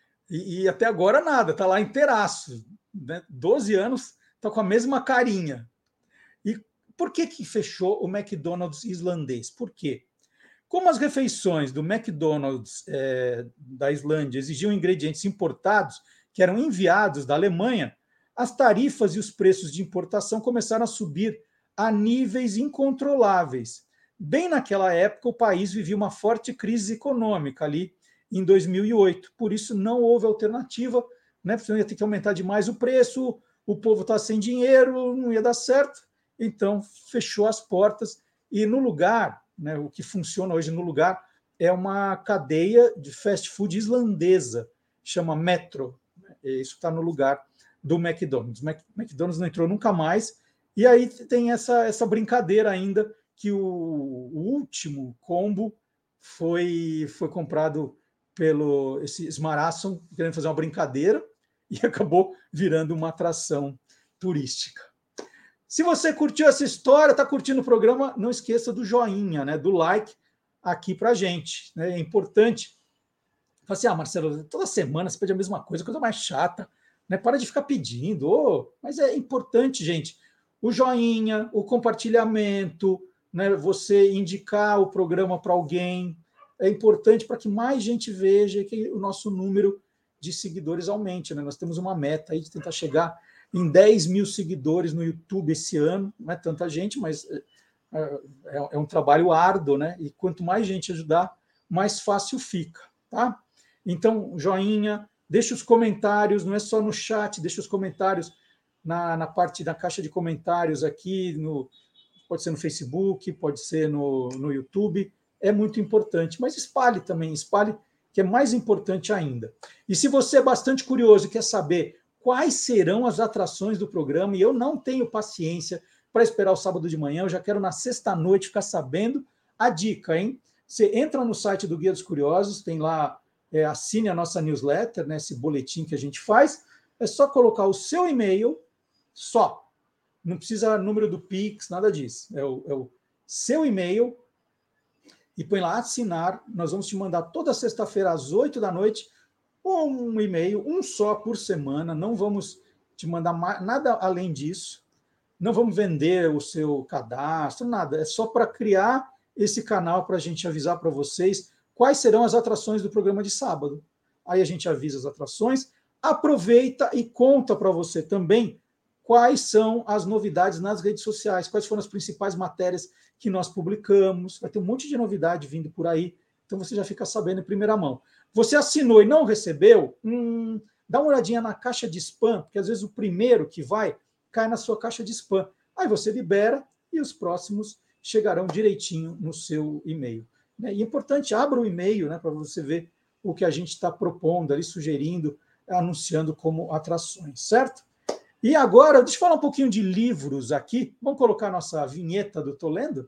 E até agora nada, está lá inteiraço, né? 12 anos, está com a mesma carinha. E por que fechou o McDonald's islandês? Por quê? Como as refeições do McDonald's da Islândia exigiam ingredientes importados que eram enviados da Alemanha, as tarifas e os preços de importação começaram a subir a níveis incontroláveis. Bem naquela época, o país vivia uma forte crise econômica ali em 2008. Por isso, não houve alternativa, né? Porque ia ter que aumentar demais o preço, o povo está sem dinheiro, não ia dar certo. Então, fechou as portas. E no lugar, né, o que funciona hoje no lugar é uma cadeia de fast food islandesa, chama Metro. Isso está no lugar do McDonald's. O McDonald's não entrou nunca mais. E aí tem essa brincadeira ainda que o último combo foi comprado pelo esse Smárason, querendo fazer uma brincadeira, e acabou virando uma atração turística. Se você curtiu essa história, está curtindo o programa, não esqueça do joinha, né, do like aqui para a gente. Né? É importante. Fala assim, Marcelo, toda semana você pede a mesma coisa mais chata. Né? Para de ficar pedindo. Mas é importante, gente. O joinha, o compartilhamento, né? Você indicar o programa para alguém. É importante para que mais gente veja e que o nosso número de seguidores aumente. Né? Nós temos uma meta aí de tentar chegar em 10 mil seguidores no YouTube esse ano. Não é tanta gente, mas é um trabalho árduo, né? E quanto mais gente ajudar, mais fácil fica, tá? Então, joinha, deixa os comentários, não é só no chat, deixa os comentários na parte da caixa de comentários aqui, pode ser no Facebook, pode ser no YouTube, é muito importante. Mas espalhe também, espalhe, que é mais importante ainda. E se você é bastante curioso e quer saber quais serão as atrações do programa, e eu não tenho paciência para esperar o sábado de manhã, eu já quero na sexta-noite ficar sabendo, a dica, hein? Você entra no site do Guia dos Curiosos, tem lá, assine a nossa newsletter, né, esse boletim que a gente faz, é só colocar o seu e-mail, só. Não precisa número do Pix, nada disso. É o seu e-mail, e põe lá assinar. Nós vamos te mandar toda sexta-feira às 8 da noite um e-mail, um só por semana. Não vamos te mandar nada além disso. Não vamos vender o seu cadastro, nada. É só para criar esse canal para a gente avisar para vocês quais serão as atrações do programa de sábado. Aí a gente avisa as atrações, aproveita e conta para você também quais são as novidades nas redes sociais, quais foram as principais matérias que nós publicamos. Vai ter um monte de novidade vindo por aí, então você já fica sabendo em primeira mão. Você assinou e não recebeu? Dá uma olhadinha na caixa de spam, porque às vezes o primeiro que vai cai na sua caixa de spam. Aí você libera e os próximos chegarão direitinho no seu e-mail. E é importante, abra o e-mail, né, para você ver o que a gente está propondo ali, sugerindo, anunciando como atrações, certo? E agora, deixa eu falar um pouquinho de livros aqui. Vamos colocar a nossa vinheta do Tô Lendo?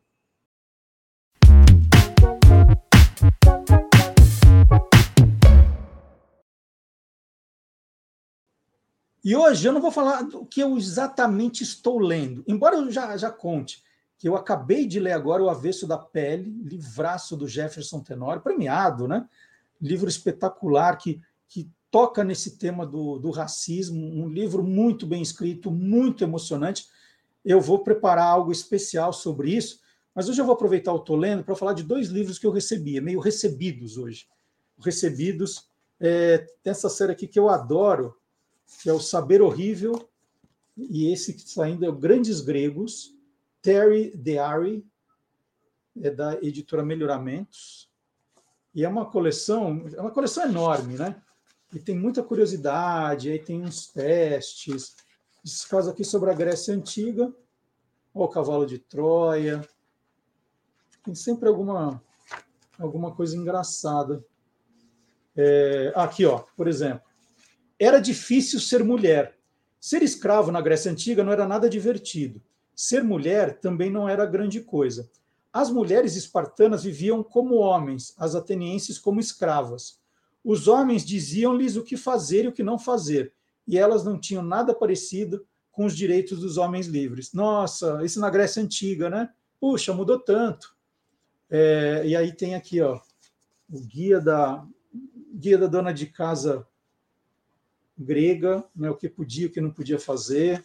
E hoje eu não vou falar do que eu exatamente estou lendo, embora eu já conte que eu acabei de ler agora O Avesso da Pele, livraço do Jefferson Tenório, premiado, né? Livro espetacular que toca nesse tema do racismo, um livro muito bem escrito, muito emocionante. Eu vou preparar algo especial sobre isso, mas hoje eu vou aproveitar o Tô Lendo para falar de 2 livros que eu recebi, meio recebidos hoje. Recebidos, dessa série aqui que eu adoro, que é O Saber Horrível, e esse que está saindo é o Grandes Gregos, Terry Deary, da editora Melhoramentos, e é uma coleção enorme, né? E tem muita curiosidade, aí tem uns testes. Esse caso aqui sobre a Grécia Antiga, ou o Cavalo de Troia. Tem sempre alguma coisa engraçada. Aqui, ó, por exemplo. Era difícil ser mulher. Ser escravo na Grécia Antiga não era nada divertido. Ser mulher também não era grande coisa. As mulheres espartanas viviam como homens, as atenienses como escravas. Os homens diziam-lhes o que fazer e o que não fazer, e elas não tinham nada parecido com os direitos dos homens livres. Nossa, isso na Grécia Antiga, né? Puxa, mudou tanto. E aí tem aqui, ó, o guia da dona de casa grega, né, o que podia, o que não podia fazer.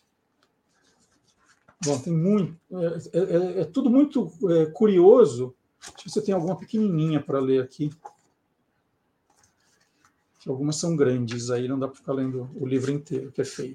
Bom, tem muito. É tudo muito curioso. Deixa eu ver se tem alguma pequenininha para ler aqui. Algumas são grandes, aí não dá para ficar lendo o livro inteiro, que é feio.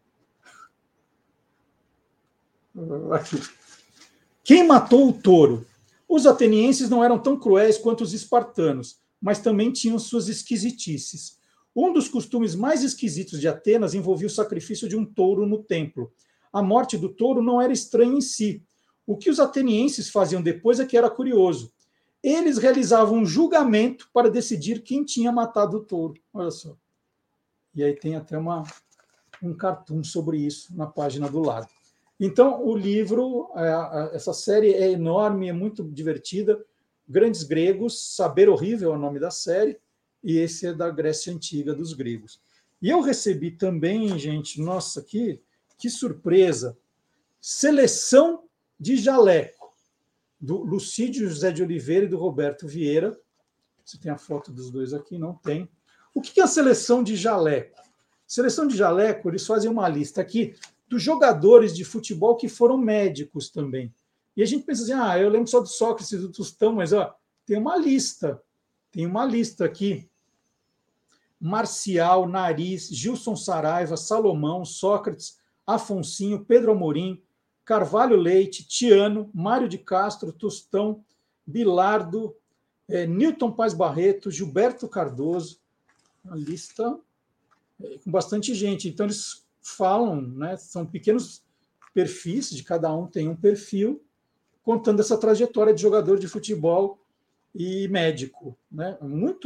Aqui. Quem matou o touro? Os atenienses não eram tão cruéis quanto os espartanos, mas também tinham suas esquisitices. Um dos costumes mais esquisitos de Atenas envolvia o sacrifício de um touro no templo. A morte do touro não era estranha em si. O que os atenienses faziam depois é que era curioso. Eles realizavam um julgamento para decidir quem tinha matado o touro. Olha só. E aí tem até um cartoon sobre isso na página do lado. Então, o livro, essa série é enorme, é muito divertida. Grandes Gregos, Saber Horrível é o nome da série, e esse é da Grécia Antiga, dos gregos. E eu recebi também, gente, nossa, que surpresa, Seleção de Jaleco, do Lucídio José de Oliveira e do Roberto Vieira. Você tem a foto dos dois aqui? Não tem. O que é a Seleção de Jaleco? Seleção de Jaleco, eles fazem uma lista aqui dos jogadores de futebol que foram médicos também. E a gente pensa assim, eu lembro só do Sócrates e do Tostão, mas tem uma lista. Tem uma lista aqui. Marcial, Nariz, Gilson Saraiva, Salomão, Sócrates, Afonsinho, Pedro Amorim, Carvalho Leite, Tiano, Mário de Castro, Tostão, Bilardo, Newton Paz Barreto, Gilberto Cardoso, uma lista com bastante gente. Então, eles falam, né, são pequenos perfis, de cada um tem um perfil, contando essa trajetória de jogador de futebol e médico. Né? Muito.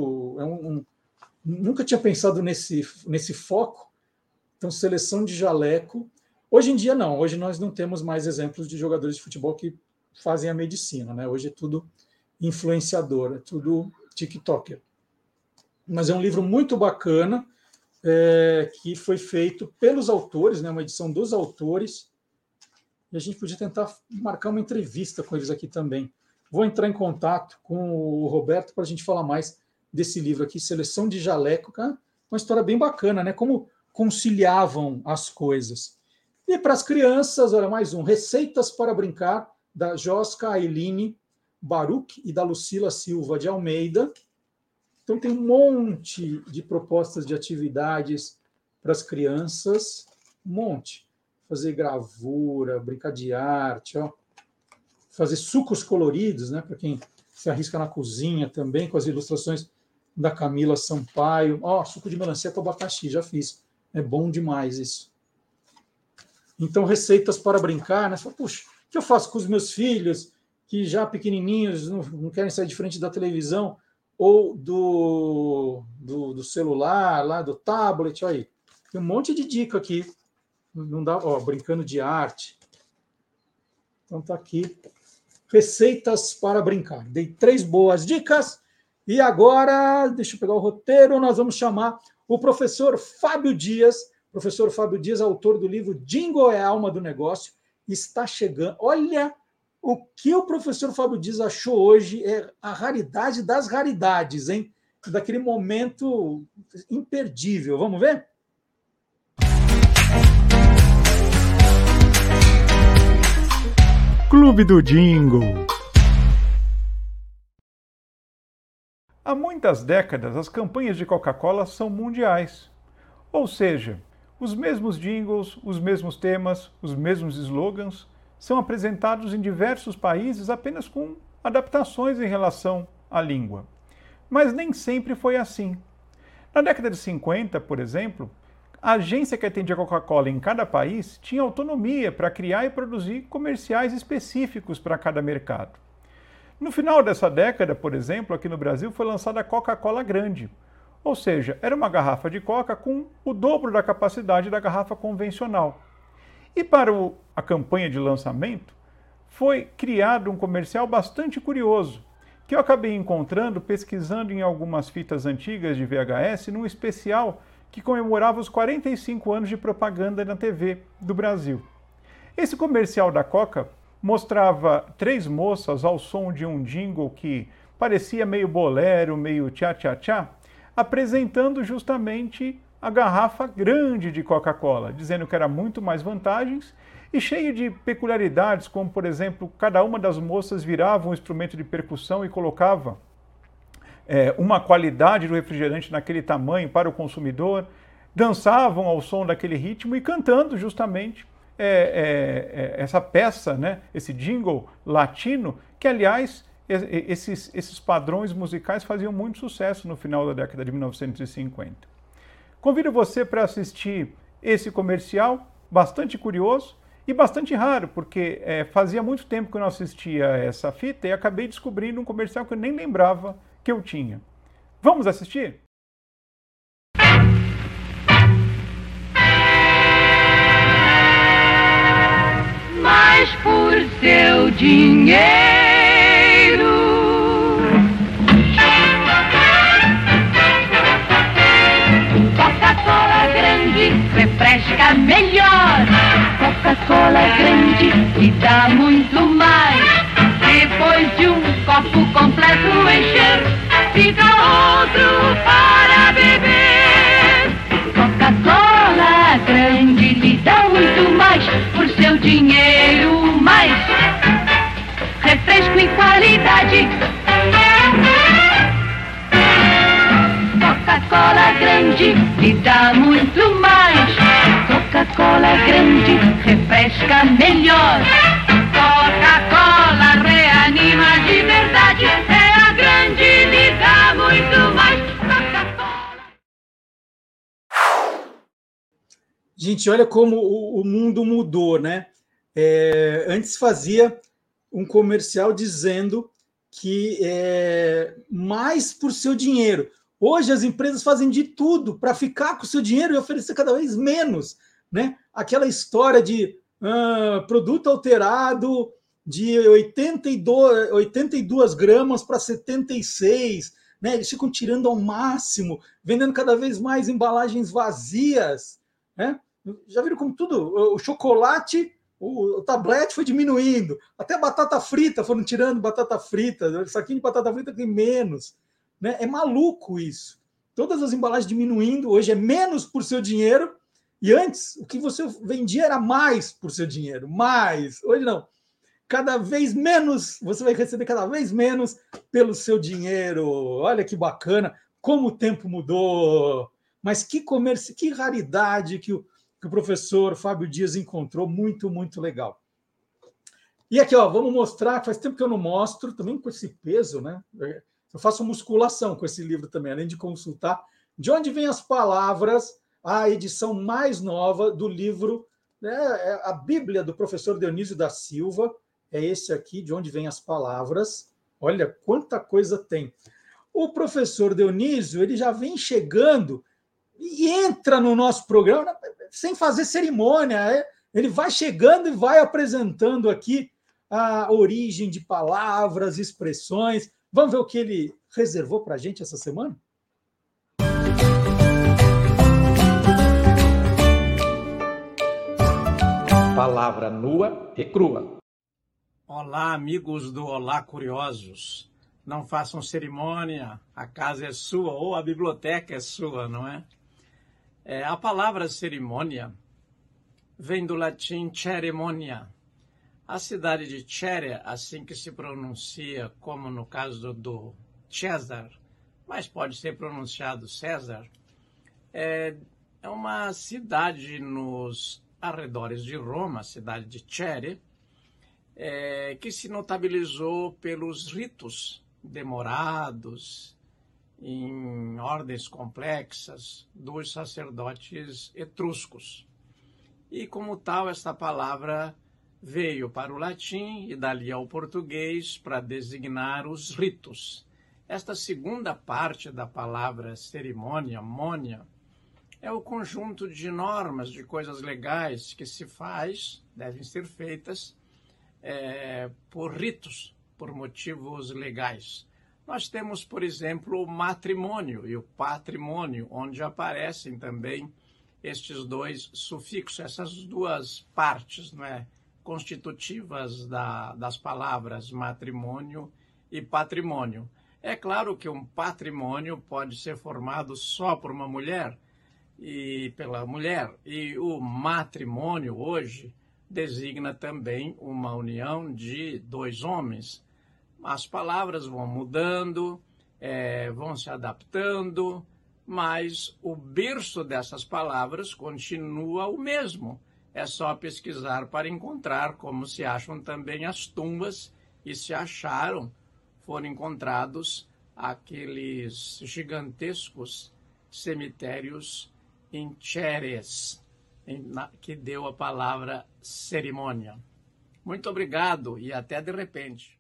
Nunca tinha pensado nesse foco. Então, seleção de jaleco. Hoje em dia, não. Hoje nós não temos mais exemplos de jogadores de futebol que fazem a medicina. Né? Hoje é tudo influenciador, é tudo TikToker. Mas é um livro muito bacana, que foi feito pelos autores, né? Uma edição dos autores, e a gente podia tentar marcar uma entrevista com eles aqui também. Vou entrar em contato com o Roberto para a gente falar mais desse livro aqui, Seleção de Jaleco, cara. Uma história bem bacana, né? Como conciliavam as coisas. E para as crianças, olha, mais um, Receitas para Brincar, da Josca Ailine Baruch e da Lucila Silva de Almeida. Então tem um monte de propostas de atividades para as crianças, um monte. Fazer gravura, brincar de arte, ó. Fazer sucos coloridos, né? Para quem se arrisca na cozinha também, com as ilustrações da Camila Sampaio. Ó, suco de melancia com abacaxi, já fiz. É bom demais isso. Então, receitas para brincar, né? Puxa, o que eu faço com os meus filhos, que já pequenininhos não querem sair de frente da televisão ou do celular, lá do tablet, olha aí. Tem um monte de dica aqui. Não dá, ó, brincando de arte. Então tá aqui. Receitas para brincar. Dei 3 boas dicas. E agora, deixa eu pegar o roteiro, nós vamos chamar o professor Fábio Dias. Professor Fábio Dias, autor do livro Jingle é a Alma do Negócio, está chegando. Olha o que o professor Fábio Dias achou hoje, é a raridade das raridades, hein? Daquele momento imperdível. Vamos ver? Clube do Jingle. Há muitas décadas, as campanhas de Coca-Cola são mundiais. Ou seja, os mesmos jingles, os mesmos temas, os mesmos slogans são apresentados em diversos países apenas com adaptações em relação à língua. Mas nem sempre foi assim. Na década de 50, por exemplo, a agência que atendia a Coca-Cola em cada país tinha autonomia para criar e produzir comerciais específicos para cada mercado. No final dessa década, por exemplo, aqui no Brasil foi lançada a Coca-Cola Grande, ou seja, era uma garrafa de Coca com o dobro da capacidade da garrafa convencional. E para a campanha de lançamento, foi criado um comercial bastante curioso, que eu acabei encontrando pesquisando em algumas fitas antigas de VHS, num especial que comemorava os 45 anos de propaganda na TV do Brasil. Esse comercial da Coca mostrava 3 moças ao som de um jingle que parecia meio bolero, meio tchá-tchá-tchá, apresentando justamente a garrafa grande de Coca-Cola, dizendo que era muito mais vantagens e cheio de peculiaridades, como, por exemplo, cada uma das moças virava um instrumento de percussão e colocava uma qualidade do refrigerante naquele tamanho para o consumidor, dançavam ao som daquele ritmo e cantando justamente essa peça, né, esse jingle latino, que, aliás, esses padrões musicais faziam muito sucesso no final da década de 1950. Convido você para assistir esse comercial, bastante curioso e bastante raro, porque fazia muito tempo que eu não assistia essa fita e acabei descobrindo um comercial que eu nem lembrava que eu tinha. Vamos assistir? Mas por seu dinheiro, Coca-Cola grande refresca melhor. Coca-Cola grande te dá muito mais. Depois de um copo completo encher, fica outro para beber. Coca-Cola grande lhe dá muito mais. Por seu dinheiro mais refresco e qualidade. Coca-Cola grande lhe dá muito mais. Coca-Cola grande refresca melhor. Coca-Cola reanima de verdade. É a grande Gente, olha como o mundo mudou, né? Antes fazia um comercial dizendo que mais por seu dinheiro. Hoje as empresas fazem de tudo para ficar com o seu dinheiro e oferecer cada vez menos, né? Aquela história de produto alterado de 82 gramas para 76, né? Eles ficam tirando ao máximo, vendendo cada vez mais embalagens vazias, né? Já viram como tudo? O chocolate, o tablete foi diminuindo, até a batata frita foram tirando batata frita, o saquinho de batata frita tem menos, né? É maluco isso. Todas as embalagens diminuindo, hoje é menos por seu dinheiro, e antes o que você vendia era mais por seu dinheiro, mais. Hoje não. Cada vez menos, você vai receber cada vez menos pelo seu dinheiro. Olha que bacana, como o tempo mudou. Mas que comércio, que raridade que o professor Fábio Dias encontrou, muito, muito legal. E aqui, ó, vamos mostrar, faz tempo que eu não mostro, também com esse peso, né? Eu faço musculação com esse livro também, além de consultar de onde vêm as palavras, a edição mais nova do livro, né, a Bíblia do professor Dionísio da Silva, é esse aqui, de onde vêm as palavras. Olha quanta coisa tem. O professor Dionísio, ele já vem chegando e entra no nosso programa sem fazer cerimônia. Ele vai chegando e vai apresentando aqui a origem de palavras, expressões. Vamos ver o que ele reservou para a gente essa semana? Palavra nua e crua. Olá, amigos do Olá Curiosos. Não façam cerimônia, a casa é sua ou a biblioteca é sua, não é? A palavra cerimônia vem do latim ceremonia. A cidade de Cere, assim que se pronuncia, como no caso do César, mas pode ser pronunciado César, é uma cidade nos arredores de Roma, a cidade de Cere, que se notabilizou pelos ritos demorados, em ordens complexas, dos sacerdotes etruscos. E, como tal, esta palavra veio para o latim e dali ao português para designar os ritos. Esta segunda parte da palavra cerimônia, mônia, é o conjunto de normas, de coisas legais que se faz, devem ser feitas, por ritos, por motivos legais. Nós temos, por exemplo, o matrimônio e o patrimônio, onde aparecem também estes dois sufixos, essas duas partes, não é, constitutivas das palavras matrimônio e patrimônio. É claro que um patrimônio pode ser formado só por uma mulher e pela mulher, e o matrimônio hoje designa também uma união de dois homens. As palavras vão mudando, vão se adaptando, mas o berço dessas palavras continua o mesmo. É só pesquisar para encontrar, como se acham também as tumbas, e se acharam, foram encontrados aqueles gigantescos cemitérios em Xerez, que deu a palavra cerimônia. Muito obrigado e até de repente.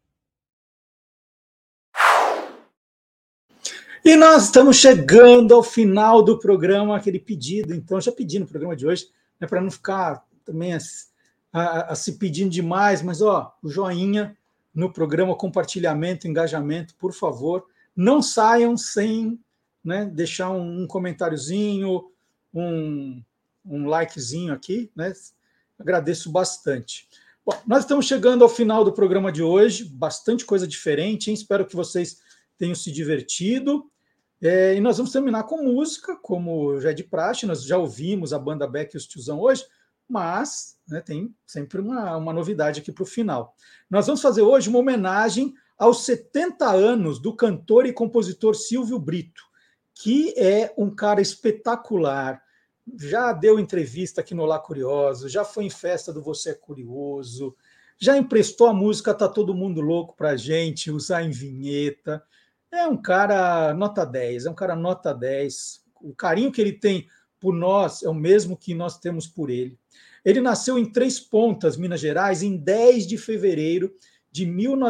E nós estamos chegando ao final do programa, aquele pedido, então, já pedi no programa de hoje, né, para não ficar também se pedindo demais, mas ó, o joinha no programa, compartilhamento, engajamento, por favor, não saiam sem, né, deixar um comentáriozinho, um likezinho aqui, né? Agradeço bastante. Bom, nós estamos chegando ao final do programa de hoje, bastante coisa diferente, hein? Espero que vocês tenham se divertido. E nós vamos terminar com música, como já é de praxe, nós já ouvimos a banda Beck e os Tiozão hoje, mas, né, tem sempre uma novidade aqui para o final. Nós vamos fazer hoje uma homenagem aos 70 anos do cantor e compositor Silvio Brito, que é um cara espetacular, já deu entrevista aqui no Olá Curioso, já foi em festa do Você é Curioso, já emprestou a música Tá Todo Mundo Louco para a gente usar em vinheta. É um cara nota 10, O carinho que ele tem por nós é o mesmo que nós temos por ele. Ele nasceu em Três Pontas, Minas Gerais, em 10 de fevereiro de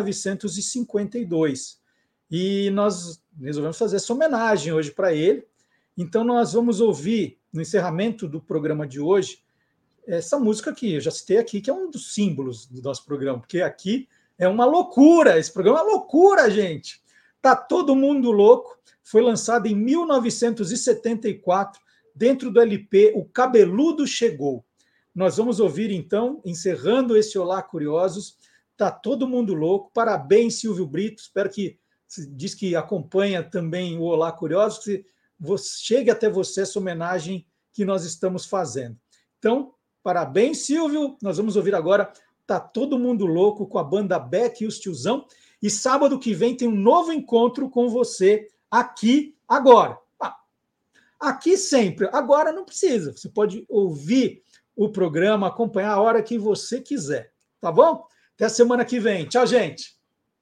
1952. E nós resolvemos fazer essa homenagem hoje para ele. Então nós vamos ouvir, no encerramento do programa de hoje, essa música que eu já citei aqui, que é um dos símbolos do nosso programa, porque aqui é uma loucura, esse programa é uma loucura, gente. Tá Todo Mundo Louco, foi lançado em 1974, dentro do LP O Cabeludo Chegou. Nós vamos ouvir, então, encerrando esse Olá Curiosos, Tá Todo Mundo Louco. Parabéns, Silvio Brito, espero que, diz que acompanha também o Olá Curiosos, que chegue até você essa homenagem que nós estamos fazendo. Então, parabéns, Silvio. Nós vamos ouvir agora Tá Todo Mundo Louco com a banda Beck e os Tiozão. E sábado que vem tem um novo encontro com você aqui agora. Aqui sempre. Agora não precisa. Você pode ouvir o programa, acompanhar a hora que você quiser. Tá bom? Até a semana que vem. Tchau, gente.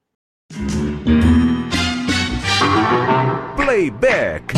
Playback.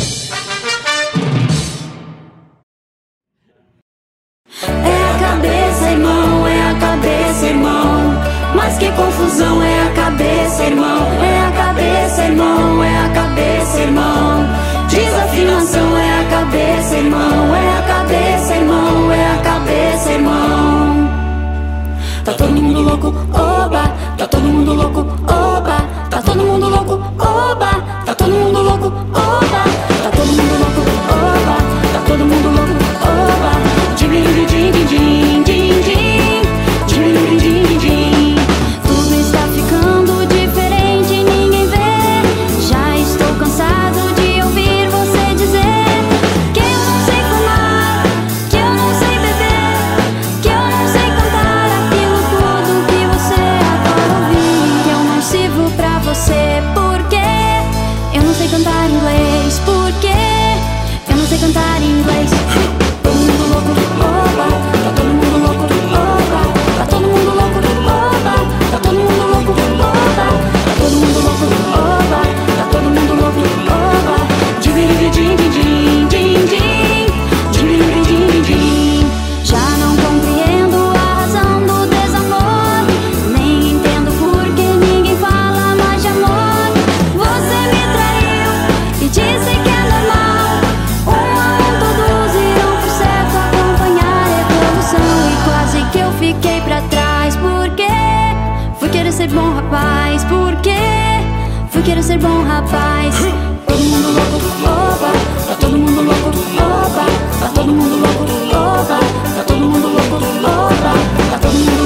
É a cabeça, irmão, é a cabeça, irmão. Mas que confusão, é a cabeça, irmão. É a cabeça, irmão, é a cabeça, irmão. Desafinação, é a cabeça, irmão. É a cabeça, irmão, é a cabeça, irmão. Tá todo mundo louco, oba. Tá todo mundo louco, oba. Tá todo mundo louco, oba. Tá todo mundo louco, oba. Tá todo mundo louco, oba. Tá todo mundo louco, oba. Din, din, din, din, din, din. Din, din, din. Tudo está ficando diferente, ninguém vê. Já estou cansado de ouvir você dizer que eu não sei fumar, que eu não sei beber, que eu não sei cantar aquilo tudo que você adora ouvir. Que eu não sirvo pra você porque eu não sei cantar inglês. Porque eu não sei cantar inglês. Todo mundo louco, oba. Tá todo mundo louco, oba. Tá todo mundo louco, oba. Tá todo mundo louco, oba. Tá todo mundo louco, oba. Tá todo mundo louco, oba. Din, din, din, din, din. Din, din, din. Já não compreendo a razão do desamor, nem entendo por que ninguém fala mais de amor. Você me traiu e disse que é normal. Um a um todos irão por certo acompanhar a evolução. E quase que eu fiquei pra trás, porque fui querer ser bom rapaz. Porque fui querer ser bom rapaz. Todo mundo louco, oba. Tá todo mundo louco, oba. Tá todo mundo louco, oba. Tá todo mundo louco, oba. Tá todo mundo